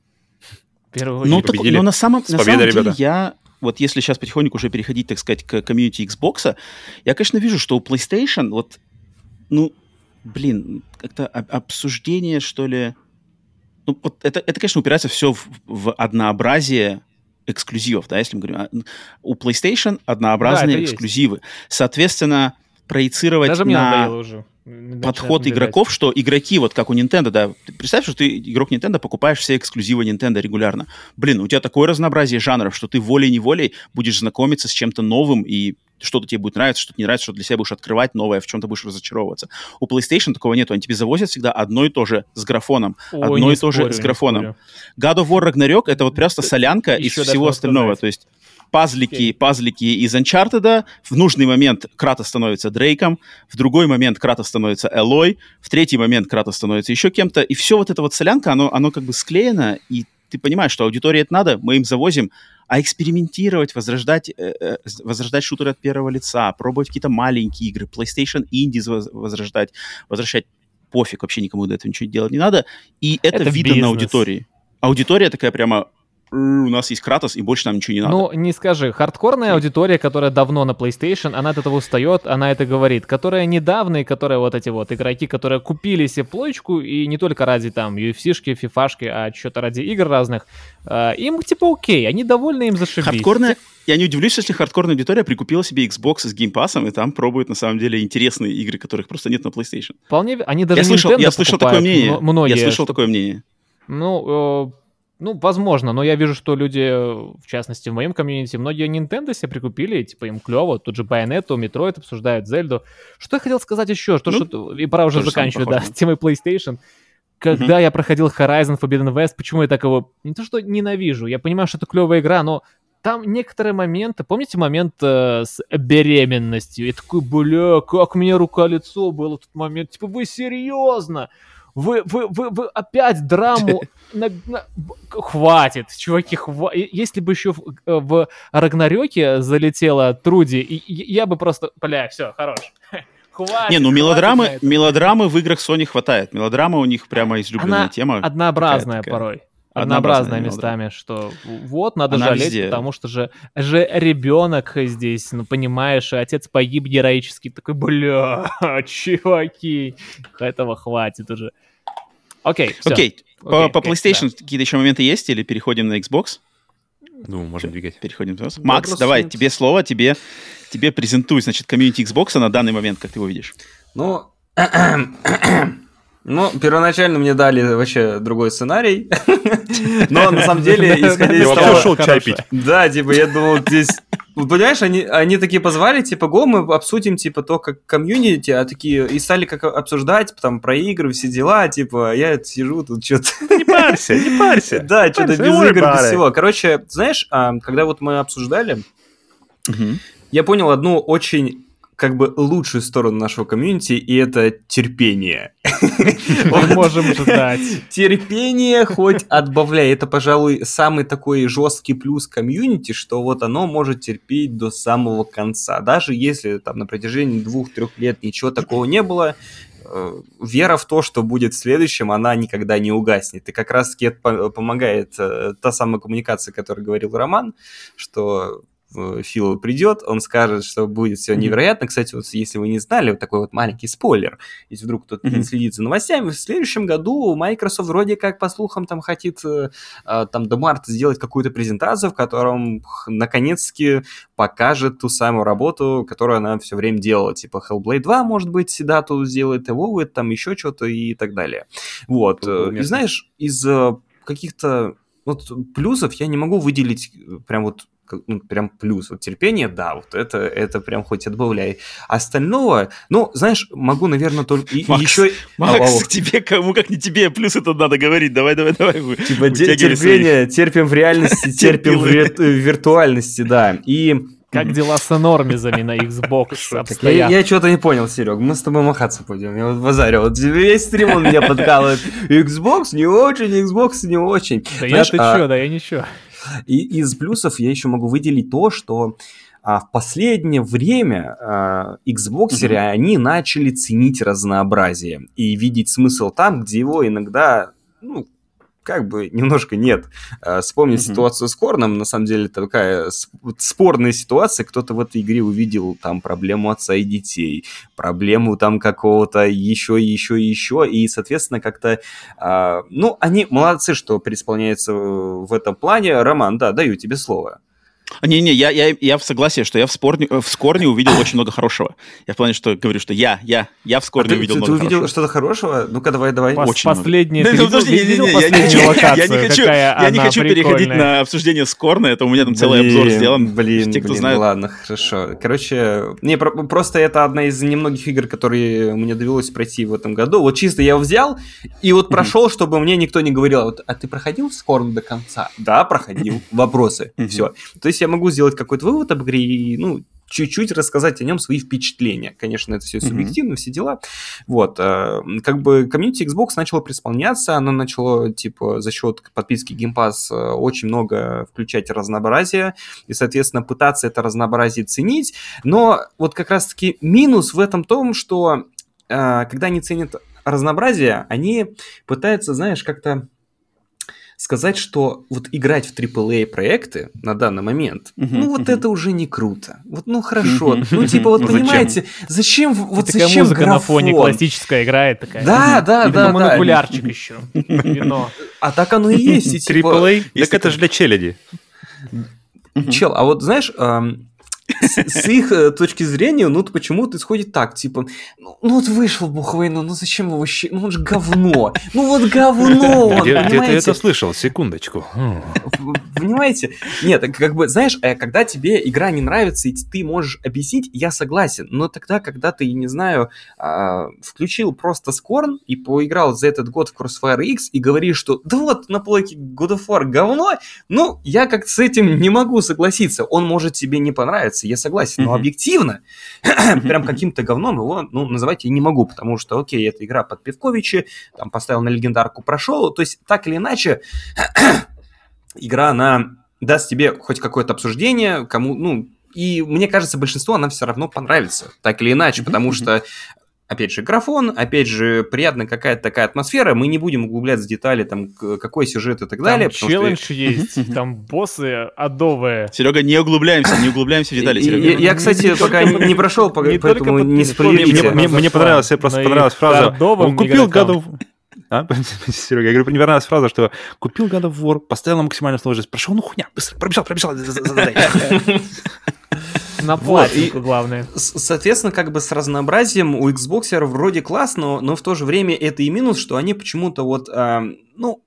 В первую Ну, очередь. так- победили. но на самом, С на победой, самом деле ребята. я, вот если сейчас потихоньку уже переходить, так сказать, к комьюнити Xbox, я, конечно, вижу, что у PlayStation, вот, ну, блин, как-то об- обсуждение, что ли, ну, вот это, это конечно, упирается все в, в однообразие эксклюзивов, да, если мы говорим. А, У PlayStation однообразные Да, это есть. эксклюзивы. Соответственно, проецировать Даже мне на надоело уже. начинает подход набегать. игроков, что игроки, вот как у Nintendo, да, ты представь, что ты игрок Nintendo, покупаешь все эксклюзивы Nintendo регулярно. Блин, у тебя такое разнообразие жанров, что ты волей-неволей будешь знакомиться с чем-то новым, и что-то тебе будет нравиться, что-то не нравится, что для себя будешь открывать новое, в чем-то будешь разочаровываться. У PlayStation такого нету, они тебе завозят всегда одно и то же с графоном, Ой, одно не и то же спорю, с не графоном. спорю. God of War Ragnarok — это вот просто солянка из Еще даже всего можно остального, сказать. то есть пазлики, Окей. пазлики из Uncharted, в нужный момент Кратос становится Дрейком, в другой момент Кратос становится Элой, в третий момент Кратос становится еще кем-то, и все вот это вот солянка, оно, оно как бы склеено, и ты понимаешь, что аудитории это надо, мы им завозим, а экспериментировать, возрождать, э, э, возрождать шутеры от первого лица, пробовать какие-то маленькие игры, PlayStation Indies воз- возрождать, возвращать, пофиг, вообще никому до этого ничего делать не надо, и это, Это видно бизнес. на аудитории. Аудитория такая прямо, у нас есть Кратос, и больше нам ничего не надо. Ну, не скажи. Хардкорная аудитория, которая давно на PlayStation, она от этого устает, она это говорит. Которая недавно, и которая вот эти вот игроки, которые купили себе плойку, и не только ради там ю эф си-шки, фифашки, а что-то ради игр разных, э, им типа окей, они довольны, им зашибись. Хардкорная, я не удивлюсь, если хардкорная аудитория прикупила себе Xbox с геймпасом, и там пробует, на самом деле, интересные игры, которых просто нет на PlayStation. Вполне, они даже Я слышал, Nintendo я слышал такое покупают, мнение. м- многие. я слышал что- такое мнение. Ну, э, ну, возможно, но я вижу, что люди, э, в частности, в моем комьюнити, многие Nintendo себе прикупили, типа, им клево, тут же Bayonetta, Metroid обсуждают, Зельду. Что я хотел сказать еще, что, Ну, что и пора уже то же самое, заканчивать, да, похоже. с темой PlayStation. Когда я проходил Horizon Forbidden West, почему я так его, не то что ненавижу, я понимаю, что это клевая игра, но там некоторые моменты, помните момент э, с беременностью? Я такой, бля, как у меня рука-лицо было в тот момент, типа, вы серьезно? Вы, вы, вы, вы опять драму... на- на- Хватит, чуваки, хватит. Если бы еще в, в Рагнарёке залетела Труди, и, и я бы просто... Бля, все, хорош. Хватит, Не, ну хватит мелодрамы, на это. мелодрамы в играх Sony хватает. Мелодрама у них прямо излюбленная Она тема. однообразная такая. порой. однообразная Однообразная, местами, что вот, надо Она жалеть, везде. потому что же, же ребенок здесь, ну, понимаешь, и отец погиб героически. Такой, бля, чуваки, этого хватит уже. Окей, всё. Окей, по, Окей, по окей, PlayStation какие-то еще моменты есть, или переходим на Xbox? Ну, можем двигать. Переходим на Xbox. Да, Макс, просто давай, нет. тебе слово, тебе, тебе презентуй, значит, комьюнити Xbox на данный момент, как ты его видишь. Ну, ну, первоначально мне дали вообще другой сценарий, но на самом деле, исходя Я из вообще того... ушел чай пить. Да, типа, я думал, здесь... Вот, понимаешь, они, они такие позвали, типа, го, мы обсудим, типа, то, как комьюнити, а такие, и стали как обсуждать, там, про игры, все дела, типа, я сижу тут, что-то... Не парься, не парься. Да, что-то парься, без don't worry игр, about без it. всего. Короче, знаешь, а, когда вот мы обсуждали, я понял одну очень, как бы, лучшую сторону нашего комьюнити, и это терпение. Мы можем ждать. Терпение хоть отбавляй. Это, пожалуй, самый такой жесткий плюс комьюнити, что вот оно может терпеть до самого конца. Даже если там на протяжении двух-трех лет ничего такого не было, э, вера в то, что будет в следующем, она никогда не угаснет. И как раз-таки это по- помогает э, та самая коммуникация, о которой говорил Роман, что... Фил придет, он скажет, что будет все невероятно. Кстати, вот если вы не знали, вот такой вот маленький спойлер, если вдруг кто-то не следит за новостями, в следующем году Microsoft вроде как, по слухам, там хотит там до марта сделать какую-то презентацию, в котором наконец-таки покажет ту самую работу, которую она все время делала. Типа Hellblade два, может быть, дату сделает, Evolve, там еще что-то и так далее. Вот. И знаешь, из каких-то вот плюсов я не могу выделить прям вот ну, прям плюс. Вот терпение, да, вот это, это прям хоть отбавляй. Остального, ну, знаешь, могу, наверное, только... И, Макс, еще... Макс, Ау, ау. тебе, кому как не тебе, плюс это надо говорить. Давай, давай, давай. Типа терпение, терпим в реальности, терпим в вир- виртуальности, да. И... Как дела с энормизами на Xbox Я, обстоят? я что-то не понял, Серег, мы с тобой махаться пойдем. Я вот базарю, вот весь стрим он меня подкалывает. Xbox не очень, Xbox не очень. Да Знаешь, я ты а, чё, да я ничего. И из плюсов я еще могу выделить то, что а, в последнее время а, Xboxеры, mm-hmm. они начали ценить разнообразие и видеть смысл там, где его иногда, ну, как бы немножко нет. А, вспомнить mm-hmm. ситуацию с Корном, на самом деле это такая спорная ситуация, кто-то в этой игре увидел там проблему отца и детей, проблему там какого-то еще, еще, еще, и, соответственно, как-то, а, ну, они молодцы, что преисполняются в этом плане. Роман, да, даю тебе слово. Не-не, я, я, я в согласии, что я в, спорне, в Скорне увидел очень много хорошего. Я в плане, что говорю, что я, я, я в Скорне а увидел ты, много ты увидел хорошего. что-то хорошего? Ну-ка, давай, давай. Пос- очень последние, много. ты Ну, видел, подожди, видел не, не, не, последнюю я не- локацию? Я не хочу, Какая я не она хочу переходить прикольная. на обсуждение Скорна, это у меня там целый Блин, обзор сделан. Блин, Те, кто блин, знает. ладно, хорошо. Короче, не, про- просто это одна из немногих игр, которые мне довелось пройти в этом году. Вот чисто я взял и вот прошел, чтобы мне никто не говорил, вот, а ты проходил Скорн до конца? Да, проходил. Вопросы. Все. То есть я могу сделать какой-то вывод об игре и, ну, чуть-чуть рассказать о нем свои впечатления. Конечно, это все субъективно, mm-hmm. все дела. Вот. Э, как бы комьюнити Xbox начало преисполняться, оно начало, типа, за счет подписки Game Pass э, очень много включать разнообразия и, соответственно, пытаться это разнообразие ценить. Но вот как раз-таки минус в этом том, что э, когда они ценят разнообразие, они пытаются, знаешь, как-то сказать, что вот играть в трипл эй проекты на данный момент, uh-huh, ну вот uh-huh. это уже не круто. Вот, ну хорошо, uh-huh. ну типа вот ну, понимаете, зачем, вот такая зачем музыка графон? на фоне классическая играет такая. Да, да, и да, да. монокулярчик еще. Вино. А так оно и есть. И, трипл эй? типа, Так это же для челяди. Чел, а вот знаешь... Эм, С, с их э, точки зрения, ну, почему-то исходит так, типа, ну, ну вот вышел Бухвейну, ну зачем его вообще, ну он же говно, ну вот говно он, Где, понимаете? где ты это слышал? Секундочку. Понимаете? Нет, как бы, знаешь, когда тебе игра не нравится, и ты можешь объяснить, я согласен, но тогда, когда ты, не знаю, включил просто Скорн и поиграл за этот год в Crossfire X и говоришь, что да вот на плойке God of War говно, ну, я как-то с этим не могу согласиться, он может тебе не понравиться, я согласен, но mm-hmm. объективно, прям каким-то говном его, ну, называть я не могу, потому что, окей, это игра под Пивковичи, там поставил на легендарку, прошел, то есть так или иначе игра, она даст тебе хоть какое-то обсуждение, кому, ну, и мне кажется, большинству она все равно понравится, так или иначе, потому что опять же, графон, опять же, приятная какая-то такая атмосфера. Мы не будем углубляться в детали, там, какой сюжет и так далее. Там челлендж что... есть, там боссы адовые. Серега, не углубляемся, не углубляемся в детали, Серега. Я, я кстати, пока не прошел, поэтому не спойлерите. Мне понравилась, просто понравилась фраза. Он купил God of War. А? Серега, я говорю, мне понравилась фраза, что купил God of War, поставил на максимальную сложность, прошел, ну хуйня, быстро, пробежал, пробежал, задай. На платинку, главное. Соответственно, как бы с разнообразием у Xbox'еров вроде классно, но в то же время это и минус, что они почему-то вот, ну,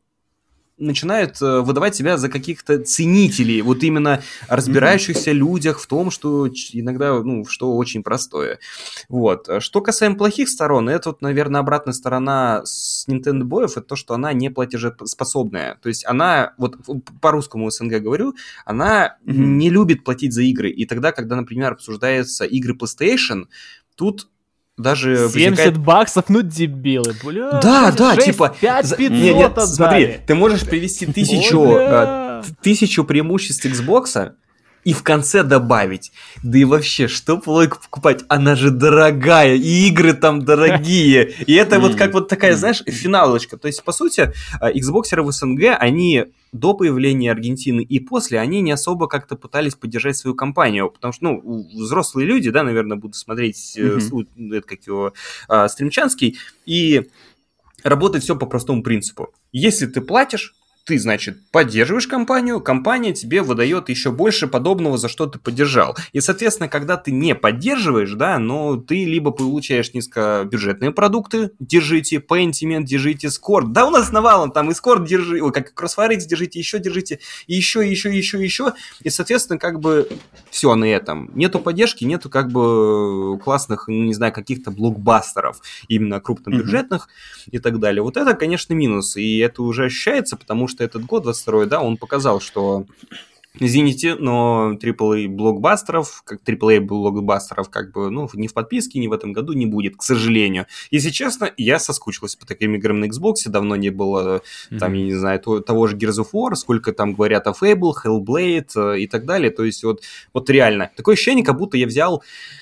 начинают выдавать себя за каких-то ценителей, вот именно разбирающихся mm-hmm. людях в том, что иногда, ну, что очень простое. Вот. Что касаемо плохих сторон, это вот, наверное, обратная сторона с Nintendo боев, это то, что она не платежеспособная. То есть она, вот по-русскому СНГ говорю, она mm-hmm. не любит платить за игры. И тогда, когда, например, обсуждаются игры PlayStation, тут даже семьдесят возникает... баксов, ну дебилы, бля. Да, да, шесть, типа... пять пятьсот не, не, отдали. Смотри, ты можешь привести тысячу, а, тысячу преимуществ Xbox'а и в конце добавить. Да и вообще, что логику покупать? Она же дорогая, и игры там дорогие. И это вот как вот такая, знаешь, финалочка. То есть, по сути, Xbox'еры в СНГ, они до появления Аргентины и после, они не особо как-то пытались поддержать свою компанию, потому что, ну, взрослые люди, да, наверное, будут смотреть mm-hmm. это как его, стримчанский, и работает все по простому принципу. Если ты платишь, ты, значит, поддерживаешь компанию, компания тебе выдает еще больше подобного, за что ты поддержал. И, соответственно, когда ты не поддерживаешь, да, но ты либо получаешь низкобюджетные продукты, держите Pentiment, держите Score, да у нас навалом, там и Score держи, ой, как Crossfire X держите, еще держите, и еще, и еще, и еще, и еще, и, соответственно, как бы все на этом. Нету поддержки, нету как бы классных, ну, не знаю, каких-то блокбастеров, именно крупнобюджетных mm-hmm. и так далее. Вот это, конечно, минус, и это уже ощущается, потому что этот год, двадцать второй, да, он показал, что, извините, но трипл эй блокбастеров, как трипл эй блокбастеров, как бы, ну, ни в подписке, ни в этом году не будет, к сожалению. Если честно, я соскучился по таким играм на Xbox, давно не было, mm-hmm. там, я не знаю, то, того же Gears of War, сколько там говорят о Fable, Hellblade и так далее, то есть вот, вот реально, такое ощущение, как будто я взял,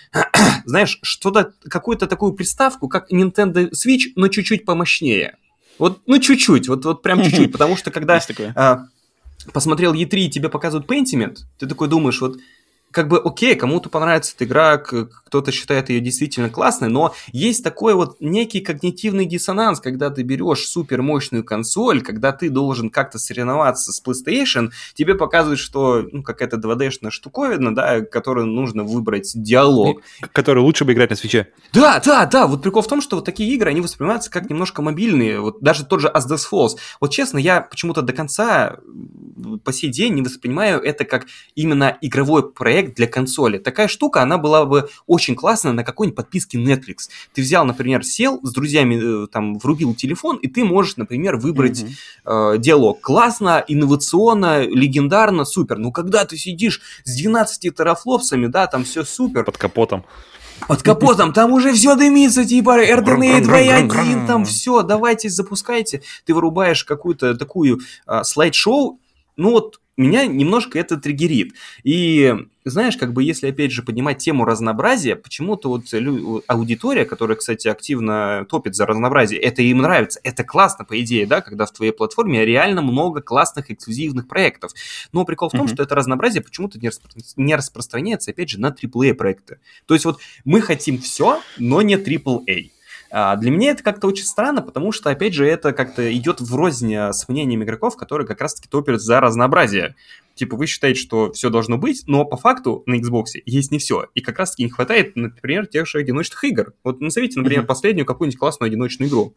знаешь, что-то, какую-то такую приставку, как Nintendo Switch, но чуть-чуть помощнее. Вот, ну, чуть-чуть, вот, вот прям чуть-чуть, потому что когда а, посмотрел и три и тебе показывают Pentiment, ты такой думаешь, вот, как бы, окей, кому-то понравится эта игра, кто-то считает ее действительно классной, но есть такой вот некий когнитивный диссонанс, когда ты берешь супермощную консоль, когда ты должен как-то соревноваться с PlayStation, тебе показывают, что, ну, какая-то два дэ-шная штуковина, да, которую нужно выбрать диалог. Который лучше бы играть на свитче. Да, да, да, вот прикол в том, что вот такие игры, они воспринимаются как немножко мобильные, вот даже тот же Ashes Falls. Вот честно, я почему-то до конца по сей день не воспринимаю это как именно игровой проект для консоли. Такая штука, она была бы очень классная на какой-нибудь подписке Netflix. Ты взял, например, сел с друзьями, там, врубил телефон, и ты можешь, например, выбрать mm-hmm. э, диалог. Классно, инновационно, легендарно, супер. Но когда ты сидишь с двенадцатью терафлопсами, да, там все супер. Под капотом. Под капотом, там уже все дымится, типа эр ди эн эй два точка один, там все, давайте запускайте. Ты вырубаешь какую-то такую а, слайд-шоу, ну вот меня немножко это триггерит. И знаешь, как бы если опять же поднимать тему разнообразия, почему-то вот аудитория, которая, кстати, активно топит за разнообразие, это им нравится, это классно, по идее, да, когда в твоей платформе реально много классных эксклюзивных проектов. Но прикол в том, mm-hmm. что это разнообразие почему-то не, распро... не распространяется, опять же, на трипл эй проекты. То есть вот мы хотим все, но не трипл эй. А для меня это как-то очень странно, потому что, опять же, это как-то идет врознь с мнением игроков, которые как раз-таки топят за разнообразие. Типа, вы считаете, что все должно быть, но по факту на Xbox есть не все. И как раз-таки не хватает, например, тех же одиночных игр. Вот назовите, например, mm-hmm. последнюю какую-нибудь классную одиночную игру.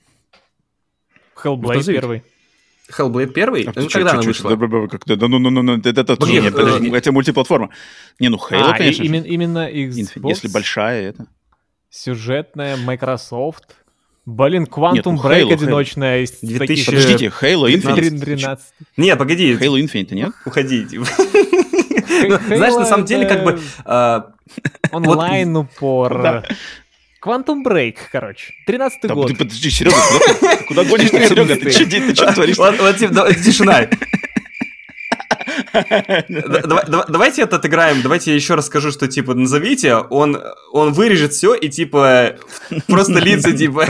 Hellblade первый. Hellblade первый? А ну, когда она вышла? Да, ну, ну, ну, это тоже нет, подожди, это мультиплатформа. Не, ну, Halo, конечно. Именно Xbox? Если большая, это... Сюжетная, Microsoft. Блин, Quantum Нет, Break Halo, одиночная. Из две тысячи... Подождите, Halo Infinite. тринадцать. Нет, погоди. Halo Infinite, нет? Уходите. Знаешь, на самом деле, как бы... Онлайн-упор. Quantum Break, короче. тринадцатый год. Подожди, Серега, куда гонишь, Серега? Ты что творишь? Вот тишина. Давайте это отыграем, давайте я еще расскажу, что, типа, назовите, он вырежет все и, типа, просто лица, типа...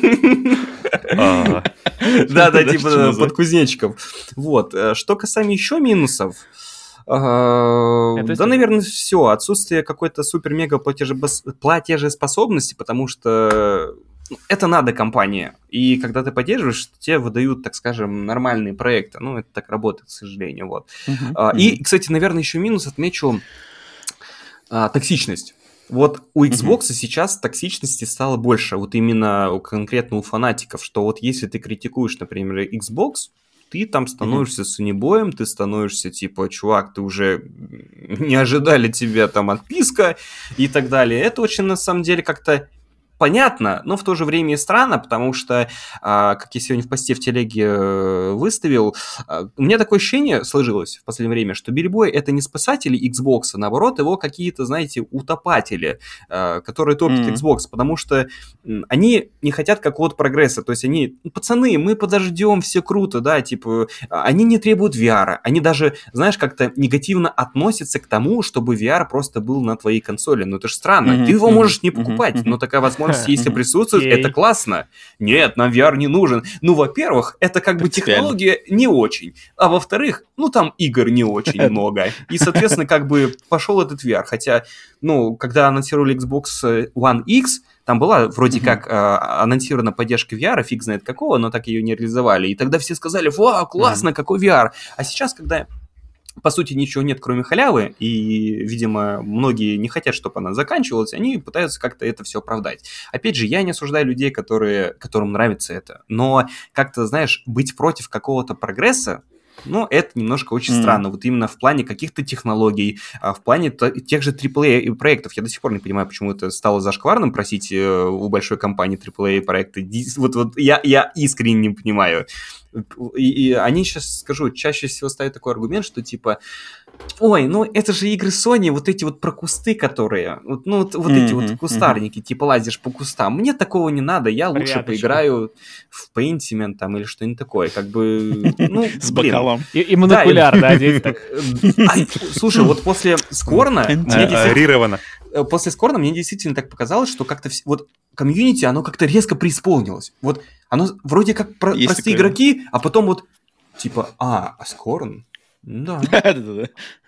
Да-да, типа, под кузнечиком. Вот. Что касаемо еще минусов, да, наверное, все. Отсутствие какой-то супер-мега платежеспособности, потому что это надо компании. И когда ты поддерживаешь, тебе выдают, так скажем, нормальные проекты. Ну, это так работает, к сожалению. Вот. Uh-huh. И, кстати, наверное, еще минус отмечу а, токсичность. Вот у Xbox uh-huh. сейчас токсичности стало больше. Вот именно конкретно у фанатиков. Что вот если ты критикуешь, например, Xbox, ты там становишься mm-hmm. сунебоем, ты становишься типа, чувак, ты уже не ожидали тебя там отписка и так далее. Это очень, на самом деле, как-то понятно, но в то же время и странно, потому что, а, как я сегодня в посте в телеге выставил, а, у меня такое ощущение сложилось в последнее время, что Билли Бой — это не спасатели Xbox, а наоборот, его какие-то, знаете, утопатели, а, которые топят mm-hmm. Xbox, потому что м, они не хотят какого-то прогресса, то есть они, пацаны, мы подождем, все круто, да, типа, они не требуют ви ар, они даже, знаешь, как-то негативно относятся к тому, чтобы ви ар просто был на твоей консоли, ну это же странно, mm-hmm. ты его можешь не покупать, mm-hmm. но такая возможность, если присутствует, okay. это классно. Нет, нам ви ар не нужен. Ну, во-первых, это как бы технология не очень. А во-вторых, ну, там игр не очень много. И, соответственно, как бы пошел этот ви ар. Хотя, ну, когда анонсировали Xbox One X, там была вроде mm-hmm. как э, анонсирована поддержка ви ар, фиг знает какого, но так ее не реализовали. И тогда все сказали, вау, классно, mm-hmm. какой ви ар. А сейчас, когда... По сути, ничего нет, кроме халявы, и, видимо, многие не хотят, чтобы она заканчивалась, они пытаются как-то это все оправдать. Опять же, я не осуждаю людей, которые, которым нравится это, но как-то, знаешь, быть против какого-то прогресса, ну, это немножко очень mm. странно, вот именно в плане каких-то технологий, в плане тех же трипл эй проектов. Я до сих пор не понимаю, почему это стало зашкварным просить у большой компании трипл эй проекты. Вот, вот я, я искренне не понимаю. И, и они сейчас, скажу, чаще всего ставят такой аргумент, что типа, ой, ну это же игры Sony, вот эти вот про кусты, которые, вот, ну вот, вот mm-hmm, эти вот кустарники, mm-hmm. типа лазишь по кустам. Мне такого не надо, я лучше Порядочно. поиграю в Pentiment там или что-нибудь такое, как бы, ну, с бокалом. И монокуляр, да, здесь так. Слушай, вот после Скорна... Рировано. После Скорна мне действительно так показалось, что как-то вот комьюнити, оно как-то резко преисполнилось. Вот оно вроде как про- простые такое. Игроки, а потом вот типа, а, а Скорн? Да. Да-да-да.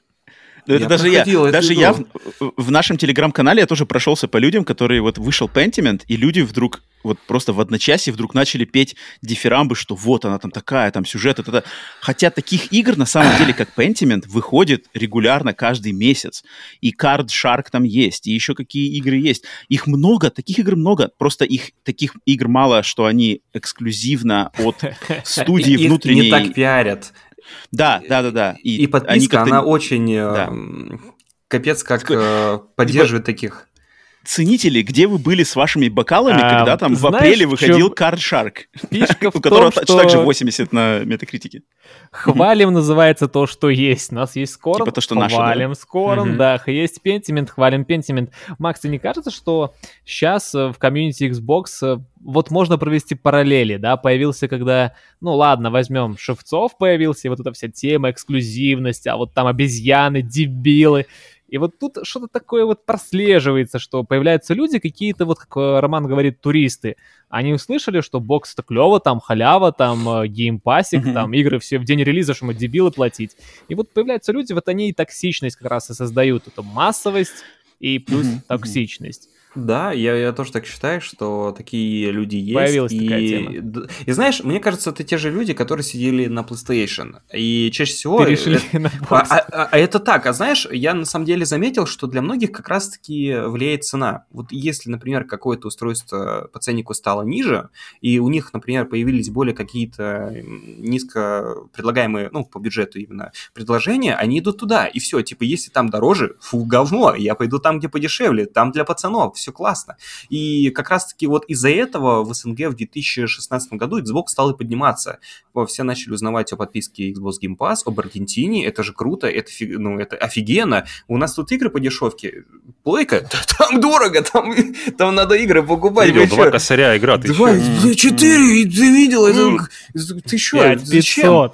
Это даже я, даже я в, в нашем телеграм-канале я тоже прошелся по людям, которые вот вышел Pentiment, и люди вдруг вот просто в одночасье вдруг начали петь дифирамбы, что вот она там такая, там сюжет, это, это. Хотя таких игр на самом деле, как Pentiment, выходит регулярно каждый месяц. И Card Shark там есть, и еще какие игры есть. Их много, таких игр много. Просто их таких игр мало, что они эксклюзивно от студии внутренней. Их не так пиарят. Да, да, да, да. И, и подписка, она очень да. э, капец как э, поддерживает типа, таких. Ценители, где вы были с вашими бокалами, а, когда там в апреле выходил Card Shark, фишка в у которого том, что... также восемьдесят на метакритике. Хвалим называется то, что есть. У нас есть Скорн, типа то, что хвалим наше, да? Скорн, mm-hmm. да, есть Pentiment, хвалим Pentiment. Макс, тебе не кажется, что сейчас в комьюнити Xbox вот можно провести параллели, да, появился когда, ну ладно, возьмем Шевцов появился, и вот эта вся тема эксклюзивности, а вот там обезьяны, дебилы. И вот тут что-то такое вот прослеживается, что появляются люди какие-то, вот как Роман говорит, туристы. Они услышали, что бокс это клево, там халява, там геймпасик, mm-hmm. там игры все в день релиза, что мы дебилы платить. И вот появляются люди, вот они и токсичность как раз и создают. Это массовость и плюс mm-hmm. токсичность. Да, я, я тоже так считаю, что такие люди есть. Появилась и, такая тема. И знаешь, мне кажется, это те же люди, которые сидели на PlayStation. И чаще всего... Перешли это, на а, а, а это так. А знаешь, я на самом деле заметил, что для многих как раз-таки влияет цена. Вот если, например, какое-то устройство по ценнику стало ниже, и у них, например, появились более какие-то низко предлагаемые, ну, по бюджету именно, предложения, они идут туда. И все, типа, если там дороже, фу, говно, я пойду там, где подешевле, там для пацанов, все классно. И как раз-таки вот из-за этого в СНГ в две тысячи шестнадцатом году Xbox стал и подниматься. Все начали узнавать о подписке Xbox Game Pass, об Аргентине. Это же круто, это, ну, это офигенно. У нас тут игры по дешевке. Плейка? Да, там дорого, там, там надо игры покупать. Ты видел, два косаря игра, ты два, четыре, ты видел? Это, ты что, зачем?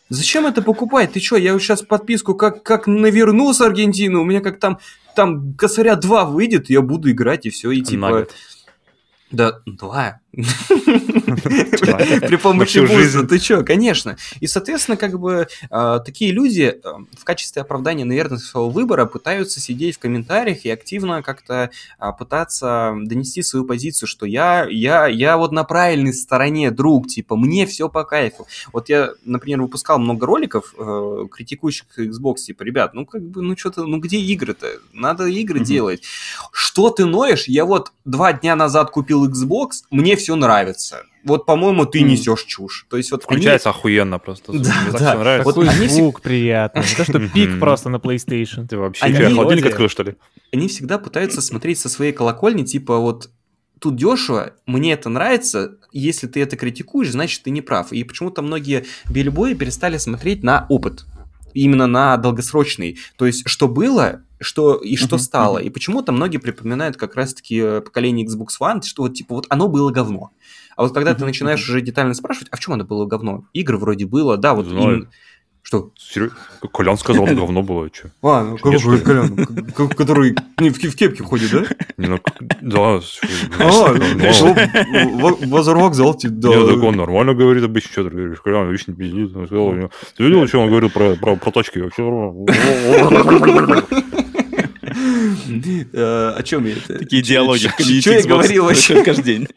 Зачем это покупать? Ты что, я сейчас подписку как, как наверну с Аргентины, у меня как там, там косаря два выйдет, я буду играть, и все, и типа... Да, два. При помощи буста, ты чё, конечно. И, соответственно, как бы такие люди в качестве оправдания, наверное, своего выбора пытаются сидеть в комментариях и активно как-то пытаться донести свою позицию, что я, я, я вот на правильной стороне, друг, типа, мне все по кайфу. Вот я, например, выпускал много роликов, критикующих Xbox, типа, ребят, ну как бы, ну что-то, ну где игры-то? Надо игры делать. Что ты ноешь? Я вот два дня назад купил Xbox, мне все нравится. Вот, по-моему, ты несешь чушь. То есть вот включается они... охуенно просто. Да, мне да. все нравится. Такой Вот они звук приятный. Не то, что пик просто на PlayStation. Ты вообще Они- холодильник открыл, что ли? Они всегда пытаются смотреть со своей колокольни, типа вот тут дешево, мне это нравится, если ты это критикуешь, значит ты не прав. И почему-то многие билибои перестали смотреть на опыт. Именно на долгосрочный. То есть, что было, что и что Мгм, стало. мгм. И почему-то многие припоминают как раз-таки поколение Xbox One, что вот типа вот оно было говно. А вот когда ты Мгм, начинаешь мгм. уже детально спрашивать, а в чем оно было говно? Игры вроде было, да, вот Знаю. именно... Что? Серё- Колян сказал, говно было, что? А, ну, Нет, что ли? Колян, к- к- который не, в, ке- в кепке ходит, да? Не, ну, да, А, говно. шел в базар-вокзал, типа, да. Нет, так он нормально говорит обычно, что ты говоришь, Колян, видишь, не пиздит. Он сказал, мне, ты видел, что он говорил про, про, про тачки? Вообще нормально. Э, О чем я это? Такие диалоги. в комьюнити Что я Xbox говорил вообще? каждый день.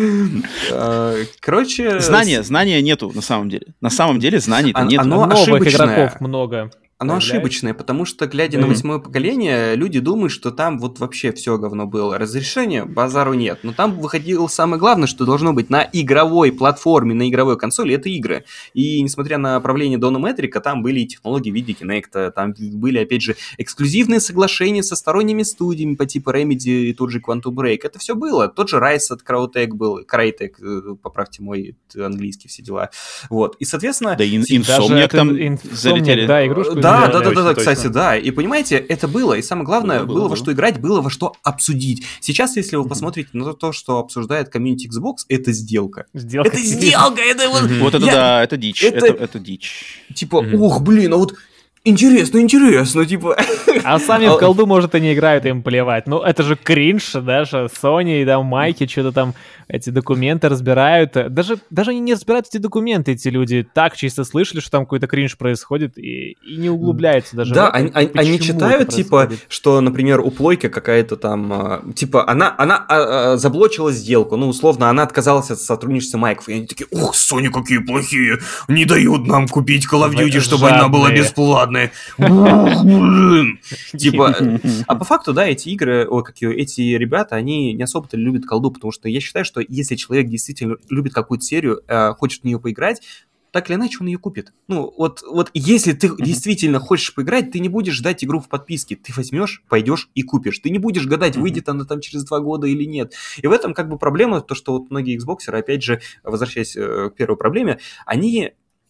Э, Короче... Знания, знания нету на самом деле. На самом деле знаний-то Оно- нету. оно- Новых ошибочное. игроков много. Оно появляется. ошибочное, потому что, глядя на Мгм. восьмое поколение, люди думают, что там вот вообще все говно было. Разрешения базару нет. Но там выходило самое главное, что должно быть на игровой платформе, на игровой консоли, это игры. И несмотря на правление Дона Метрика, там были и технологии в виде Kinect, там были, опять же, эксклюзивные соглашения со сторонними студиями по типу Remedy и тот же Quantum Break. Это все было. Тот же Rise от Crytek был. Crytek, э, поправьте мой английский, все дела. Вот. И, соответственно... Да и Даже Insomniac это там Insomniac, залетели. да, игрушку Да, сделали. да, да, да, точно, да, точно. кстати, да. И понимаете, это было. И самое главное, Было, было, было, во было. что играть, было во что обсудить. Сейчас, если вы посмотрите на то, что обсуждает комьюнити Xbox, это сделка. Сделка. Это сделка, это вот... Вот это я- да, это дичь. это- Это это дичь. Типа, Мгм. ух, блин, а вот интересно, интересно, типа... А сами в колду, может, и не играют, им плевать. Ну, это же кринж, да, что Sony и там Майки что-то там эти документы разбирают. Даже, даже они не разбирают эти документы, эти люди. Так чисто слышали, что там какой-то кринж происходит, и, и не углубляются даже Да, в это, они, они- они почему читают, это типа, происходит. что, например, у Плойки какая-то там, а, типа, она, она а, а, заблочила сделку, ну, условно, она отказалась от сотрудничества Майков, и они такие, ух, Sony какие плохие, не дают нам купить Call of Duty, чтобы она была Жадные. бесплатная. Ух, блин. Типа, а по факту, да, эти игры, ой, какие, эти ребята, они не особо-то любят колду, потому что я считаю, что если человек действительно любит какую-то серию, э, хочет в нее поиграть, так или иначе он ее купит. Ну, вот, вот если ты действительно хочешь поиграть, ты не будешь ждать игру в подписке. Ты возьмешь, пойдешь и купишь. Ты не будешь гадать, выйдет она там через два года или нет. И в этом как бы проблема, то, что вот многие Xboxеры, опять же, возвращаясь э, к первой проблеме, они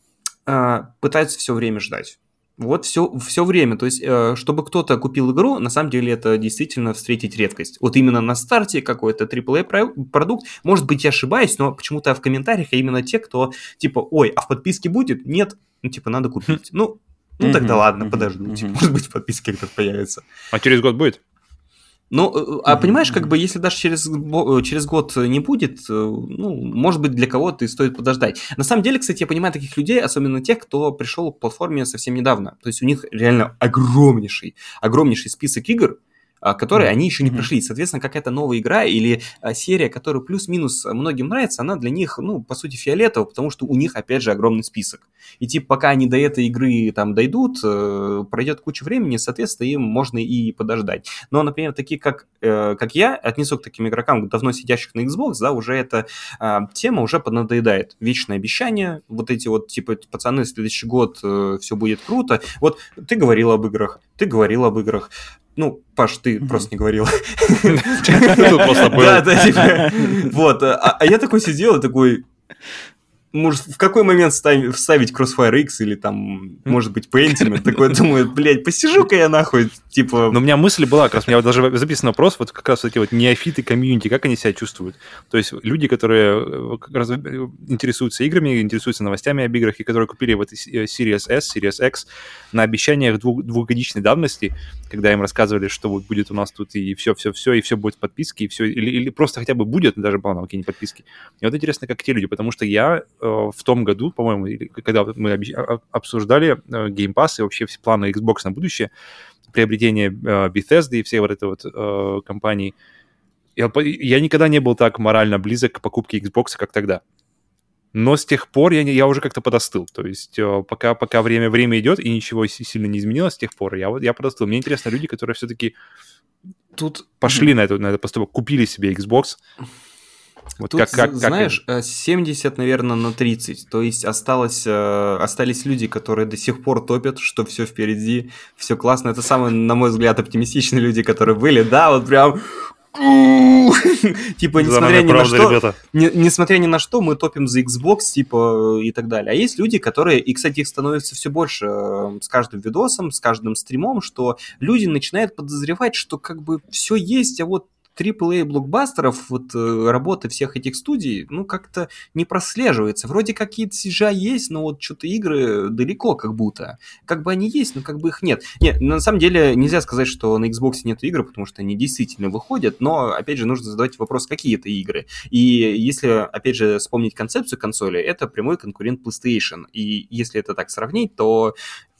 э, пытаются все время ждать. Вот все, все время. То есть, э, чтобы кто-то купил игру, на самом деле это действительно встретить редкость. Вот именно на старте какой-то трипл эй про- продукт, может быть, я ошибаюсь, но почему-то в комментариях именно те, кто типа, ой, а в подписке будет? Нет. Ну, типа, надо купить. Ну, ну тогда Мгм, ладно, мгм, подожду. мгм. Типа, может быть, в подписке как-то появится. А через год будет? Ну, э, а Мгм, понимаешь, как мгм. бы, если даже через, бо- э, через год не будет, э, ну, может быть, для кого-то и стоит подождать. На самом деле, кстати, я понимаю таких людей, особенно тех, кто пришел к платформе совсем недавно. То есть у них реально огромнейший, огромнейший список игр, а, которые они еще не Мгм. прошли. Соответственно, какая-то новая игра или а, серия, которая плюс-минус многим нравится, она для них, ну, по сути, фиолетовая, потому что у них, опять же, огромный список. И типа, пока они до этой игры там дойдут, э, пройдет куча времени, соответственно, им можно и подождать. Но, например, такие, как, э, как я, отнесу к таким игрокам, давно сидящих на Xbox, да, уже эта а, тема уже поднадоедает. Вечное обещание, вот эти вот, типа, пацаны, следующий год э, все будет круто. Вот ты говорил об играх, ты говорил об играх. Ну, Паш, ты Мгм. просто не говорил. Тут просто был. Да, да, типа, вот. А а я такой сидел и такой, может, в какой момент ставить, вставить Crossfire X или там, может быть, Pentiment? Такой думаю, блядь, посижу-ка я нахуй, типа... Но у меня мысль была, как раз у меня вот даже записан вопрос, вот как раз такие вот неофиты комьюнити, как они себя чувствуют? То есть люди, которые как раз интересуются играми, интересуются новостями об играх, и которые купили вот Series S, Series X на обещаниях двух, двухгодичной давности, когда им рассказывали, что вот будет у нас тут и все-все-все, и все будет в подписке, и все, или, или просто хотя бы будет, даже планово какие-нибудь подписки. И вот интересно, как те люди, потому что я э, в том году, по-моему, когда мы обещ... обсуждали э, Game Pass и вообще все планы Xbox на будущее, приобретение э, Bethesda и все вот этой вот э, компании, я, я никогда не был так морально близок к покупке Xbox, как тогда. Но с тех пор я, не, я уже как-то подостыл. То есть э, пока, пока время, время идет и ничего сильно не изменилось с тех пор, я, вот, я подостыл. Мне интересно люди, которые все-таки тут пошли на это, на это поступок, купили себе Xbox. Вот Тут, как, как, знаешь, как... семьдесят, наверное, на тридцать. То есть осталось, э, остались люди, которые до сих пор топят, что все впереди, все классно. Это самые, на мой взгляд, оптимистичные люди, которые были. Да, вот прям... Типа, несмотря ни на что, несмотря ни на что, мы топим за Xbox, типа, и так далее. А есть люди, которые, и, кстати, их становится все больше с каждым видосом, с каждым стримом, что люди начинают подозревать, что как бы все есть, а вот трипл эй блокбастеров, вот э, работы всех этих студий, ну, как-то не прослеживается. Вроде какие-то си джи ай есть, но вот что-то игры далеко как будто. Как бы они есть, но как бы их нет. Нет, на самом деле нельзя сказать, что на Xbox нет игр, потому что они действительно выходят, но, опять же, нужно задавать вопрос, какие это игры. И если, опять же, вспомнить концепцию консоли, это прямой конкурент PlayStation. И если это так сравнить, то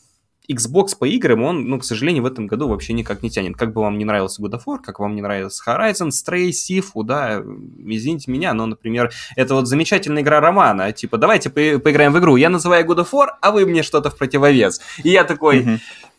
Xbox по играм, он, ну, к сожалению, в этом году вообще никак не тянет. Как бы вам не нравился God of War, как вам не нравился Horizon, Stray, Sifu, да, извините меня, но, например, это вот замечательная игра Романа, типа, давайте по- поиграем в игру, я называю God of War, а вы мне что-то в противовес. И я такой...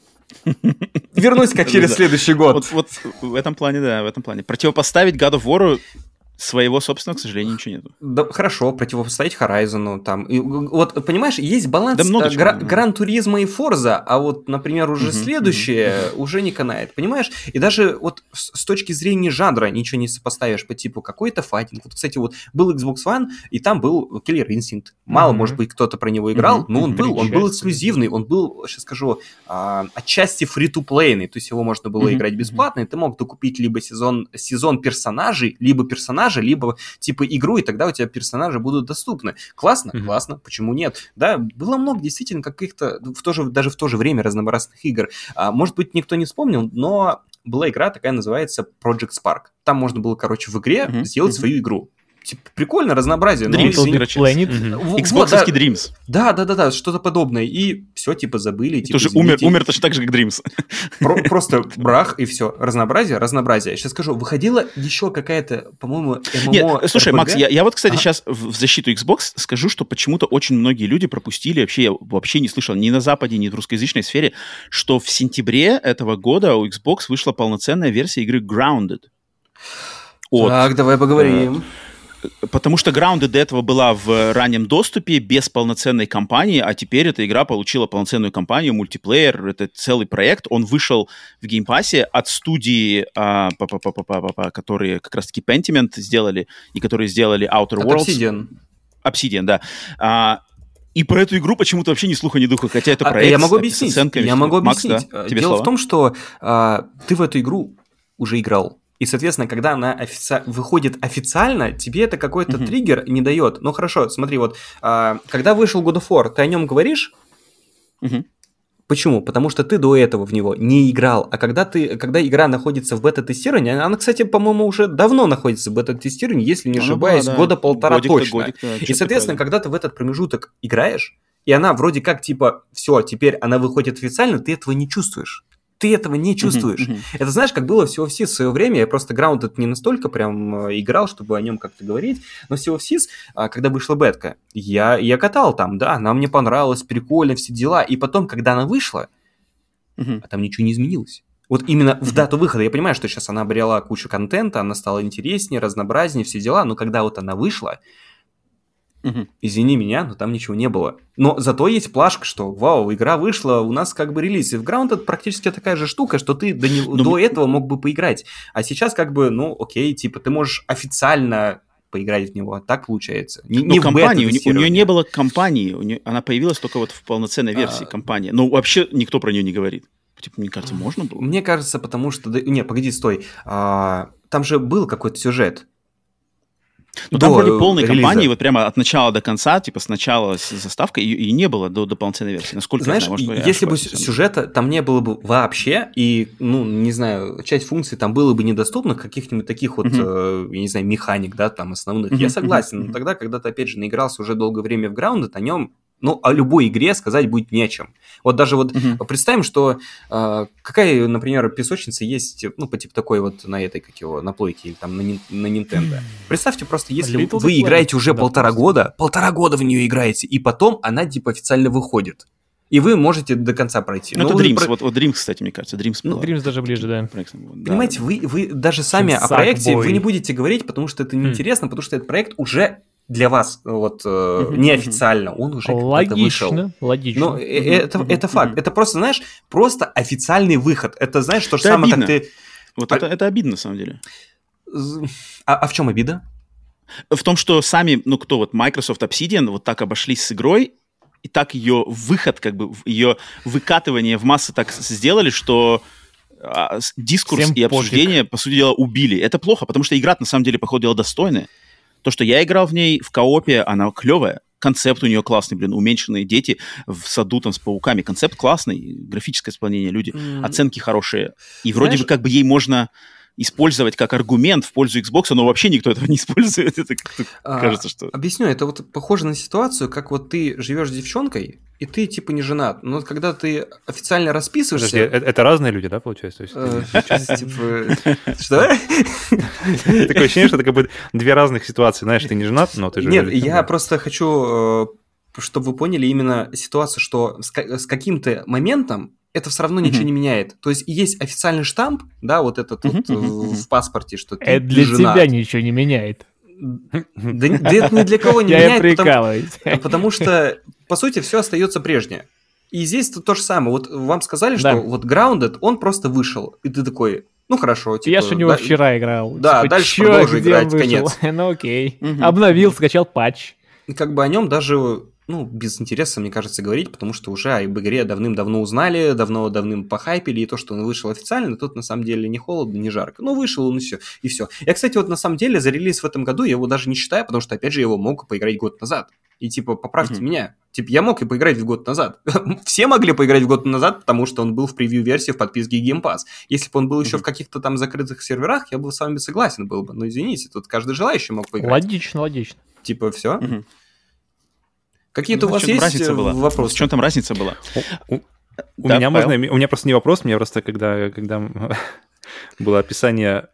Вернусь-ка через следующий год. Вот в этом плане, да, в этом плане. Противопоставить God of War... Своего собственного, к сожалению, ничего нету. Да, хорошо, противопоставить Horizon там. И, вот, понимаешь, есть баланс да гра- Гран-туризма и Форза, а вот, например, уже uh-huh, следующее uh-huh. уже не канает, понимаешь? И даже вот с, с точки зрения жанра ничего не сопоставишь по типу какой-то файтинг. Вот, кстати, вот был Xbox One, и там был Killer Instinct. Мало, uh-huh. может быть, кто-то про него играл, uh-huh. но он uh-huh. был, он был эксклюзивный, он был, сейчас скажу, а, отчасти фри-ту-плейный, то есть его можно было uh-huh. играть бесплатно, и ты мог докупить либо сезон, сезон персонажей, либо персонажей, либо типа игру, и тогда у тебя персонажи будут доступны. Классно? Mm-hmm. Классно. Почему нет? Да, было много действительно каких-то, в то же, даже в то же время разнообразных игр. А, может быть, никто не вспомнил, но была игра такая, называется Project Spark. Там можно было, короче, в игре mm-hmm. сделать mm-hmm. свою игру. Типа, прикольно, разнообразие. Dreams, Planet. Mm-hmm. Xbox-овский да, Dreams. Да, да, да, да, что-то подобное. И все, типа, забыли. Типа, тоже умер, умер точно так же, как Dreams. Про- просто брах, и все. Разнообразие, разнообразие. Сейчас скажу, выходила еще какая-то, по-моему, эм эм о. Нет, слушай, Макс, я, я вот, кстати, ага. сейчас в, в защиту Xbox скажу, что почему-то очень многие люди пропустили, вообще я вообще не слышал ни на Западе, ни в русскоязычной сфере, что в сентябре этого года у Xbox вышла полноценная версия игры Grounded. От, так, давай поговорим. Потому что Grounded до этого была в раннем доступе, без полноценной кампании, а теперь эта игра получила полноценную кампанию, мультиплеер, это целый проект. Он вышел в геймпассе от студии, а, которые как раз-таки Pentiment сделали, и которые сделали Outer Worlds. Obsidian. Obsidian, да. А, и про эту игру почему-то вообще ни слуха, ни духа, хотя это проект а, я могу с оценками. Я могу объяснить. Макс, да? Дело слова. в том, что а, ты в эту игру уже играл. И, соответственно, когда она офици... выходит официально, тебе это какой-то uh-huh. триггер не дает. Ну, хорошо, смотри, вот, а, когда вышел God of War, ты о нем говоришь? Uh-huh. Почему? Потому что ты до этого в него не играл. А когда, ты, когда игра находится в бета-тестировании, она, кстати, по-моему, уже давно находится в бета-тестировании, если не ошибаюсь, была, да. года полтора годик-то, точно. Годик-то, и, соответственно, когда ты в этот промежуток играешь, и она вроде как, типа, все, теперь она выходит официально, ты этого не чувствуешь. Ты этого не чувствуешь. Uh-huh, uh-huh. Это знаешь, как было в Sea of Thieves в свое время. Я просто Grounded не настолько прям играл, чтобы о нем как-то говорить. Но Sea of Thieves, когда вышла бетка, я, я катал там, да, она мне понравилась, прикольно, все дела. И потом, когда она вышла, uh-huh. а там ничего не изменилось. Вот именно в дату выхода, я понимаю, что сейчас она обрела кучу контента, она стала интереснее, разнообразнее, все дела. Но когда вот она вышла, Uh-huh. извини меня, но там ничего не было. Но зато есть плашка, что вау, игра вышла, у нас как бы релиз. И в Grounded практически такая же штука, что ты до, не... но... до этого мог бы поиграть. А сейчас как бы, ну окей, типа ты можешь официально поиграть в него. Так получается. Не, Но не компании, у, у нее не было компании, у нее, она появилась только вот в полноценной версии а... компании. Но вообще никто про нее не говорит. Типа, мне кажется, можно было? Мне кажется, потому что... Не, погоди, стой. А, там же был какой-то сюжет. Ну, там вроде полной релиза. Кампании, вот прямо от начала до конца, типа сначала с заставкой, и, и не было до, до полноценной версии. Насколько Знаешь, я знаю, может, если бы сюжета там не было бы вообще, и, ну, не знаю, часть функций там было бы недоступна, каких-нибудь таких вот, uh-huh. э, я не знаю, механик, да, там, основных, uh-huh. я согласен. Uh-huh. Но тогда, когда ты, опять же, наигрался уже долгое время в Grounded, о нем... Ну, о любой игре сказать будет не о чем. Вот даже вот uh-huh. представим, что э, какая, например, песочница есть, ну, по типу такой вот на этой, как его, на плойке или там на, на Nintendo. Представьте просто, если Little вы играете уже да, полтора просто. года, полтора года в нее играете, и потом она типа официально выходит. И вы можете до конца пройти. Ну, это Dreams. Про... Вот, вот Dreams, кстати, мне кажется. Dreams, ну, Dreams даже ближе, да. Понимаете, да, вы, вы даже сами о проекте вы не будете говорить, потому что это неинтересно, mm. потому что этот проект уже... для вас вот uh-huh, неофициально, uh-huh. он уже когда-то вышел. Логично, логично. Но uh-huh, это, uh-huh, это факт. Uh-huh. Это просто, знаешь, просто официальный выход. Это, знаешь, то же самое, обидно. как ты... Вот а... это, это обидно, на самом деле. А, а в чем обида? В том, что сами, ну кто, вот Microsoft Obsidian вот так обошлись с игрой, и так ее выход, как бы, ее выкатывание в массы так сделали, что... дискурс Всем и обсуждение, пофиг. По сути дела, убили. Это плохо, потому что игра, на самом деле, по ходу дела, достойная. То, что я играл в ней в коопе, она клевая. Концепт у нее классный, блин, уменьшенные дети в саду там с пауками. Концепт классный, графическое исполнение, люди, mm. оценки хорошие. И Знаешь... вроде бы как бы ей можно использовать как аргумент в пользу Xbox, но вообще никто этого не использует. Это как-то а, кажется, что... Объясню, это вот похоже на ситуацию, как вот ты живешь с девчонкой, и ты типа не женат. Но когда ты официально расписываешься... Подожди, это, это разные люди, да, получается? Что? Такое ощущение, что это как бы две разных ситуации. Знаешь, ты не женат, но ты же... Нет, я просто хочу, чтобы вы поняли именно ситуацию, что с каким-то моментом это все равно ничего uh-huh. не меняет. То есть есть официальный штамп, да, вот этот uh-huh. вот в паспорте, что ты это для женат. Тебя ничего не меняет. Да, да это ни для кого не Я меняет, прикалываюсь. Потому, потому что, по сути, все остается прежнее. И здесь то, то же самое. Вот вам сказали, что да. вот Grounded, он просто вышел. И ты такой, ну хорошо. Типа, я же у него да, вчера играл. Да, типа, дальше продолжу играть, конец. Ну окей. Угу. Обновил, скачал патч. И как бы о нем даже... Ну, без интереса, мне кажется, говорить, потому что уже об игре давным-давно узнали, давно-давным похайпили, и то, что он вышел официально, тут на самом деле не холодно, не жарко. Ну, вышел он и все, и все. Я, кстати, вот на самом деле за релиз в этом году я его даже не считаю, потому что, опять же, я его мог поиграть год назад. И, типа, поправьте mm-hmm. меня. Типа, я мог и поиграть в год назад. Все могли поиграть в год назад, потому что он был в превью-версии в подписке Game Pass. Если бы он был mm-hmm. еще в каких-то там закрытых серверах, я бы с вами согласен был бы. Но, извините, тут каждый желающий мог поиграть. Логично, логично. Типа, все. Mm-hmm. Какие-то ну, у вас есть разница была? Вопросы? В чем там разница была? У, у, да, меня можно, у меня просто не вопрос, мне просто когда, когда было описание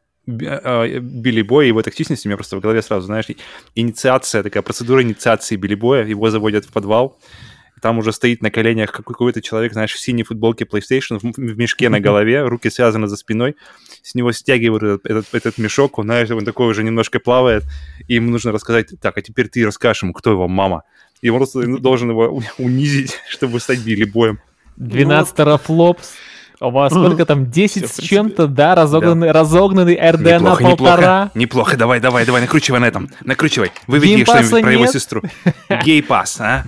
Билли Боя и его токсичности, у меня просто в голове сразу, знаешь, инициация, такая процедура инициации Билли Боя, его заводят в подвал, там уже стоит на коленях какой-то человек, знаешь, в синей футболке PlayStation, в, в мешке на голове, руки связаны за спиной, с него стягивают этот, этот, этот мешок, он, знаешь, он такой уже немножко плавает, и ему нужно рассказать, так, а теперь ты расскажешь ему, кто его мама. И он просто должен его унизить, чтобы стать Билли Боем. двенадцать терафлопс. У вас сколько там, десять с чем-то, да, разогнанный, да. разогнанный эр дэ на полтора. Неплохо, неплохо, давай, давай, давай, накручивай на этом, накручивай. Выведи что-нибудь про его сестру. Гей-пас, а?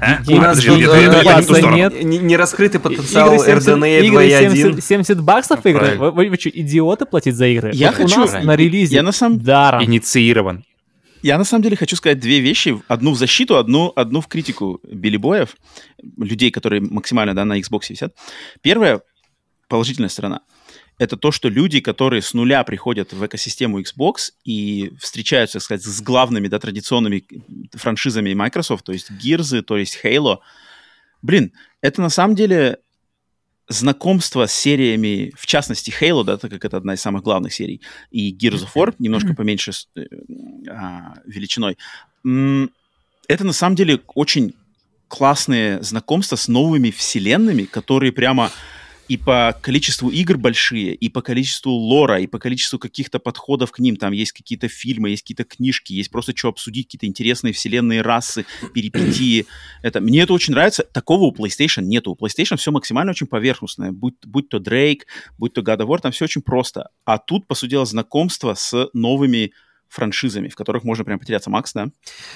Гей-паса нет. Не раскрытый потенциал эр дэ эн эй два и один. семьдесят баксов игры? Вы что, идиоты платить за игры? Я хочу... У нас на релизе даром. Инициирован. Я на самом деле хочу сказать две вещи. Одну в защиту, одну, одну в критику Билли Боев, людей, которые максимально да, на Xbox висят. Первая положительная сторона — это то, что люди, которые с нуля приходят в экосистему Xbox и встречаются, так сказать, с главными да, традиционными франшизами Microsoft, то есть Gears, то есть Halo, блин, это на самом деле... знакомство с сериями, в частности, Halo, да, так как это одна из самых главных серий, и Gears of War, немножко поменьше а, величиной, это на самом деле очень классные знакомства с новыми вселенными, которые прямо и по количеству игр большие, и по количеству лора, и по количеству каких-то подходов к ним. Там есть какие-то фильмы, есть какие-то книжки, есть просто что обсудить, какие-то интересные вселенные, расы, перипетии. Это, мне это очень нравится. Такого у PlayStation нету. У PlayStation все максимально очень поверхностное. Будь, будь то Drake, будь то God of War, там все очень просто. А тут, по сути дела, знакомство с новыми франшизами, в которых можно прям потеряться. Макс, да?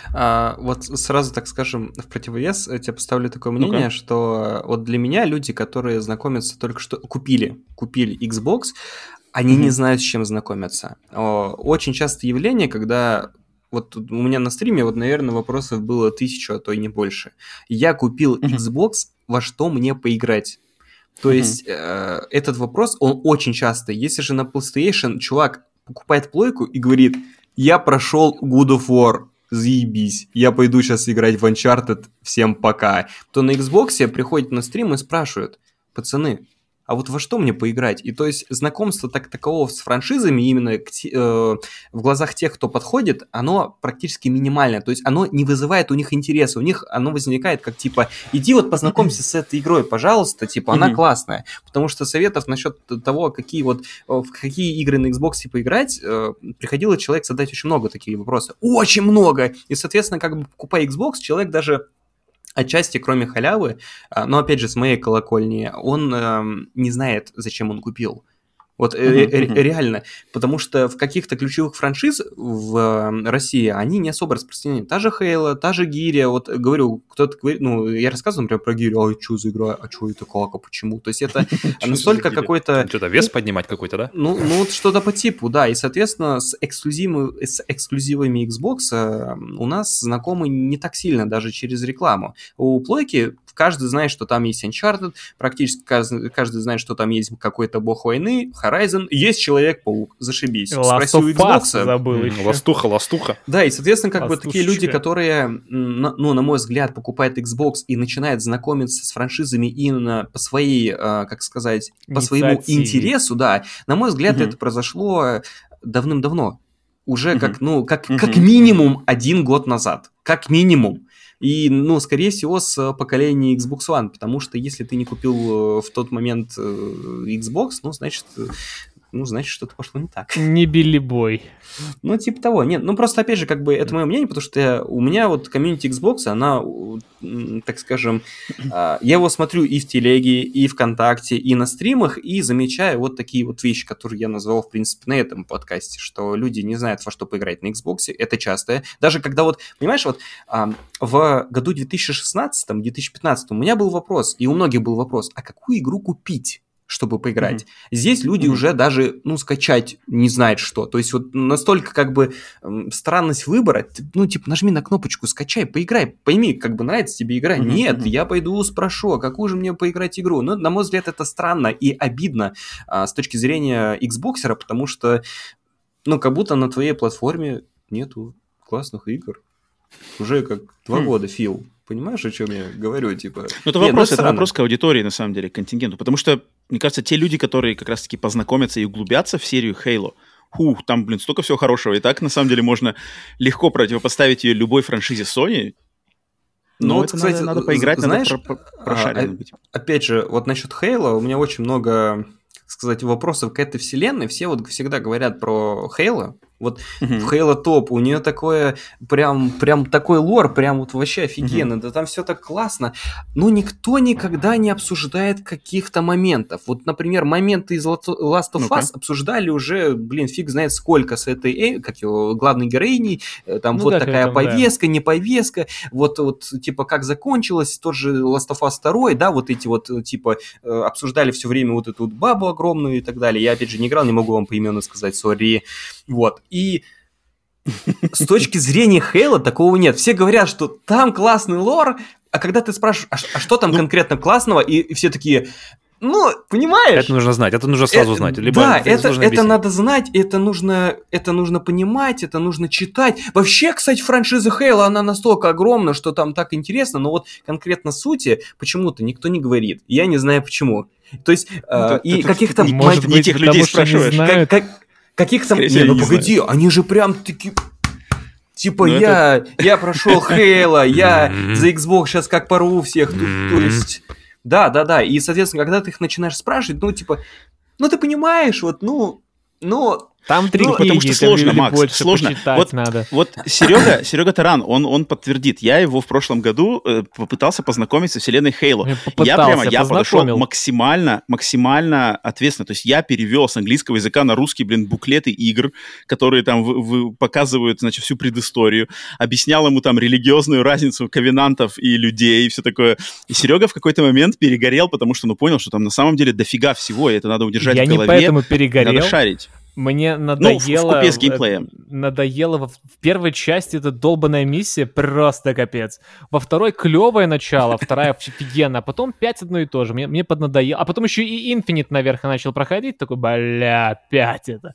А, вот сразу, так скажем, в противовес я тебе поставлю такое мнение, Ну-ка. что вот для меня люди, которые знакомятся только что, купили, купили Xbox, они Мгм. не знают, с чем знакомиться. О, Очень часто явление, когда вот тут у меня на стриме, вот, наверное, вопросов было тысячу, а то и не больше. Я купил Мгм. Xbox, во что мне поиграть? То Мгм. есть э, этот вопрос, он очень часто. Если же на PlayStation чувак покупает плойку и говорит, я прошел God of War, заебись, я пойду сейчас играть в Uncharted, всем пока. То на Xbox приходит на стрим и спрашивают, пацаны, а вот во что мне поиграть? И то есть знакомство так такового с франшизами именно к те- э, в глазах тех, кто подходит, оно практически минимальное. То есть оно не вызывает у них интереса. У них оно возникает как типа, иди вот познакомься с этой игрой, пожалуйста, типа она Мгм. классная. Потому что советов насчет того, какие вот э, в какие игры на Xbox поиграть, э, приходило человек задать очень много таких вопросов. Очень много! И, соответственно, как бы покупая Xbox, человек даже отчасти, кроме халявы, а, но опять же, с моей колокольни, он эм, не знает, зачем он купил. Вот э, Мгм, э, мгм. реально, потому что в каких-то ключевых франшиз в э, России они не особо распространены. Та же Halo, та же Гиря, вот говорю, кто-то говорит, ну, я рассказываю, например, про Гирю, а что за игра, а что это, как, а почему? То есть это Чё настолько за Гиря? какой-то... Что-то вес поднимать какой-то, да? Ну, ну вот что-то по типу, да. И, соответственно, с, эксклюзивами, с эксклюзивами Xbox э, у нас знакомы не так сильно, даже через рекламу. У плойки каждый знает, что там есть Uncharted, практически каждый, каждый знает, что там есть какой-то бог войны, Horizon, есть Человек-паук, зашибись. Last Спроси у of Us Xbox. забыл М, еще. Ластуха, ластуха. Да, и, соответственно, как бы такие люди, Ластушечка. которые, м, на- ну, на мой взгляд, покупают Xbox и начинают знакомиться с франшизами именно по своей, э, как сказать, по своему Инициативе. интересу, да, на мой взгляд, Мгм. это произошло давным-давно. Уже Мгм. как, ну, как, Мгм. как минимум один год назад. Как минимум. И, ну, скорее всего, с поколения Xbox One, потому что если ты не купил э, в тот момент э, Xbox, ну, значит, э, ну, значит, что-то пошло не так. Не Билли Бой. Ну, типа того. Нет, ну просто, опять же, как бы это мое мнение, потому что я- у меня вот комьюнити Xbox, она, м, так скажем, а, я его смотрю и в телеге, и ВКонтакте, и на стримах, и замечаю вот такие вот вещи, которые я назвал, в принципе, на этом подкасте, что люди не знают, во что поиграть на Xbox, это часто. Даже когда вот, понимаешь, вот а, в году две тысячи шестнадцатом - две тысячи пятнадцатом у меня был вопрос, и у многих был вопрос, а какую игру купить, чтобы поиграть? Здесь люди Мгм. уже даже, ну, скачать не знают что. То есть вот настолько как бы м, странность выбора, ты, ну, типа, нажми на кнопочку, скачай, поиграй, пойми, как бы нравится тебе игра. Мгм, Нет, мгм. я пойду спрошу, а какую же мне поиграть игру? Ну, на мой взгляд, это странно и обидно а, с точки зрения Xboxера, потому что, ну, как будто на твоей платформе нету классных игр. Уже как два Хм. года, Фил. Понимаешь, о чем я говорю? Типа, Ну, это Нет, вопрос, это странно. вопрос к аудитории, на самом деле, к контингенту. Потому что, мне кажется, те люди, которые как раз-таки познакомятся и углубятся в серию Halo, ух, там, блин, столько всего хорошего. И так, на самом деле, можно легко противопоставить ее любой франшизе Sony. Ну, Но вот, это кстати, надо, надо поиграть, знаешь, надо про- про- а, прошаренным быть. опять же, вот насчет Halo, у меня очень много, как сказать, вопросов к этой вселенной. Все вот всегда говорят про Halo. Вот Мгм. в Halo топ, у нее такое, прям, прям такой лор, прям вот вообще офигенно, да там все так классно, но никто никогда не обсуждает каких-то моментов. Вот, например, моменты из Last of Ну-ка. Us обсуждали уже, блин, фиг знает сколько с этой, э, как его, главной героиней, э, там Ну вот да, такая там, да. повестка, не повестка, вот, вот, типа, как закончилось, тот же Last of Us два, да, вот эти вот, э, типа, э, обсуждали все время вот эту вот бабу огромную и так далее. Я, опять же, не играл, не могу вам поименно сказать, сори. Вот. И с точки зрения Хейла такого нет. Все говорят, что там классный лор, а когда ты спрашиваешь, а, ш- а что там Ну- конкретно классного, и, и все такие, ну, понимаешь? Это нужно знать, это нужно сразу Э, знать. Либо да, это это, сложно это объяснить. надо знать, это нужно, это нужно понимать, это нужно читать. Вообще, кстати, франшиза Хейла, она настолько огромна, что там так интересно, но вот конкретно сути почему-то никто не говорит. Я не знаю почему. То есть, э, это- и это каких-то... не- Может не быть, тех потому людей что не спрашиваешь. знают. как- как- каких-то... Скорее Не, всего, ну не погоди, они же прям такие... Типа, Ну, я, я прошел Хейла, я Мгм. за Xbox сейчас как порву всех. То, то Мгм. есть, да, да, да. И, соответственно, когда ты их начинаешь спрашивать, ну, типа, ну, ты понимаешь, вот, ну, ну, Там три Ну, книги, потому что там сложно, или Макс, больше сложно. почитать Вот, надо. вот Серега, Серега Таран, он, он подтвердит. Я его в прошлом году э, попытался познакомиться с вселенной Хейло. Я Я попытался, прямо, я подошел познакомил. максимально, максимально ответственно. То есть я перевел с английского языка на русский, блин, буклеты игр, которые там вы, вы показывают, значит, всю предысторию. Объяснял ему там религиозную разницу ковенантов и людей и все такое. И Серега в какой-то момент перегорел, потому что, ну, понял, что там на самом деле дофига всего, и это надо удержать Я в не голове. поэтому перегорел. Надо шарить. Мне Ну, в, надоело... в купе с э, геймплеем. Надоело в, в первой части эта долбаная миссия, просто капец. Во второй клевое начало, вторая офигенно, а потом пять одно и то же. Мне, мне поднадоело. А потом еще и Infinite наверх я начал проходить, такой, бля, опять это.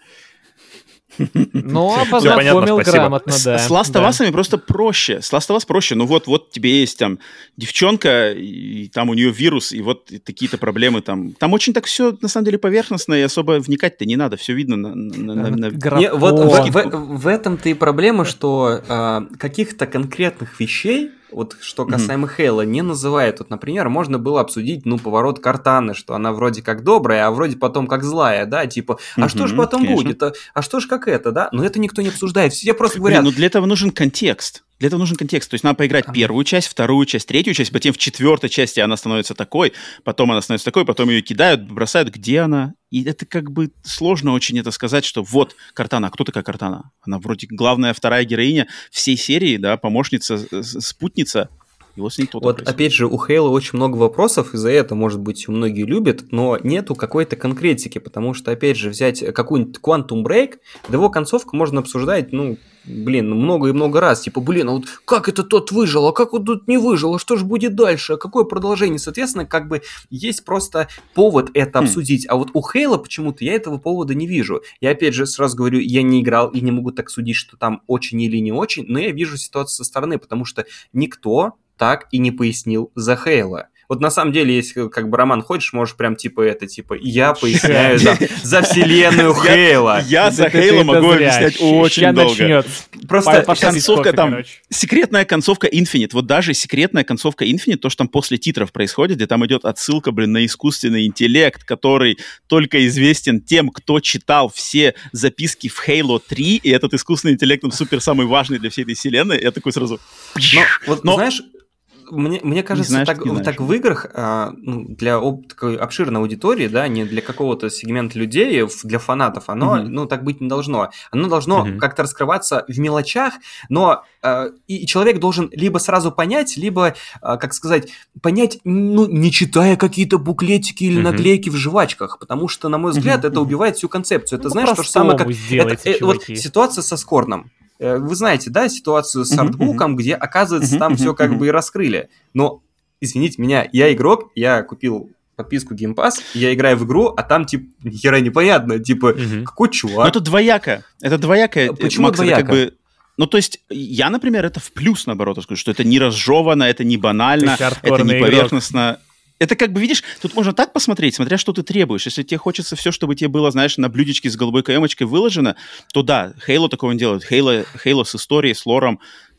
Ну, а познакомил грамотно, да. С Last of Us просто проще. С Last of Us проще. Ну вот, вот тебе есть там девчонка, и там у нее вирус, и вот такие-то проблемы там. Там очень так все, на самом деле, поверхностно, и особо вникать-то не надо. Все видно на... на, на, на... Не, вот в, в, в этом-то и проблема, что э, каких-то конкретных вещей, вот что касаемо mm-hmm. Хейла, не называют. Вот, например, можно было обсудить, ну, поворот Кортаны, что она вроде как добрая, а вроде потом как злая, да, типа, а mm-hmm, что ж потом конечно. будет, а, а что ж как это, да? Но это никто не обсуждает, все просто говорят... Блин, ну для этого нужен контекст. Для этого нужен контекст. То есть надо поиграть а. первую часть, вторую часть, третью часть, потом в четвертой части она становится такой, потом она становится такой, потом ее кидают, бросают, где она? И это как бы сложно очень это сказать, что вот Кортана, а кто такая Кортана? Она вроде главная вторая героиня всей серии, да, помощница, спутница. И вот с ней Вот происходит. Опять же, у Хейла очень много вопросов, и за это, может быть, многие любят, но нету какой-то конкретики, потому что, опять же, взять какой-нибудь Quantum Break, да его концовку можно обсуждать, ну, блин, много и много раз, типа, блин, а вот как это тот выжил, а как вот тут не выжил, а что же будет дальше, а какое продолжение? Соответственно, как бы есть просто повод это хм. обсудить, а вот у Хейла почему-то я этого повода не вижу. Я, опять же, сразу говорю, я не играл и не могу так судить, что там очень или не очень, но я вижу ситуацию со стороны, потому что никто так и не пояснил за Хейла. Вот на самом деле, если как бы, Роман, хочешь, можешь прям типа это, типа, я поясняю за вселенную Хейла. Я за Хейла могу объяснять очень долго. Просто концовка там, секретная концовка Infinite, вот даже секретная концовка Infinite, то, что там после титров происходит, где там идет отсылка, блин, на искусственный интеллект, который только известен тем, кто читал все записки в Halo три, и этот искусственный интеллект, он супер самый важный для всей этой вселенной, я такой сразу... Вот, знаешь... Мне, мне кажется, знаешь, так, так в играх а, ну, для об, такой обширной аудитории, да, не для какого-то сегмента людей, для фанатов, оно, mm-hmm. ну, так быть не должно. Оно должно mm-hmm. как-то раскрываться в мелочах, но а, и человек должен либо сразу понять, либо, а, как сказать, понять, ну, не читая какие-то буклетики или mm-hmm. наклейки в жвачках, потому что, на мой взгляд, mm-hmm. это убивает всю концепцию. Это, ну, знаешь, то же самое, как это, э, вот, ситуация со Скорном. Вы знаете, да, ситуацию с артбуком, uh-huh. где, оказывается, uh-huh. там uh-huh. все как uh-huh. бы и раскрыли. Но, извините меня, я игрок, я купил подписку Game Pass, я играю в игру, а там, типа, ни хера непонятно, типа, uh-huh. какой чувак. Ну, это двояко, это двояко. Почему Макс, двояко? Это как бы... Ну, то есть, я, например, это в плюс, наоборот, скажу, что это не разжевано, это не банально, это не поверхностно. Это как бы, видишь, тут можно так посмотреть, смотря что ты требуешь. Если тебе хочется все, чтобы тебе было, знаешь, на блюдечке с голубой каемочкой выложено, то да, Halo такого не делает. Halo, Halo с историей, с лором,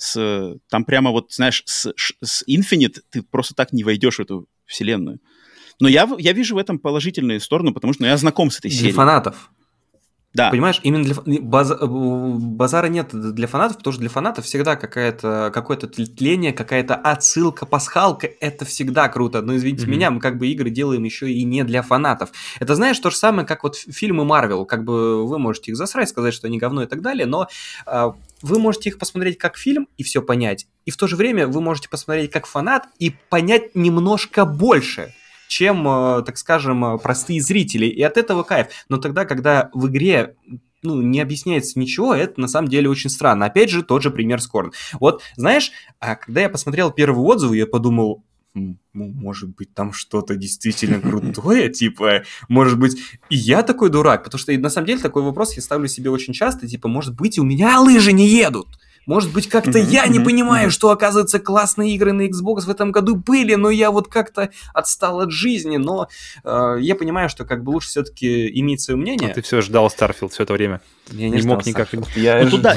с, там прямо вот, знаешь, с, с Infinite ты просто так не войдешь в эту вселенную. Но я, я вижу в этом положительную сторону, потому что ну, я знаком с этой Для серией. Для фанатов. Да. Понимаешь, именно для баз, базара нет для фанатов, потому что для фанатов всегда какая-то, какое-то тление, какая-то отсылка, пасхалка, это всегда круто. Но извините mm-hmm. меня, мы как бы игры делаем еще и не для фанатов. Это знаешь, то же самое, как вот фильмы Марвел, как бы вы можете их засрать, сказать, что они говно и так далее, но э, вы можете их посмотреть как фильм и все понять, и в то же время вы можете посмотреть как фанат и понять немножко больше, чем, так скажем, простые зрители. И от этого кайф. Но тогда, когда в игре ну, не объясняется ничего, это на самом деле очень странно. Опять же, тот же пример Скорн. Вот, знаешь, когда я посмотрел первые отзывы, я подумал, ну, может быть, там что-то действительно крутое, типа, может быть, и я такой дурак, потому что на самом деле такой вопрос я ставлю себе очень часто, типа, может быть, у меня лыжи не едут. Может быть, как-то mm-hmm, я не mm-hmm, понимаю, mm-hmm. что, оказывается, классные игры на Xbox в этом году были, но я вот как-то отстал от жизни, но э, я понимаю, что как бы лучше все-таки иметь свое мнение. А ты все ждал Starfield все это время. Я не, не ждал мог никак. Я... Ну, туда...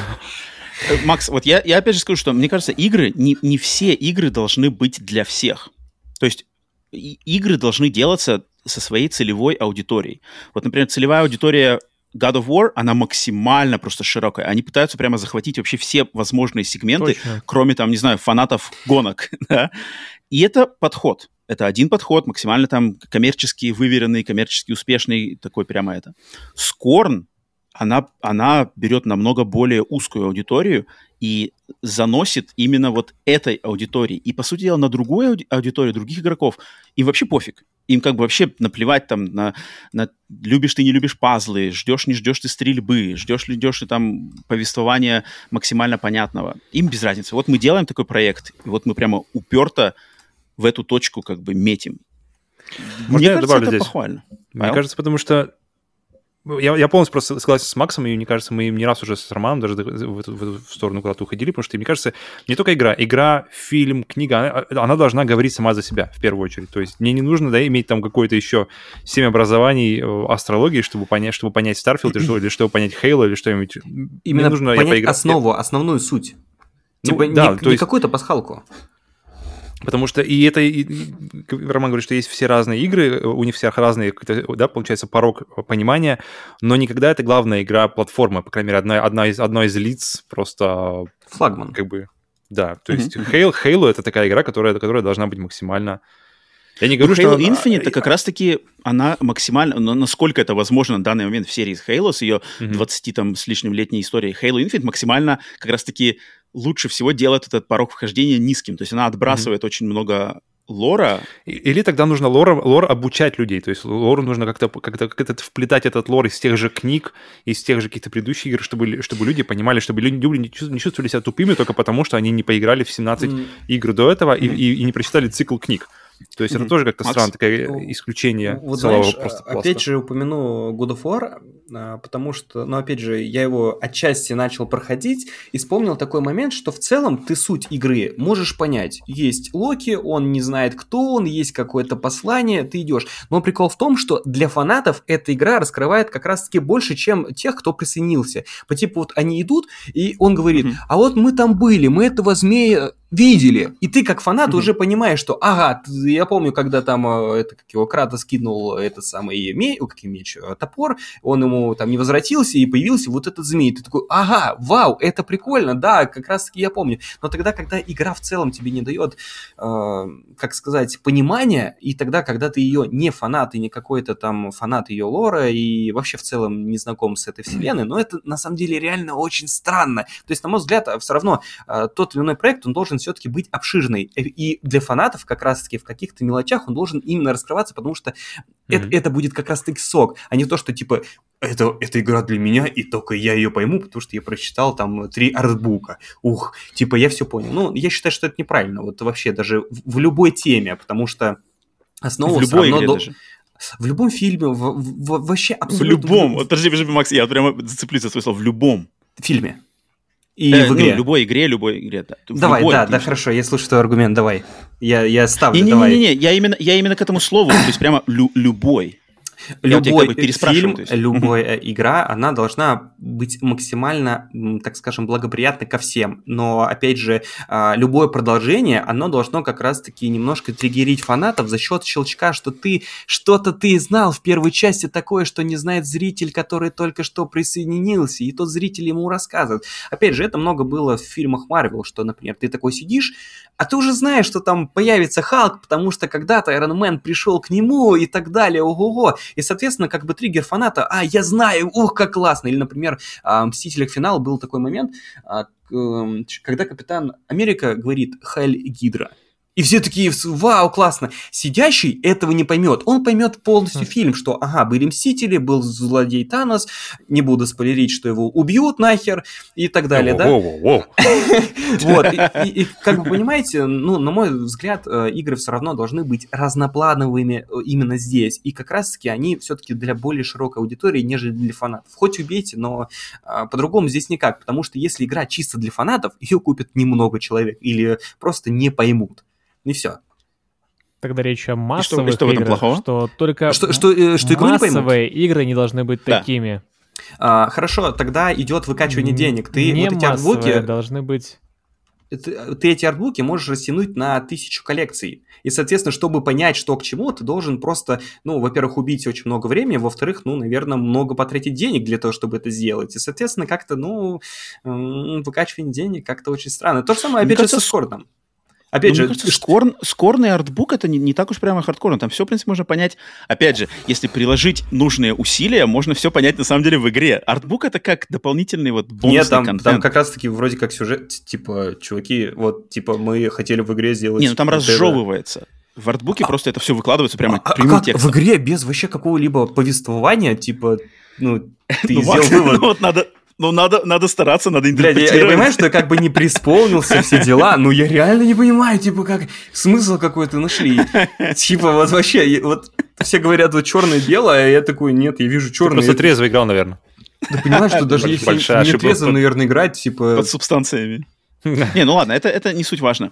Макс, вот я, я опять же скажу, что мне кажется, игры, не, не все игры должны быть для всех. То есть игры должны делаться со своей целевой аудиторией. Вот, например, целевая аудитория God of War, она максимально просто широкая. Они пытаются прямо захватить вообще все возможные сегменты, Точно. кроме, там, не знаю, фанатов гонок. Да? И это подход. Это один подход, максимально там коммерчески выверенный, коммерчески успешный, такой прямо это. Scorn, она, она берет намного более узкую аудиторию и заносит именно вот этой аудитории. И, по сути дела, на другую ауди- аудиторию, других игроков им вообще пофиг. Им как бы вообще наплевать там на, на любишь ты, не любишь пазлы, ждешь, не ждешь ты стрельбы, ждешь ли ждешь ты там повествования максимально понятного. Им без разницы. Вот мы делаем такой проект, и вот мы прямо уперто в эту точку как бы метим. Можно Мне я кажется, добавлю это здесь? похвально. Мне Павел? кажется, потому что Я, я полностью просто согласен с Максом, и мне кажется, мы не раз уже с Романом даже в эту, в эту сторону куда-то уходили, потому что, мне кажется, не только игра, игра, фильм, книга, она, она должна говорить сама за себя, в первую очередь. То есть мне не нужно, да, иметь там какое-то еще семь образований астрологии, чтобы понять, чтобы понять Starfield, или, что, или чтобы понять Halo, или что-нибудь. Именно мне нужно, понять я поигра... основу, основную суть. Ну, типа да, не, то не есть... какую-то пасхалку. Потому что и это, и, Роман говорит, что есть все разные игры, у них всех разные, да, получается, порог понимания, но никогда это главная игра платформы, по крайней мере, одна, одна, из, одна из лиц просто... Флагман. Как бы, да, то Mm-hmm. есть Halo, Halo — это такая игра, которая, которая должна быть максимально... Я не говорю, Halo что... Infinite это как раз-таки она максимально, но насколько это возможно на данный момент в серии Halo с ее Mm-hmm. двадцать там с лишним летней историей, Halo Infinite максимально как раз-таки лучше всего делает этот порог вхождения низким. То есть она отбрасывает mm-hmm. очень много лора. Или тогда нужно лор, лор обучать людей. То есть лору нужно как-то, как-то, как-то вплетать этот лор из тех же книг, из тех же каких-то предыдущих игр, чтобы, чтобы люди понимали, чтобы люди не чувствовали себя тупыми только потому, что они не поиграли в семнадцать mm-hmm. игр до этого mm-hmm. и, и, и не прочитали цикл книг. То есть mm-hmm. это тоже как-то Макс, странно, такое ну, исключение вот целого знаешь, просто опять пласта. же упомяну God of War, потому что, ну, опять же, я его отчасти начал проходить и вспомнил такой момент, что в целом ты суть игры можешь понять. Есть Локи, он не знает, кто он, есть какое-то послание, ты идешь. Но прикол в том, что для фанатов эта игра раскрывает как раз-таки больше, чем тех, кто присоединился. По типу вот они идут, и он говорит, mm-hmm. а вот мы там были, мы этого змея видели. И ты как фанат mm-hmm. уже понимаешь, что, ага, я помню, когда там это, как его, Кратос кинул этот самый меч, о, какой меч, топор, он ему там не возвратился, и появился вот этот змей. Ты такой, ага, вау, это прикольно, да, как раз-таки я помню. Но тогда, когда игра в целом тебе не дает, э, как сказать, понимания, и тогда, когда ты ее не фанат, и не какой-то там фанат ее лора, и вообще в целом не знаком с этой вселенной, но это на самом деле реально очень странно. То есть, на мой взгляд, все равно э, тот или иной проект, он должен все-таки быть обширный. И для фанатов как раз-таки в каких-то мелочах он должен именно раскрываться, потому что mm-hmm. это, это будет как раз-таки сок, а не то, что типа это, это игра для меня, и только я ее пойму, потому что я прочитал там три артбука. Ух, типа я все понял. Ну, я считаю, что это неправильно. Вот вообще даже в, в любой теме, потому что основа в любой игре до... даже. В любом фильме, в, в, вообще абсолютно... В любом. Вот, подожди, подожди, Макс, я прямо зацеплюсь за свое слово. В любом. Фильме. И э, в игре. Ну, в любой игре, любой игре, да. В давай, любой, да, да, хорошо, я слышу твой аргумент, давай. Я, я ставлю, не, давай. Не-не-не, я именно, я именно к этому слову, то есть прямо лю- любой. Любой как бы фильм, любая игра, она должна быть максимально, так скажем, благоприятна ко всем. Но, опять же, любое продолжение, оно должно как раз-таки немножко триггерить фанатов за счет щелчка, что ты что-то ты знал в первой части такое, что не знает зритель, который только что присоединился, и тот зритель ему рассказывает. Опять же, это много было в фильмах Marvel, что, например, ты такой сидишь, а ты уже знаешь, что там появится Халк, потому что когда-то Iron Man пришел к нему и так далее, ого-го. И, соответственно, как бы триггер фаната, а, я знаю, ух, как классно. Или, например, в «Мстителях. Финал» был такой момент, когда Капитан Америка говорит «Хайль Гидра». И все такие, вау, классно. Сидящий этого не поймет. Он поймет полностью mm. фильм, что, ага, были Мстители, был злодей Танос, не буду спойлерить, что его убьют нахер и так далее, да? Вот, и как вы понимаете, ну, на мой взгляд, игры все равно должны быть разноплановыми именно здесь. И как раз-таки они все-таки для более широкой аудитории, нежели для фанатов. Хоть убейте, но по-другому здесь никак, потому что если игра чисто для фанатов, ее купит немного человек или просто не поймут. И все. Тогда речь о массовых и что, и что играх, в этом плохого? что только что, что, что массовые не игры не должны быть да. такими. А, хорошо, тогда идет выкачивание денег. Ты не вот эти массовые артбуки... должны быть... ты, ты эти артбуки можешь растянуть на тысячу коллекций. И, соответственно, чтобы понять, что к чему, ты должен просто, ну, во-первых, убить очень много времени, во-вторых, ну, наверное, много потратить денег для того, чтобы это сделать. И, соответственно, как-то, ну, выкачивание денег как-то очень странно. То же самое, опять Мне же, кажется, со Скорном. Опять ну, же, мне кажется, скор, скорный артбук это не, не так уж прямо хардкорно. Там все, в принципе, можно понять. Опять же, если приложить нужные усилия, можно все понять на самом деле в игре. Артбук это как дополнительный вот бонусный нет, там, контент. там как раз-таки вроде как сюжет, типа, чуваки, вот, типа, мы хотели в игре сделать... Не, ну там вот разжевывается. Это. В артбуке а, просто это все выкладывается прямо а, прямым а как текстом. в игре без вообще какого-либо повествования, типа, ну, ты ну, сделал вывод. Ну, вот надо... Ну, надо, надо стараться, надо интерпретировать. Блядь, я, я понимаю, что я как бы не преисполнился все дела, но я реально не понимаю, типа, как смысл какой-то нашли. Типа, вот вообще, вот все говорят, вот черное-белое, а я такой, нет, я вижу черное. Ты просто трезво играл, наверное. Ты понимаешь, что даже если не трезво, наверное, играть, типа... Под субстанциями. Не, ну ладно, это не суть важно.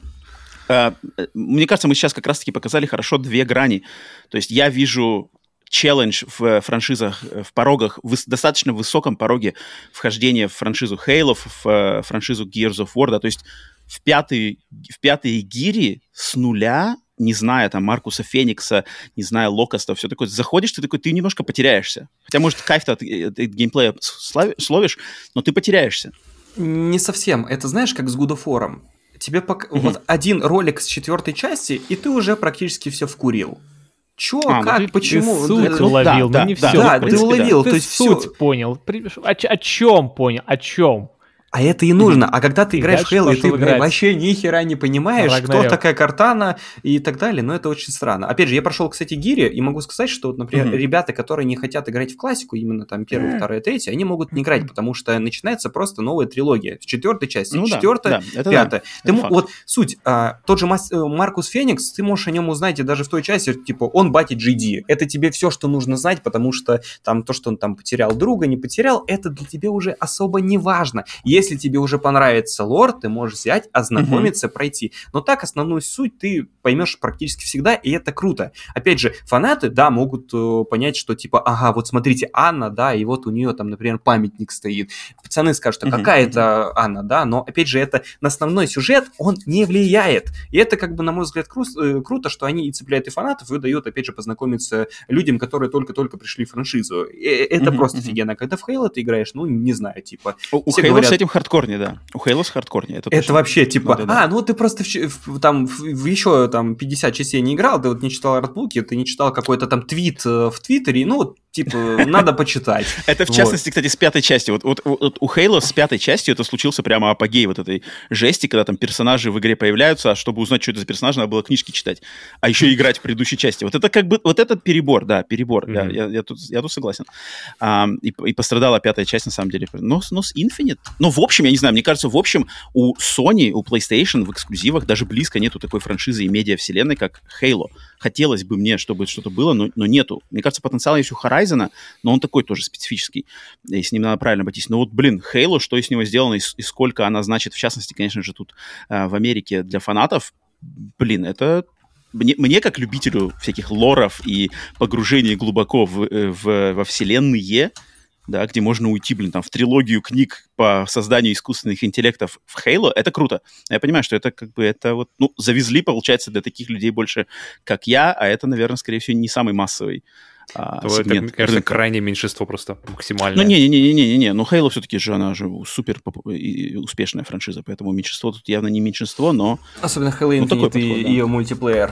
Мне кажется, мы сейчас как раз-таки показали хорошо две грани. То есть я вижу... челлендж в франшизах, в порогах, в достаточно высоком пороге вхождения в франшизу Halo, в франшизу Gears of War, да, то есть в пятые, в пятые гири с нуля, не зная там Маркуса Феникса, не зная Локоста, все такое, заходишь, ты такой, ты немножко потеряешься. Хотя, может, кайф-то от, от, от геймплея словишь, но ты потеряешься. Не совсем. Это знаешь, как с God of War. Тебе пок... mm-hmm. вот один ролик с четвертой части, и ты уже практически все вкурил. Чё, а, как, ну, Ты почему? суть это, уловил, ну, да, ну не да, все. Да, ты уловил, да. то ты есть суть все... понял. О, о чем понял? О чем? А это и нужно. А когда ты и играешь в Halo, и ты играть. вообще ни хера не понимаешь, Рагнарёк. Кто такая Картана и так далее, но это очень странно. Опять же, я прошел, кстати, гири, и могу сказать, что, вот, например, mm-hmm. ребята, которые не хотят играть в классику, именно там первая, вторая, третья, они могут не играть, потому что начинается просто новая трилогия. С четвертой части, ну, четвертая, да, да, пятая. Да, ты м- вот суть, а, тот же Мас- Маркус Феникс, ты можешь о нем узнать, и даже в той части, типа, он батя джей ди. Это тебе все, что нужно знать, потому что там то, что он там потерял друга, не потерял, это для тебя уже особо не важно. Если тебе уже понравилось нравится лор, ты можешь взять, ознакомиться, mm-hmm. пройти. Но так основную суть ты поймешь практически всегда, и это круто. Опять же, фанаты, да, могут э, понять, что типа, ага, вот смотрите, Анна, да, и вот у нее там, например, памятник стоит. Пацаны скажут, а какая mm-hmm. это Анна, да, но опять же, это на основной сюжет он не влияет. И это, как бы, на мой взгляд, кру- э, круто, что они и цепляют и фанатов, и дают, опять же, познакомиться людям, которые только-только пришли в франшизу. И, это mm-hmm. просто mm-hmm. офигенно. Когда в Halo ты играешь, ну, не знаю, типа... У, у Halo говорят... с этим хардкорнее, да. У Halo с хардкорнее. Это, это вообще типа, ну, да, да. а, ну ты просто в, в, там в, в еще там пятьдесят частей не играл, ты вот не читал артбуки, ты не читал какой-то там твит э, в Твиттере, ну, типа, надо почитать. Это в частности, кстати, с пятой части. Вот у Halo с пятой частью это случился прямо апогей вот этой жести, когда там персонажи в игре появляются, а чтобы узнать, что это за персонаж, надо было книжки читать, а еще играть в предыдущей части. Вот это как бы, вот этот перебор, да, перебор, я, я, я, тут, я тут согласен. А, и, и пострадала пятая часть, на самом деле. Но, но с Infinite, ну, в общем, я не знаю, мне кажется, в общем, у Sony, у PlayStation в эксклюзивах даже близко нету такой франшизы и медиа-вселенной, как Halo. Хотелось бы мне, чтобы что-то было, но, но нету. Мне кажется, потенциал есть у Horizon, но он такой тоже специфический, и с ним надо правильно обойтись. Но вот, блин, Halo, что из него сделано, и, и сколько она значит, в частности, конечно же, тут э, в Америке для фанатов, блин, это... Мне, мне, как любителю всяких лоров и погружений глубоко в, в, во вселенные, да, где можно уйти, блин, там, в трилогию книг по созданию искусственных интеллектов в Halo, это круто. Я понимаю, что это как бы, это вот, ну, завезли, получается, для таких людей больше, как я, а это, наверное, скорее всего, не самый массовый а, то сегмент. Это, мне кажется, рынка. крайнее меньшинство просто, максимальное. Ну, не-не-не-не-не, ну, Halo все-таки же, она же супер успешная франшиза, поэтому меньшинство тут явно не меньшинство, но... Особенно Halo Infinite ну, и да. ее мультиплеер.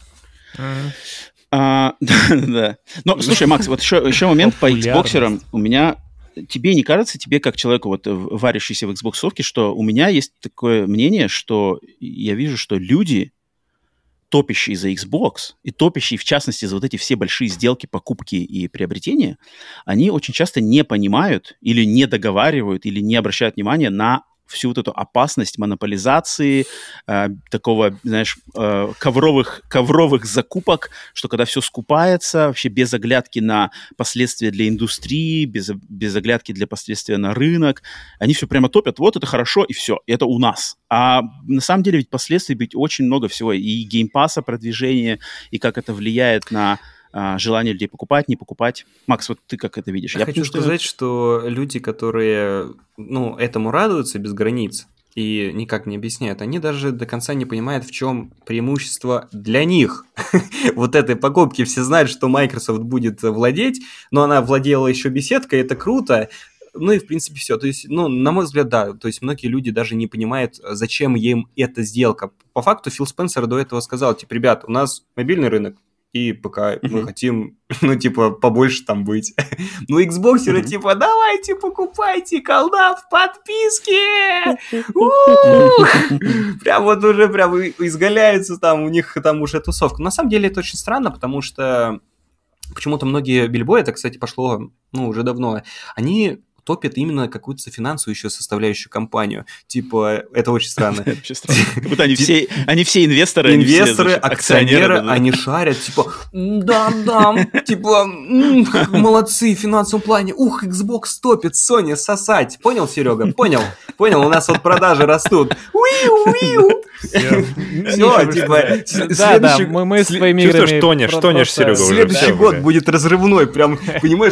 Mm. А, да, да. Но, слушай, Макс, вот еще, еще момент по Xboxерам. У меня... Тебе не кажется, тебе как человеку, вот, варящийся в Xbox-овке, что у меня есть такое мнение, что я вижу, что люди, топящие за Xbox, и топящие, в частности, за вот эти все большие сделки, покупки и приобретения, они очень часто не понимают или не договаривают, или не обращают внимания на всю вот эту опасность монополизации, э, такого, знаешь, э, ковровых, ковровых закупок, что когда все скупается, вообще без оглядки на последствия для индустрии, без, без оглядки для последствия на рынок, они все прямо топят, вот это хорошо, и все, это у нас. А на самом деле ведь последствий быть очень много всего, и геймпасса, продвижения, и как это влияет на... желание людей покупать, не покупать. Макс, вот ты как это видишь? Я, Я хочу потому, сказать, что... что люди, которые ну, этому радуются без границ, и никак не объясняют. Они даже до конца не понимают, в чем преимущество для них вот этой покупки. Все знают, что Microsoft будет владеть, но она владела еще беседкой, это круто. Ну и, в принципе, все. То есть, ну, на мой взгляд, да. То есть, многие люди даже не понимают, зачем им эта сделка. По факту, Фил Спенсер до этого сказал, типа, ребят, у нас мобильный рынок и ПК, uh-huh. мы хотим, ну, типа, побольше там быть. Ну, Xboxеры, uh-huh. типа, давайте покупайте колда в подписке! Прям вот уже прям изгаляются там, у них там уже тусовка. На самом деле, это очень странно, потому что почему-то многие бильбои, это, кстати, пошло, ну, уже давно, они топят именно какую-то финансовую еще составляющую компанию. Типа, это очень странно. Вообще странно. Как будто они все, они все инвесторы. Инвесторы, акционеры, они шарят, типа, да-да, типа, молодцы в финансовом плане. Ух, Xbox топит, Sony сосать. Понял, Серега? Понял? Понял, у нас вот продажи растут. Уиу-уиу. Все, типа, да-да, мы с твоими играми... Чувствуешь, тонешь, тонешь, Серега. Следующий год будет разрывной, прям, понимаешь,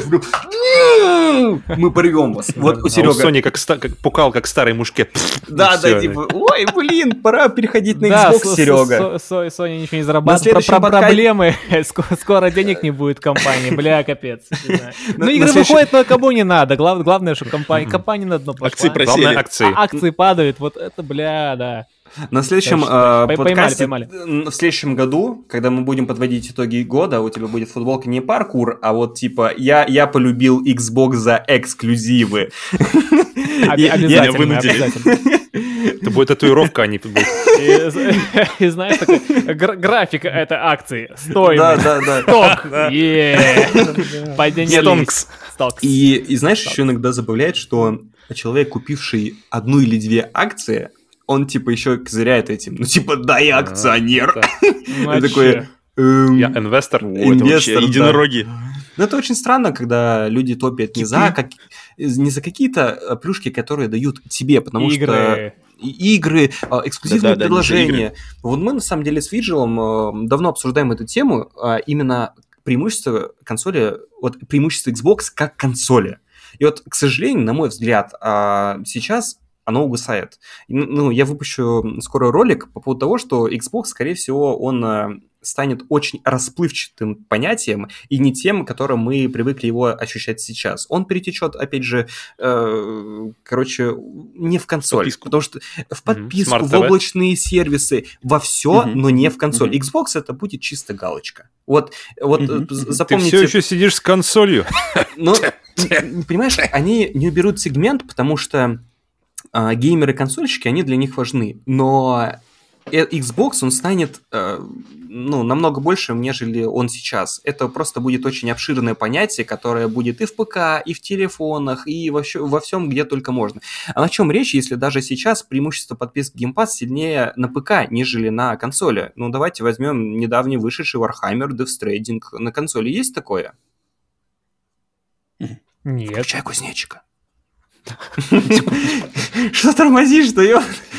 мы порвем вас. Вот у Серега. А у Sony как, ста- как пукал, как старый мушкет. Да, да, типа, ой, блин, пора переходить на Xbox, да, Серега. Sony ничего не зарабатывает. Про проблемы. Скоро денег не будет в компании. Бля, капец. Ну, игры выходят, но кому не надо. Главное, что компания на дно пошла. Акции просели. Акции падают. Вот это, бля, да. На следующем Точно, э, подкасте, поймали, поймали. в следующем году, когда мы будем подводить итоги года, у тебя будет футболка не паркур, а вот типа я, я полюбил Xbox за эксклюзивы. Обязательно, обязательно. Это будет татуировка, а не футболка. И знаешь, такой графика это акции. Стоимость. Да, да, да. Сток. Поднялись. И знаешь, еще иногда забавляет, что человек, купивший одну или две акции, он, типа, еще козыряет этим. Ну, типа, да, я акционер. Я такой... Я инвестор. Инвестор, единороги. Ну, это очень странно, когда люди топят не за, как... не за какие-то плюшки, которые дают тебе, потому игры. что... Игры, эксклюзивные да, да, предложения. Да, вот мы, на самом деле, с Виджилом давно обсуждаем эту тему, именно преимущество консоли, вот преимущество Xbox как консоли. И вот, к сожалению, на мой взгляд, сейчас... оно угасает. Ну, я выпущу скоро ролик по поводу того, что Xbox, скорее всего, он э, станет очень расплывчатым понятием и не тем, которым мы привыкли его ощущать сейчас. Он перетечет, опять же, э, короче, не в консоль, в потому что в подписку, mm-hmm. в облачные сервисы, во все, mm-hmm. но не в консоль. Mm-hmm. Xbox это будет чисто галочка. Вот, вот mm-hmm. запомните... Ты все еще сидишь с консолью. Ну, понимаешь, они не уберут сегмент, потому что геймеры-консольщики, они для них важны, но Xbox, он станет ну, намного большим, нежели он сейчас. Это просто будет очень обширное понятие, которое будет и в ПК, и в телефонах, и во, во всем, где только можно. А на чем речь, если даже сейчас преимущество подписки Game Pass сильнее на ПК, нежели на консоли? Ну, давайте возьмем недавний вышедший Warhammer Death Stranding. На консоли есть такое? Нет. Включай кузнечика. Что тормозишь-то, ё?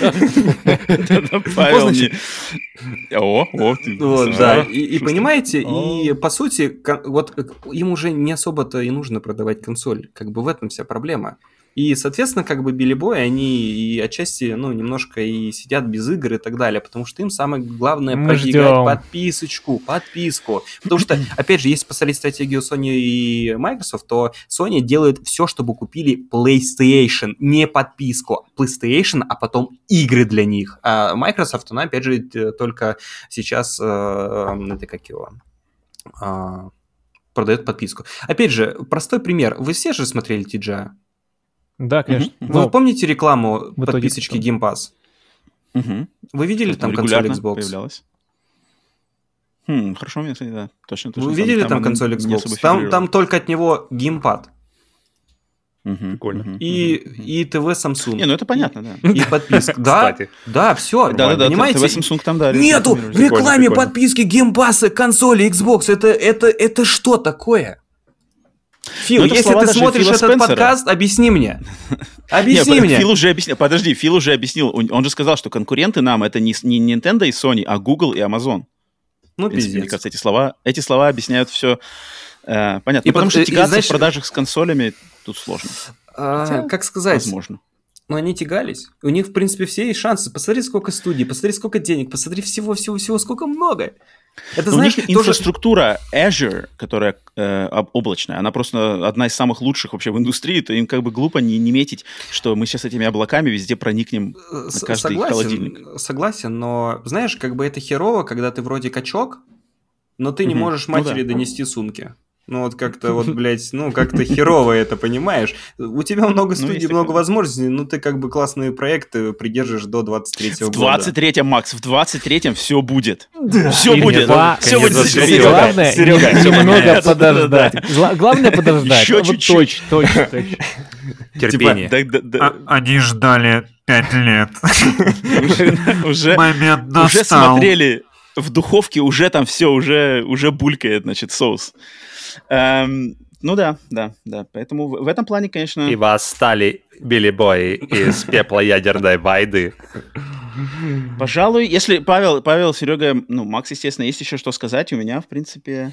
Павел не... О, о, вот, да, и понимаете, и по сути, вот им уже не особо-то и нужно продавать консоль, как бы в этом вся проблема. И, соответственно, как бы Билли Бой, они и отчасти, ну, немножко и сидят без игр и так далее, потому что им самое главное Мы продвигать ждем. подписочку, подписку. Потому что, опять же, если посмотреть стратегию Sony и Microsoft, то Sony делает все, чтобы купили PlayStation, не подписку, PlayStation, а потом игры для них. А Microsoft, она, опять же, только сейчас, это как его... продает подписку. Опять же, простой пример. Вы все же смотрели ти джи ай? Да, конечно. Угу. Вы Но помните рекламу в итоге подписочки Game Pass? Угу. Вы видели там консоль Xbox? Появлялась. Хм, хорошо, мне, кстати, да. Точно, точно. Вы видели там, там консоль Xbox? Там, там только от него геймпад. Угу, Прикольно. Угу, и, угу. и ТВ Samsung. Не, ну это понятно, да. И подписка. Да, да, все. Да, да, понимаете? ТВ Samsung там, да. Нету в рекламе подписки геймпасса консоли Xbox. Это, это, это что такое? Фил, ну, если ты смотришь этот Спенсера. подкаст, объясни мне. Объясни не, мне. Фил уже объяснил. Подожди, Фил уже объяснил. Он же сказал, что конкуренты нам это не, не Nintendo и Sony, а Google и Amazon. Ну, в принципе, пиздец. мне кажется, эти слова, эти слова объясняют все э, понятно. И потому под, что тягаться и, знаешь, в продажах с консолями тут сложно. А, как сказать? Возможно. Но они тягались. У них, в принципе, все есть шансы. Посмотри, сколько студий, посмотри, сколько денег, посмотри всего-всего-всего, сколько много. Это, У знаешь, них тоже... инфраструктура Azure, которая э, об- облачная, она просто одна из самых лучших вообще в индустрии, то им как бы глупо не, не метить, что мы сейчас этими облаками везде проникнем на С- каждый согласен, холодильник. Согласен, но, знаешь, как бы это херово, когда ты вроде качок, но ты не Мгм. можешь Ну матери да. донести сумки. Ну вот как-то вот, блядь, ну как-то херово это, понимаешь? У тебя много Ну, студий, есть много такое. возможностей, но ты как бы классные проекты придержишь до двадцать третьего В года. двадцать третьем, Макс, в двадцать третьем все будет. Да. Все И будет. два- Все конец будет. двадцать Серега, Главное, Серега, не- всё немного поменяется. подождать. Гла- Главное подождать. Еще Вот чуть-чуть. точно, точно, точно. Терпение. Да, да, да. Они ждали пять лет. Уже Момент уже настал. смотрели в духовке, уже там все, уже, уже булькает, значит, соус. Эм, ну да, да, да. Поэтому в, в этом плане, конечно... И восстали билибои из пепла ядерной войны. Пожалуй, если Павел, Павел, Серега, ну, Макс, естественно, есть еще что сказать, у меня, в принципе...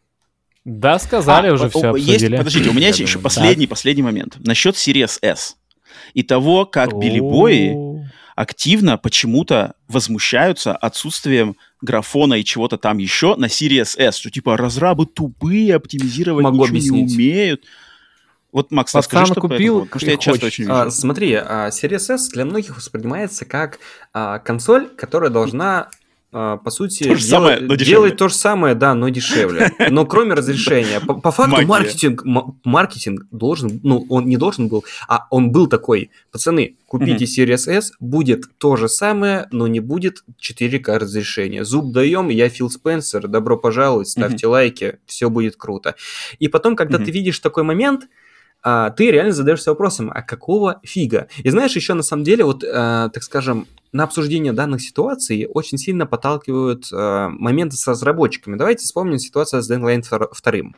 Да, сказали А, уже, о- все о- есть, обсудили. подождите, у меня есть Я еще думаю, последний, последний момент. Насчет Series S. И того, как так. билибои О, активно почему-то возмущаются отсутствием графона и чего-то там еще на Series S, что типа разрабы тупые, оптимизировать Могу ничего объяснить. не умеют. Вот, Макс, Пацан расскажи, что по купил этому, потому что и я часто хочет. очень вижу. А, смотри, а, Series S для многих воспринимается как а, консоль, которая должна, а, по сути, То же делать, самое, но дешевле. делать то же самое, да, но дешевле. Но кроме разрешения. По, по факту Магия. маркетинг, м- маркетинг должен, ну, он не должен был, а он был такой. Пацаны, купите Series S, будет то же самое, но не будет четыре ка разрешения. Зуб даем, я Фил Спенсер, добро пожаловать, ставьте лайки, все будет круто. И потом, когда Мгм. ты видишь такой момент, а, ты реально задаешься вопросом, а какого фига? И знаешь, еще на самом деле, вот, а, так скажем, на обсуждение данных ситуаций очень сильно подталкивают а, моменты с разработчиками. Давайте вспомним ситуацию с Dying Light два.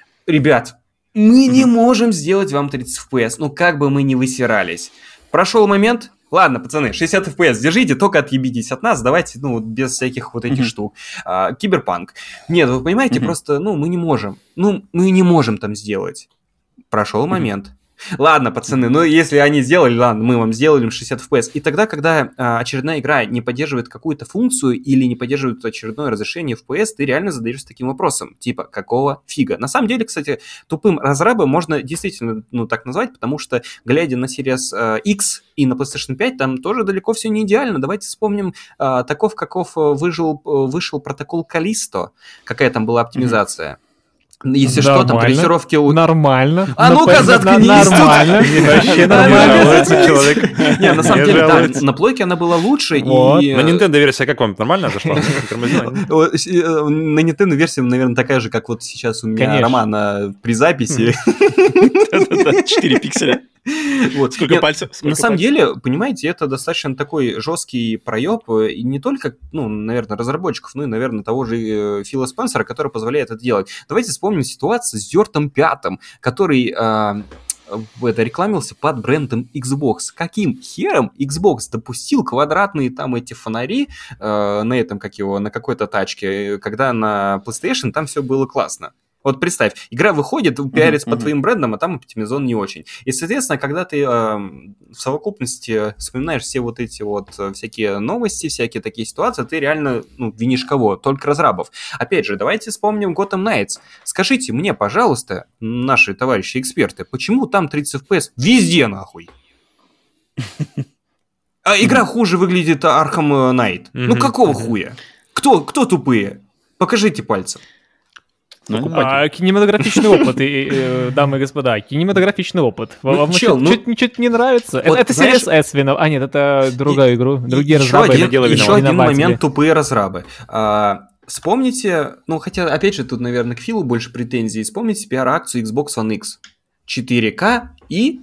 Ребят, мы не можем сделать вам тридцать эф пи эс, ну как бы мы ни высирались. Прошел момент, ладно, пацаны, шестьдесят эф пи эс держите, только отъебитесь от нас, давайте, ну, без всяких вот этих Мгм. штук. А, Киберпанк. Нет, вы понимаете, Мгм. просто, ну, мы не можем. Ну, мы не можем там сделать. Прошел Мгм. момент. Ладно, пацаны, ну если они сделали, ладно, мы вам сделали шестьдесят эф пи эс. И тогда, когда а, очередная игра не поддерживает какую-то функцию или не поддерживает очередное разрешение эф пи эс, ты реально задаешься таким вопросом, типа, какого фига? На самом деле, кстати, тупым разрабом можно действительно, ну, так назвать, потому что, глядя на Series а, X и на PlayStation пять, там тоже далеко все не идеально. Давайте вспомним а, таков, каков а, выжил, а, вышел протокол Калисто, какая там была оптимизация. Если что, там Нормально. корректировки... у- Нормально. А ну-ка, На- на- заткнись тут. Нормально. Вообще Не нормально. жалуется человек. Не, на самом Не деле, да, жалуется. на плойке она была лучше, Вот. и... На Nintendo версия как вам? Нормально зашла? Не тормозила? Вот, э, на Nintendo версия, наверное, такая же, как вот сейчас у меня Конечно. Романа при записи. Да-да-да, четыре пикселя. Вот. Сколько Нет, пальцев? На Сколько самом пальцев? деле, понимаете, это достаточно такой жесткий проеб, э, и не только, ну, наверное, разработчиков, но и, наверное, того же э, Фила Спенсера, который позволяет это делать. Давайте вспомним ситуацию с Дёртом пятым, который а, это рекламился под брендом Xbox. Каким хером Xbox допустил квадратные там эти фонари э, на этом, как его, на какой-то тачке, когда на PlayStation там все было классно. Вот представь, игра выходит, пиарится Мгм, по мгм. твоим брендам, а там оптимизон не очень. И, соответственно, когда ты э, в совокупности вспоминаешь все вот эти вот э, всякие новости, всякие такие ситуации, ты реально, ну, винишь кого? Только разрабов. Опять же, давайте вспомним Gotham Knights. Скажите мне, пожалуйста, наши товарищи-эксперты, почему там тридцать эф пи эс везде, нахуй? А игра хуже выглядит Arkham Knight. Ну, Мгм, какого мгм. хуя? Кто, кто тупые? Покажите пальцем. Ну, А, кинематографичный опыт, и, э, дамы и господа, кинематографичный опыт. Вам Ну, вам чел, ну- что-то ничего не нравится? Вот, это знаешь- Series S виноват. А, нет, это другая игру. Другие еще разрабы один, наделали еще виноваты. один Винователи. момент тупые разрабы. А, вспомните, ну хотя, опять же, тут, наверное, к Филу больше претензий. Вспомните пиар-акцию Xbox One X. четыре ка и,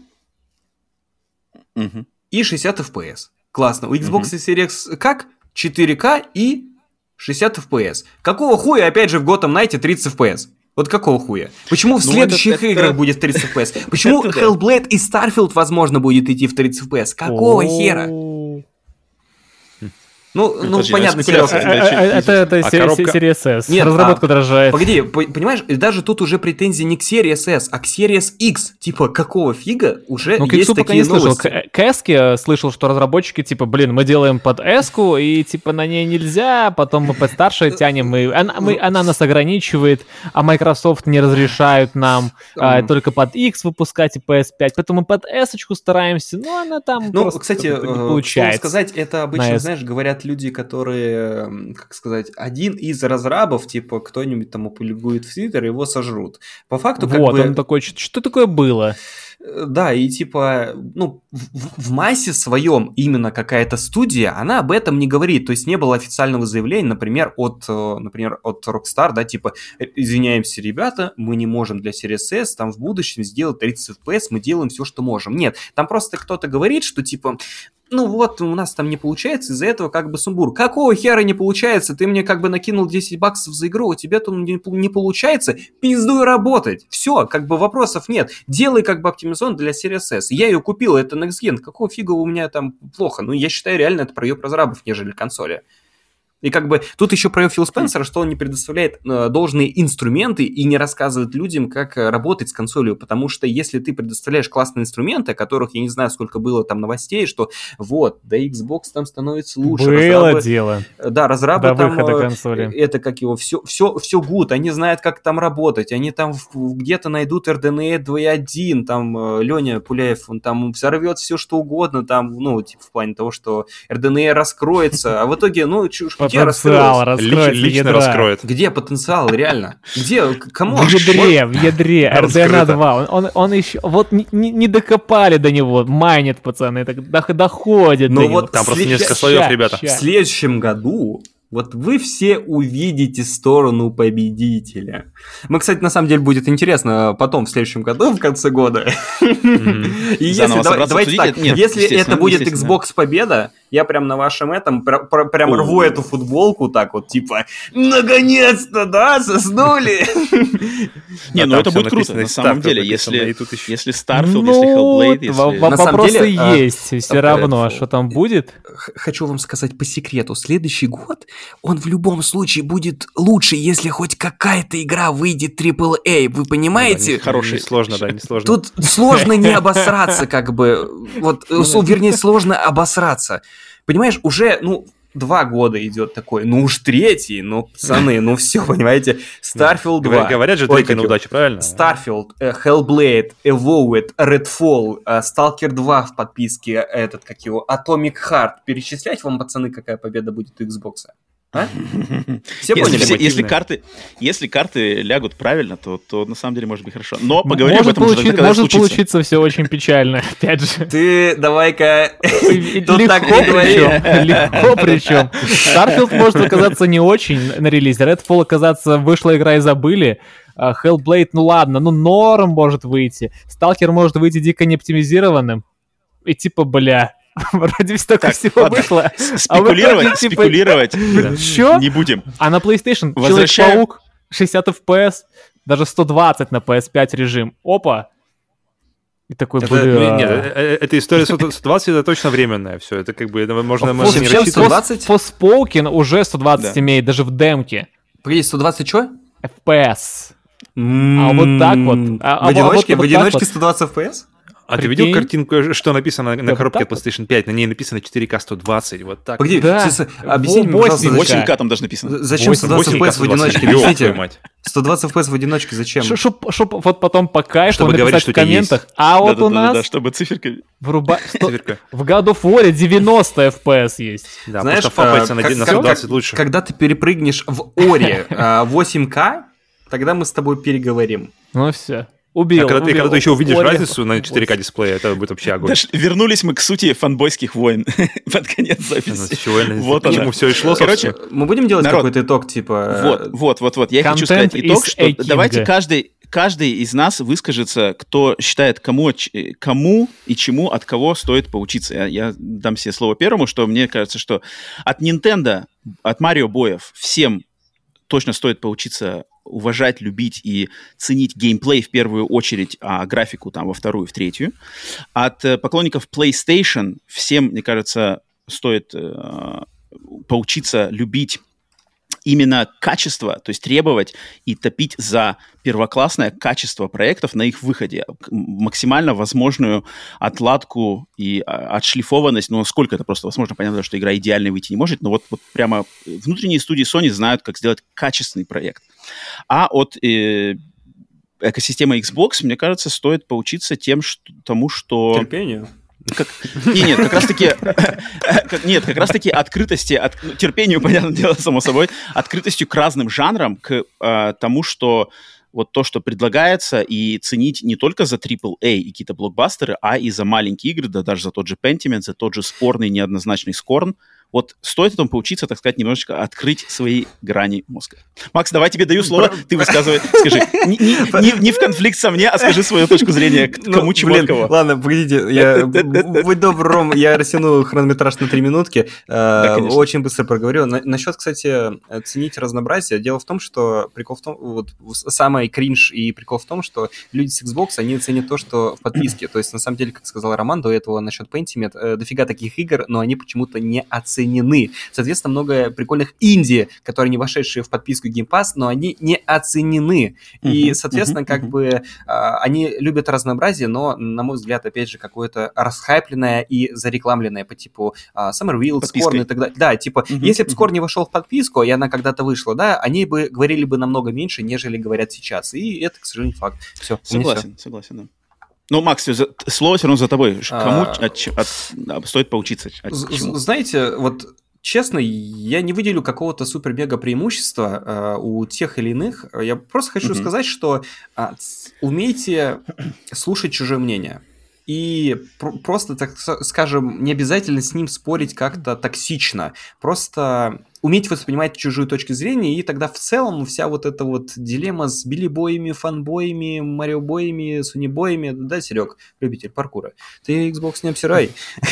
Мгм. и шестьдесят эф пи эс. Классно. У Xbox Series X как? четыре ка и шестьдесят эф пи эс. Какого хуя, опять же, в Gotham Knight тридцать эф пи эс? Вот какого хуя? Почему в Ну, следующих это- это- играх будет тридцать эф пи эс? Почему Это да. Hellblade и Starfield, возможно, будет идти в тридцать эф пи эс? Какого О, хера? Ну, ну подожди, понятно, спекуляция. Серега. Э, э, Это это А се- коробка- се- Series S. Нет, Разработка а, дорожает. Погоди, по- понимаешь, и даже тут уже претензии не к Series S, а к Series X. Типа, какого фига уже Ну, к есть X пока такие не слышал. новости. К, к S слышал, что разработчики, типа, блин, мы делаем под S-ку, и, типа, на ней нельзя, потом мы под старшее тянем, и она, мы, она нас ограничивает, а Microsoft не разрешают нам а, Ам. только под X выпускать и пи эс пять, поэтому мы под S-очку стараемся, но она там Ну, просто кстати, как-то не э, получается. что сказать, это обычно, на S. знаешь, говорят люди, которые, м, как сказать, один из разрабов, типа, кто-нибудь там опубликует в Твиттер, его сожрут. По факту, как Вот, бы... он такой, что, что такое было? Э, Да, и типа, ну, в, в массе своем именно какая-то студия, она об этом не говорит. То есть не было официального заявления, например, от, э, например, от Rockstar, да, типа, «Э, извиняемся, ребята, мы не можем для Series S там в будущем сделать тридцать эф пи эс, мы делаем все, что можем. Нет, там просто кто-то говорит, что типа, ну вот, у нас там не получается, из-за этого как бы сумбур. Какого хера не получается? Ты мне как бы накинул десять баксов за игру, у тебя там не, не получается? Пиздуй работать. Все, как бы вопросов нет. Делай как бы оптимизационно для Series S. Я ее купил, это Next Gen. Какого фига у меня там плохо? Ну, я считаю, реально это проеб разрабов, нежели консоли. И как бы тут еще проеб Фил Спенсера, что он не предоставляет э, должные инструменты и не рассказывает людям, как э, работать с консолью, потому что если ты предоставляешь классные инструменты, о которых я не знаю, сколько было там новостей, что вот, да Xbox там становится лучше. Было разрабы, дело. э, да, разрабы До там, выхода э, консоли. это как его, все, все, все good, они знают, как там работать, они там в- в- где-то найдут эр ди эн эй два точка один, там э, Леня Пуляев, он там взорвет все, что угодно, там, ну, типа в плане того, что эр ди эн эй раскроется, а в итоге, ну, чушь, где Потенциал раскрылось? Лич- раскроется лично ядра. раскроет. Где потенциал, реально? Где? К- Кому? В ядре, в ядре эр ди эн эй Раскрыто. два. Он, он, он еще... Вот не, не- не докопали до него. Майнят, пацаны. Так дох- доходит Ну до вот него. Там просто След- несколько ща, слоев, ребята. В ща. следующем году вот вы все увидите сторону победителя. Мы, кстати, на самом деле будет интересно потом, в следующем году, в конце года. И если, Заново давай- собраться, давайте обсудить так, это? Нет, если естественно, это будет естественно. Xbox победа, я прям на вашем этом пр- пр- прям О. рву эту футболку так вот, типа, наконец-то, да, заснули. Не, А ну там это всё будет круто, написано, на самом Starfield деле, написано, если, и тут ещё- если Starfield, Ну, если Hellblade, во- если... во- На самом вопросы деле, а, есть все а, равно. Redfall. Что там будет? Х- Хочу вам сказать по секрету, следующий год, он в любом случае будет лучше, если хоть какая-то игра выйдет трипл эй, вы понимаете? Хороший. Не сложно, да, не сложно. Тут сложно не обосраться, как бы, вот, э, с- вернее, сложно обосраться. Понимаешь, уже, ну, два года идет такой, ну уж третий, ну, пацаны, ну все, понимаете, Starfield Говоря- два. Говорят же, Ой, третий как на его? удачу, правильно? Starfield, э, Hellblade, Evolved, Redfall, э, Stalker два в подписке, этот, как его, Atomic Heart. Перечислять вам, пацаны, какая победа будет у Xbox? А? Все Если, поняли? все- если, мотивные. карты, если карты лягут правильно, то, то на самом деле может быть хорошо. Но поговорим может об этом уже получи- тогда, когда может случится. получиться все очень печально. Опять же. Ты давай-ка тут так Легко не говори. причем. Легко причем. Starfield может оказаться не очень на релизе. Redfall оказаться вышла игра и забыли. А Hellblade, ну ладно, ну норм может выйти. Stalker может выйти дико неоптимизированным. И типа, бля, вроде столько Так, всего ладно. вышло. Спекулировать, А в итоге, типа, спекулировать Чё? не будем. А на PlayStation Возвращаю- Человек-паук шестьдесят эф пи эс, даже сто двадцать на пи эс пять режим. Опа! И такой, Это, бля... ну, нет, э- э- эта история сто двадцать это точно временная, все, это как бы это можно, Фос- можно не Чем рассчитывать. сто двадцать? Forspoken уже сто двадцать Да. имеет, даже в демке. Погоди, сто двадцать что? эф пи эс. А вот так вот. А- а В одиночке? вот- вот В так одиночке вот. сто двадцать эф пи эс? А ты Прикинь. видел картинку, что написано на, на Да, коробке вот так PlayStation пять? На ней написано четыре ка сто двадцать, вот так. Погоди, Да. с- с- объясни мне, восемь пожалуйста, ка. зачем, восемь ка там даже написано. зачем сто двадцать эф пи эс в одиночке? Ёб твою Объясните. мать. сто двадцать эф пи эс в одиночке зачем? Чтоб, чтоб вот потом по кайфу Чтобы написать говорить, что в у тебя есть. комментах. А вот у Да-да-да-да, нас чтобы циферка... вруба... сто- Циферка. в God of War девяносто эф пи эс есть. Да, Знаешь, просто фапается э, на, как- один- на как- сто двадцать как- лучше. Когда ты перепрыгнешь в Оре э, восемь ка, тогда мы с тобой переговорим. Ну все. Убил. А когда ты, убил. когда ты еще увидишь Ори- разницу на четыре ка дисплее, это будет вообще огонь. Дошли- вернулись мы к сути фанбойских войн под конец Ну, записи. с чего я- Вот к чему она. все и шло, Короче, собственно. Мы будем делать Народ, какой-то итог, типа... Вот, э, вот, вот, вот. Я хочу Content сказать итог, is что a king. давайте каждый, каждый из нас выскажется, кто считает, кому, ч- кому и чему от кого стоит поучиться. Я, я дам себе слово первому, что мне кажется, что от Nintendo, от Марио боев всем точно стоит поучиться уважать, любить и ценить геймплей в первую очередь, а графику там во вторую, в третью. От э, поклонников PlayStation всем, мне кажется, стоит э, поучиться любить именно качество, то есть требовать и топить за первоклассное качество проектов на их выходе, максимально возможную отладку и отшлифованность, ну, насколько это просто возможно. Понятно, что игра идеально выйти не может, но вот, вот прямо внутренние студии Sony знают, как сделать качественный проект. А от э, экосистемы Xbox, мне кажется, стоит поучиться тем, что, тому, что... Терпению. Как... Не, нет, как раз-таки... Нет, как раз-таки открытости, от... ну, терпению, понятное дело, само собой, открытостью к разным жанрам, к э, тому, что вот то, что предлагается, и ценить не только за трипл эй и какие-то блокбастеры, а и за маленькие игры, да даже за тот же Pentiment, за тот же спорный неоднозначный Scorn. Вот стоит этому поучиться, так сказать, немножечко открыть свои грани мозга. Макс, давай тебе даю слово, ты высказывай, скажи, не, не, не, не в конфликт со мной, а скажи свою точку зрения, к кому, ну, чего, блин, от кого. Ладно, погодите, я, будь добр, Ром, я растяну хронометраж на три минутки, да, очень быстро проговорю. На, насчет, кстати, ценить разнообразие, дело в том, что прикол в том, вот самый кринж и прикол в том, что люди с Xbox, они ценят то, что в подписке, то есть, на самом деле, как сказал Роман до этого насчет Pentiment, дофига таких игр, но они почему-то не оценены. Соответственно, много прикольных инди, которые не вошедшие в подписку Game Pass, но они не оценены. Uh-huh, и, соответственно, uh-huh, как uh-huh. бы а, они любят разнообразие, но, на мой взгляд, опять же, какое-то расхайпленное и зарекламленное по типу а, Summerville, Scorn и так далее. Да, типа, uh-huh, если бы Scorn uh-huh. не вошел в подписку, и она когда-то вышла, да, они бы говорили бы намного меньше, нежели говорят сейчас. И это, к сожалению, факт. Все, согласен, согласен, да. Ну, Макс, слово все равно за тобой. Кому а... от, от, стоит поучиться? От Знаете, вот честно, я не выделю какого-то супер-мега преимущества э, у тех или иных. Я просто хочу mm-hmm. сказать, что э, умейте слушать чужое мнение. И пр- просто, так скажем, не обязательно с ним спорить как-то токсично. Просто уметь воспринимать чужую точку зрения, и тогда в целом вся вот эта вот дилемма с билли-боями, фан-боями, марио-боями, суни-боями, да, Серег, любитель паркура, ты Xbox не обсирай.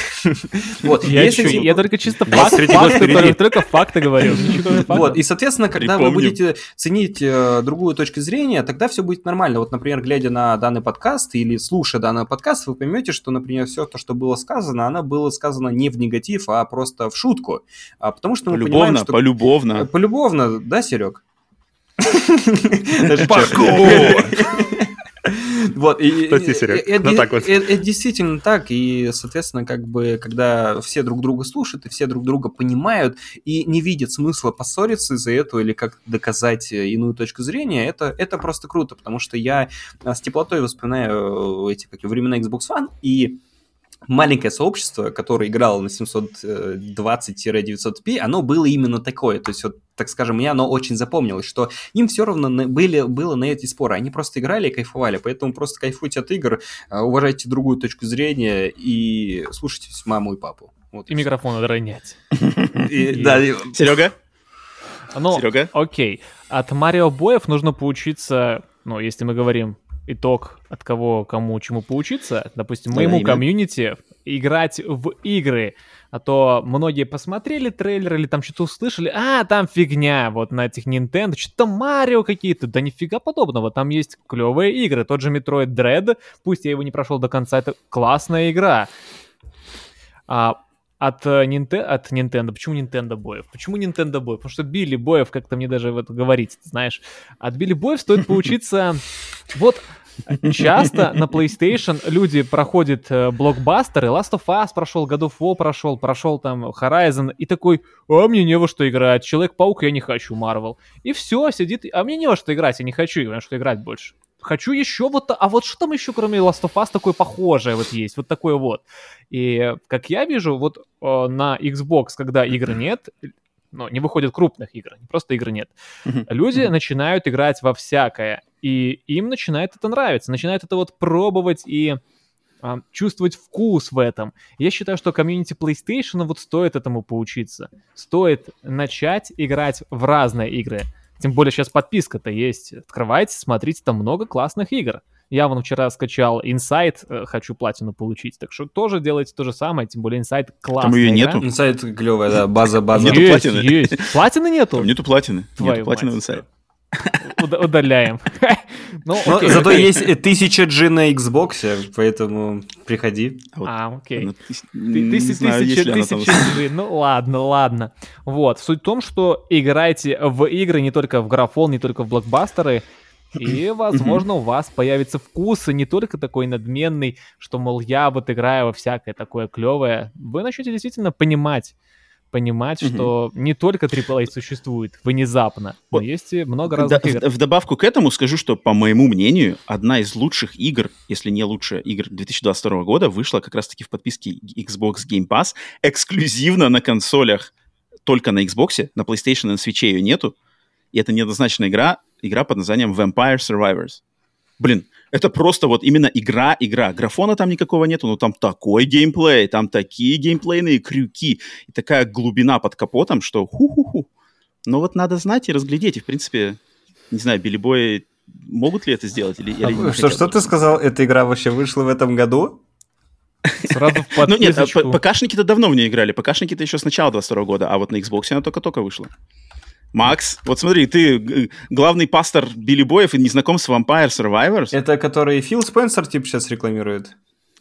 Вот, я только чисто факты, только факты говорю. Вот, и, соответственно, когда вы будете ценить другую точку зрения, тогда все будет нормально. Вот, например, глядя на данный подкаст или слушая данный подкаст, вы поймете, что, например, все то, что было сказано, оно было сказано не в негатив, а просто в шутку. Потому что мы понимаем, что... Полюбовно. Полюбовно, да, Серег? Паркур! Вот, и это действительно так, и, соответственно, как бы, когда все друг друга слушают, и все друг друга понимают, и не видят смысла поссориться из-за этого, или как доказать иную точку зрения, это, это просто круто, потому что я с теплотой вспоминаю эти как, времена Xbox One, и маленькое сообщество, которое играло на семьсот двадцать девятьсот пи, оно было именно такое. То есть, вот, так скажем, мне оно очень запомнилось, что им все равно были, было на эти споры. Они просто играли и кайфовали. Поэтому просто кайфуйте от игр, уважайте другую точку зрения и слушайтесь маму и папу. Вот и, и микрофон отронять. Серега? Ну, окей. От Марио боев нужно поучиться, ну, если мы говорим итог, от кого, кому, чему поучиться, допустим, моему да, комьюнити, играть в игры, а то многие посмотрели трейлер или там что-то услышали, а, там фигня, вот на этих Nintendo, что-то Марио какие-то, да нифига подобного, там есть клевые игры, тот же Metroid Dread, пусть я его не прошел до конца, это классная игра. А От, Ninte- от Nintendo. Почему Nintendo боев? Почему Nintendo боев? Потому что Билли боев, как-то мне даже в это говорить, знаешь. От Билли боев стоит поучиться... Вот часто на PlayStation люди проходят блокбастеры, Last of Us прошел, God of War прошел, прошел там Horizon, и такой, а мне не во что играть, Человек-паук я не хочу, Marvel. И все, сидит, а мне не во что играть, я не хочу, потому что играть больше. Хочу еще вот... А вот что там еще, кроме Last of Us, такое похожее вот есть? Вот такое вот. И, как я вижу, вот э, на Xbox, когда игр нет, ну, не выходят крупных игр, просто игр нет, люди начинают играть во всякое, и им начинает это нравиться, начинают это вот пробовать и э, чувствовать вкус в этом. Я считаю, что комьюнити PlayStation вот стоит этому поучиться. Стоит начать играть в разные игры. Тем более сейчас подписка-то есть. Открывайте, смотрите, там много классных игр. Я вон вчера скачал Inside, э, хочу платину получить. Так что тоже делайте то же самое, тем более Inside классная. Там ее нету? Inside клевая, да, база-база. Нету платины. Есть. Платины нету? Там нету платины. Нету платины в Inside. Уда- Удаляем. Ну, Но окей. зато есть тысяча джи на Xbox, поэтому приходи. Вот. А, окей. Ну, тыс- Ты- не Тысяча, знаю, есть тысяча, ли она там. тысяча джи. Ну ладно, ладно. Вот. Суть в том, что играйте в игры не только в графон, не только в блокбастеры, и, возможно, у вас появится вкус, и не только такой надменный, что, мол, я вот играю во всякое такое клевое. Вы начнете действительно понимать, понимать, Мгм. что не только трипл эй существует внезапно, но Вот. есть и много Да, разных игр. в, в добавку к этому скажу, что, по моему мнению, одна из лучших игр, если не лучшая игр две тысячи двадцать второго года, вышла как раз-таки в подписке Xbox Game Pass эксклюзивно на консолях, только на Xbox, на PlayStation и на Switch ее нету. И это неоднозначная игра, игра под названием Vampire Survivors. Блин, это просто вот именно игра-игра. Графона там никакого нету, но там такой геймплей, там такие геймплейные крюки и такая глубина под капотом, что ху-ху-ху. Но вот надо знать и разглядеть. И, в принципе, не знаю, Билли Бой могут ли это сделать? Или, или не А Что, хотят что ты даже? сказал, эта игра вообще вышла в этом году? Сразу в Ну нет, а подписочку. п- ПКшники-то давно в нее играли. ПКшники-то еще с начала двадцать второго года, а вот на Xbox она только-только вышла. Макс, вот смотри, ты г- главный пастор Билли Боев и не знаком с Vampire Survivors? Это который Фил Спенсер типа сейчас рекламирует?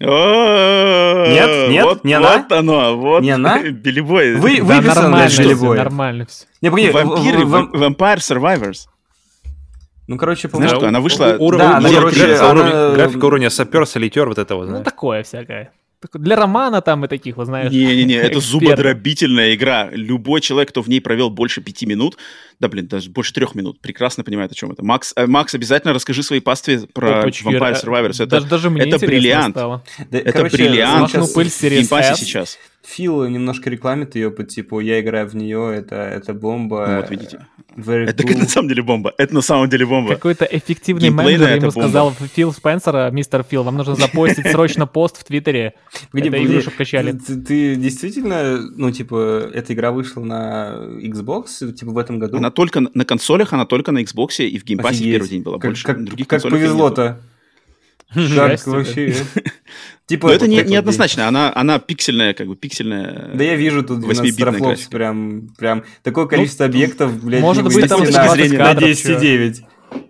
Нет, нет, не она? Вот оно, вот Не она? Билли Бой. Вы, Да, выписан, нормально блядь, Билли всё, Бой. нормально все. Не, погоди, в- Вампиры, в- в- Vam- Vampire Survivors. Ну, короче, Знаешь, по-моему... что она вышла... У- уровень- Да, она, уровень- короче, графика, она- уровень- графика уровня сапер, солитер, вот это вот, Ну, знаешь. такое всякое. Так- Для романа там и таких, вот знаешь. Не-не-не, это экспертов. зубодробительная игра. Любой человек, кто в ней провел больше пяти минут, да, блин, даже больше трех минут, прекрасно понимает, о чем это. Макс, э, Макс, обязательно расскажи своей пастве про Опачки, Vampire э, Survivors. Это, даже, даже мне это интересно бриллиант. стало. Да, Это короче, бриллиант смахну сейчас пыль с в Series геймпассе S. сейчас. Фил немножко рекламит ее по типу «я играю в нее, это, это бомба». Ну, вот видите. Very Это cool. на самом деле бомба. Это на самом деле бомба. Какой-то эффективный Геймплейная менеджер это ему бомба. сказал Фил Спенсера, мистер Фил, вам нужно запостить срочно пост в Твиттере. Погоди, Это погоди, игру, чтоб качали. Ты, ты действительно, ну, типа, эта игра вышла на Xbox, типа, в этом году? Она только на- на консолях, она только на Xbox и в геймпассе в Офигеть. первый день была. Как, Больше как, других как консолей нету. повезло-то. Как Счастье. вообще. Типа, Но это не, как вот неоднозначно, она, она пиксельная, как бы пиксельная. Да я вижу тут двенадцать восьмибитная трафлопс, графика. прям, прям такое количество объектов, блядь, может не быть, там вынести двадцать на, кадров, на десять и чё. девять.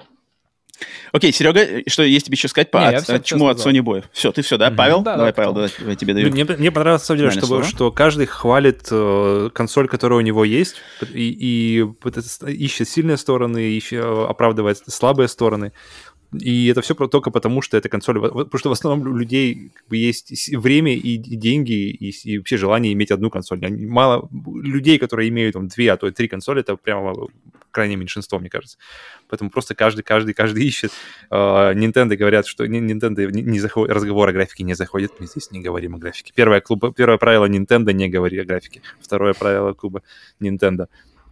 Окей, Серега, что есть тебе еще сказать по Не, я от- всё- от всё чему от сказал. Sony Boy? Все, ты все, да, Мгм. Павел? Да, Давай, да, Павел, сказал. давай, я тебе даю. Мне, мне понравилось, на самом деле, Финальное что, слово. что каждый хвалит э, консоль, которая у него есть, и, и вот это с- ищет сильные стороны, ищет, э, оправдывает слабые стороны. И это все только потому, что эта консоль... вот- Потому что в основном у людей как бы есть с- время и, и деньги, и, с- и вообще желание иметь одну консоль. Они- Мало людей, которые имеют там, две, а то и три консоли, это прямо крайнее меньшинство, мне кажется. Поэтому просто каждый, каждый, каждый ищет. Э, Nintendo говорят, что ни- Nintendo не, не заходит, разговор о графике не заходит. Мы здесь не говорим о графике. Первое, клуба, первое правило Nintendo — не говори о графике. Второе правило клуба Nintendo.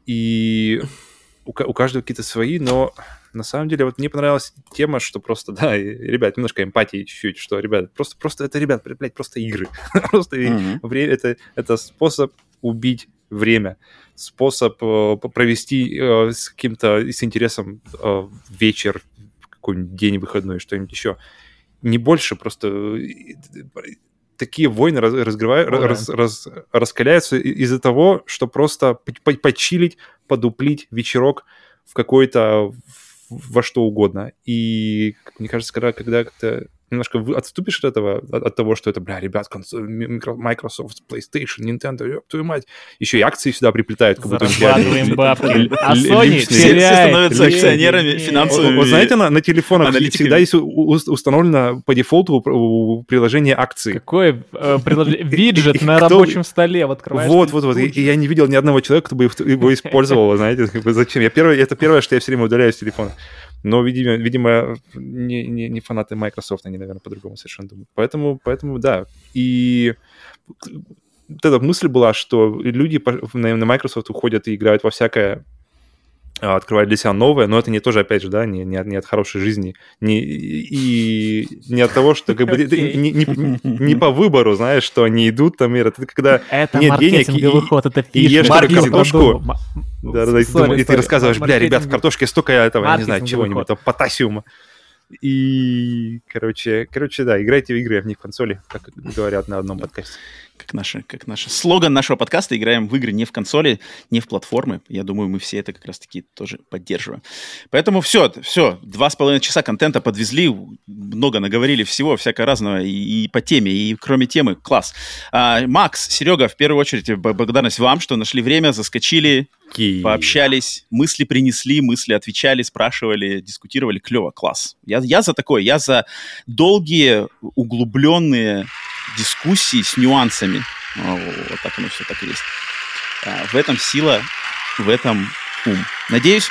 И у, ка- у каждого какие-то свои, но на самом деле вот мне понравилась тема, что просто, да, и, ребят, немножко эмпатии чуть-чуть, что, ребят, просто, просто это, ребят, блядь, просто игры. Просто и Мгм. вре- это, это способ убить время, способ э, п- провести э, с каким-то, с интересом э, вечер, какой-нибудь день выходной, что-нибудь еще. Не больше, просто э, такие войны раз- разгревают, О, да. раз- раз- раскаляются и- из-за того, что просто по- по- почилить, подуплить вечерок в какой-то в- во что угодно. И как мне кажется, когда, когда как-то немножко вы- отступишь от этого, от, от того, что это, бля, ребят, конс- микро- Microsoft, PlayStation, Nintendo, ёб твою мать, еще и акции сюда приплетают, как будто у них Зарабатываем реально бабки. ли- А ли- Sony личные. Все, все теряет. становятся Личные. акционерами Не, финансовыми. Вот знаете, на, на телефонах аналитиками. всегда есть у- у- установлено по дефолту у, у приложения акции. Какой э, приложение? Виджет И на кто- рабочем столе. Вот открываешь. Вот, ты вот, вот. И, тут и же. я не видел ни одного человека, кто бы его- его использовал, знаете, как бы зачем. Я первый, это первое, что я все время удаляю с телефона. Но, видимо, видимо не, не, не фанаты Microsoft, они, наверное, по-другому совершенно думают. Поэтому, поэтому да. И вот эта мысль была, что люди по- на, на Microsoft уходят и играют во всякое, а, открывают для себя новое, но это не тоже, опять же, да, не, не, от, не от хорошей жизни, не, и не от того, что как бы Окей. не, не- не по выбору, знаешь, что они идут там, и это когда Это нет денег, маркетинговый и- ход, это и фишка. ешь только Маркетинг картошку. продумал. Ма- Да, да, да, и, Sorry, думаю- и ты sorry. рассказываешь, бля, ребят, в Маркетинговый- картошке столько этого, я не знаю, Маркетинговый чего-нибудь, ход. там, потасиума. И, короче, короче, да, играйте в игры, а не в консоли, как говорят на одном подкасте. как наш, как наш слоган нашего подкаста, играем в игры не в консоли, не в платформы. Я думаю, мы все это как раз-таки тоже поддерживаем. Поэтому все, все, два с половиной часа контента подвезли, много наговорили всего, всякого разного, и, и по теме, и кроме темы, класс. А, Макс, Серега, в первую очередь, благодарность вам, что нашли время, заскочили, Ки. пообщались, мысли принесли, мысли отвечали, спрашивали, дискутировали, клево, класс. Я, я за такое, я за долгие, углубленные дискуссии с нюансами. О, вот так оно все так и есть. А, в этом сила, в этом ум. Надеюсь,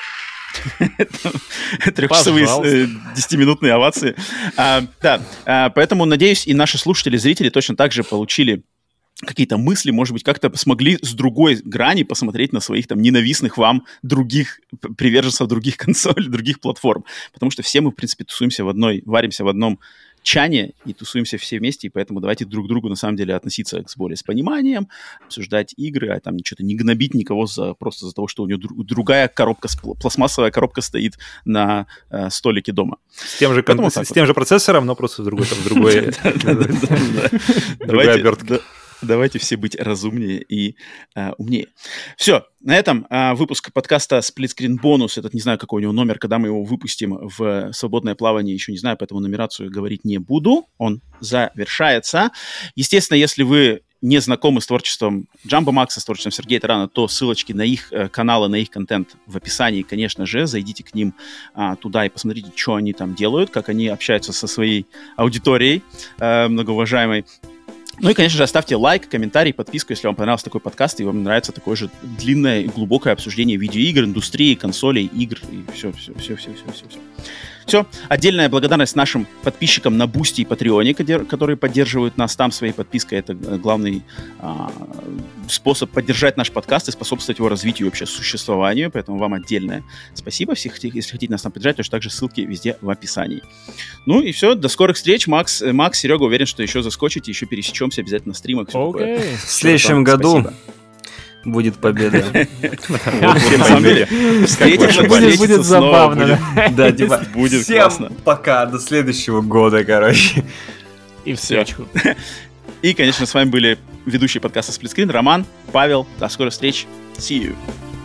трехчасовые десятиминутные овации. А, да, а, поэтому, надеюсь, и наши слушатели, зрители точно так же получили какие-то мысли, может быть, как-то смогли с другой грани посмотреть на своих там ненавистных вам других приверженцев других консолей, других платформ. Потому что все мы, в принципе, тусуемся в одной, варимся в одном чане и тусуемся все вместе, и поэтому давайте друг к другу, на самом деле, относиться с более с пониманием, обсуждать игры, а там что-то не гнобить никого за, просто за того, что у него друг, другая коробка, пластмассовая коробка стоит на э, столике дома. С тем же, кон- с, с тем же процессором, но просто в другой, там, в другой, другой обертке. Давайте все быть разумнее и э, умнее. Все, на этом э, выпуск подкаста Split Screen Bonus. Этот, не знаю, какой у него номер, когда мы его выпустим в свободное плавание, еще не знаю, поэтому нумерацию говорить не буду. Он завершается. Естественно, если вы не знакомы с творчеством Джамбо Макса, с творчеством Сергея Тарана, то ссылочки на их э, каналы, на их контент в описании, конечно же. Зайдите к ним э, туда и посмотрите, что они там делают, как они общаются со своей аудиторией э, многоуважаемой. Ну и, конечно же, оставьте лайк, комментарий, подписку, если вам понравился такой подкаст, и вам нравится такое же длинное и глубокое обсуждение видеоигр, индустрии, консолей, игр, и все, все, все, все, все, все, все. Все. Отдельная благодарность нашим подписчикам на Бусти и Патреоне, которые поддерживают нас там своей подпиской. Это главный а, способ поддержать наш подкаст и способствовать его развитию и вообще существованию. Поэтому вам отдельное спасибо. Всех, если хотите нас там поддержать, то также ссылки везде в описании. Ну и все. До скорых встреч. Макс, Макс, Серега, уверен, что еще заскочите, еще пересечемся обязательно на стримах. Okay. В следующем году будет победа. На самом деле, будет забавно. Да, типа, будет классно. Пока, до следующего года, короче. И все. И, конечно, с вами были ведущие подкаста Split Screen Роман, Павел. До скорых встреч. See you.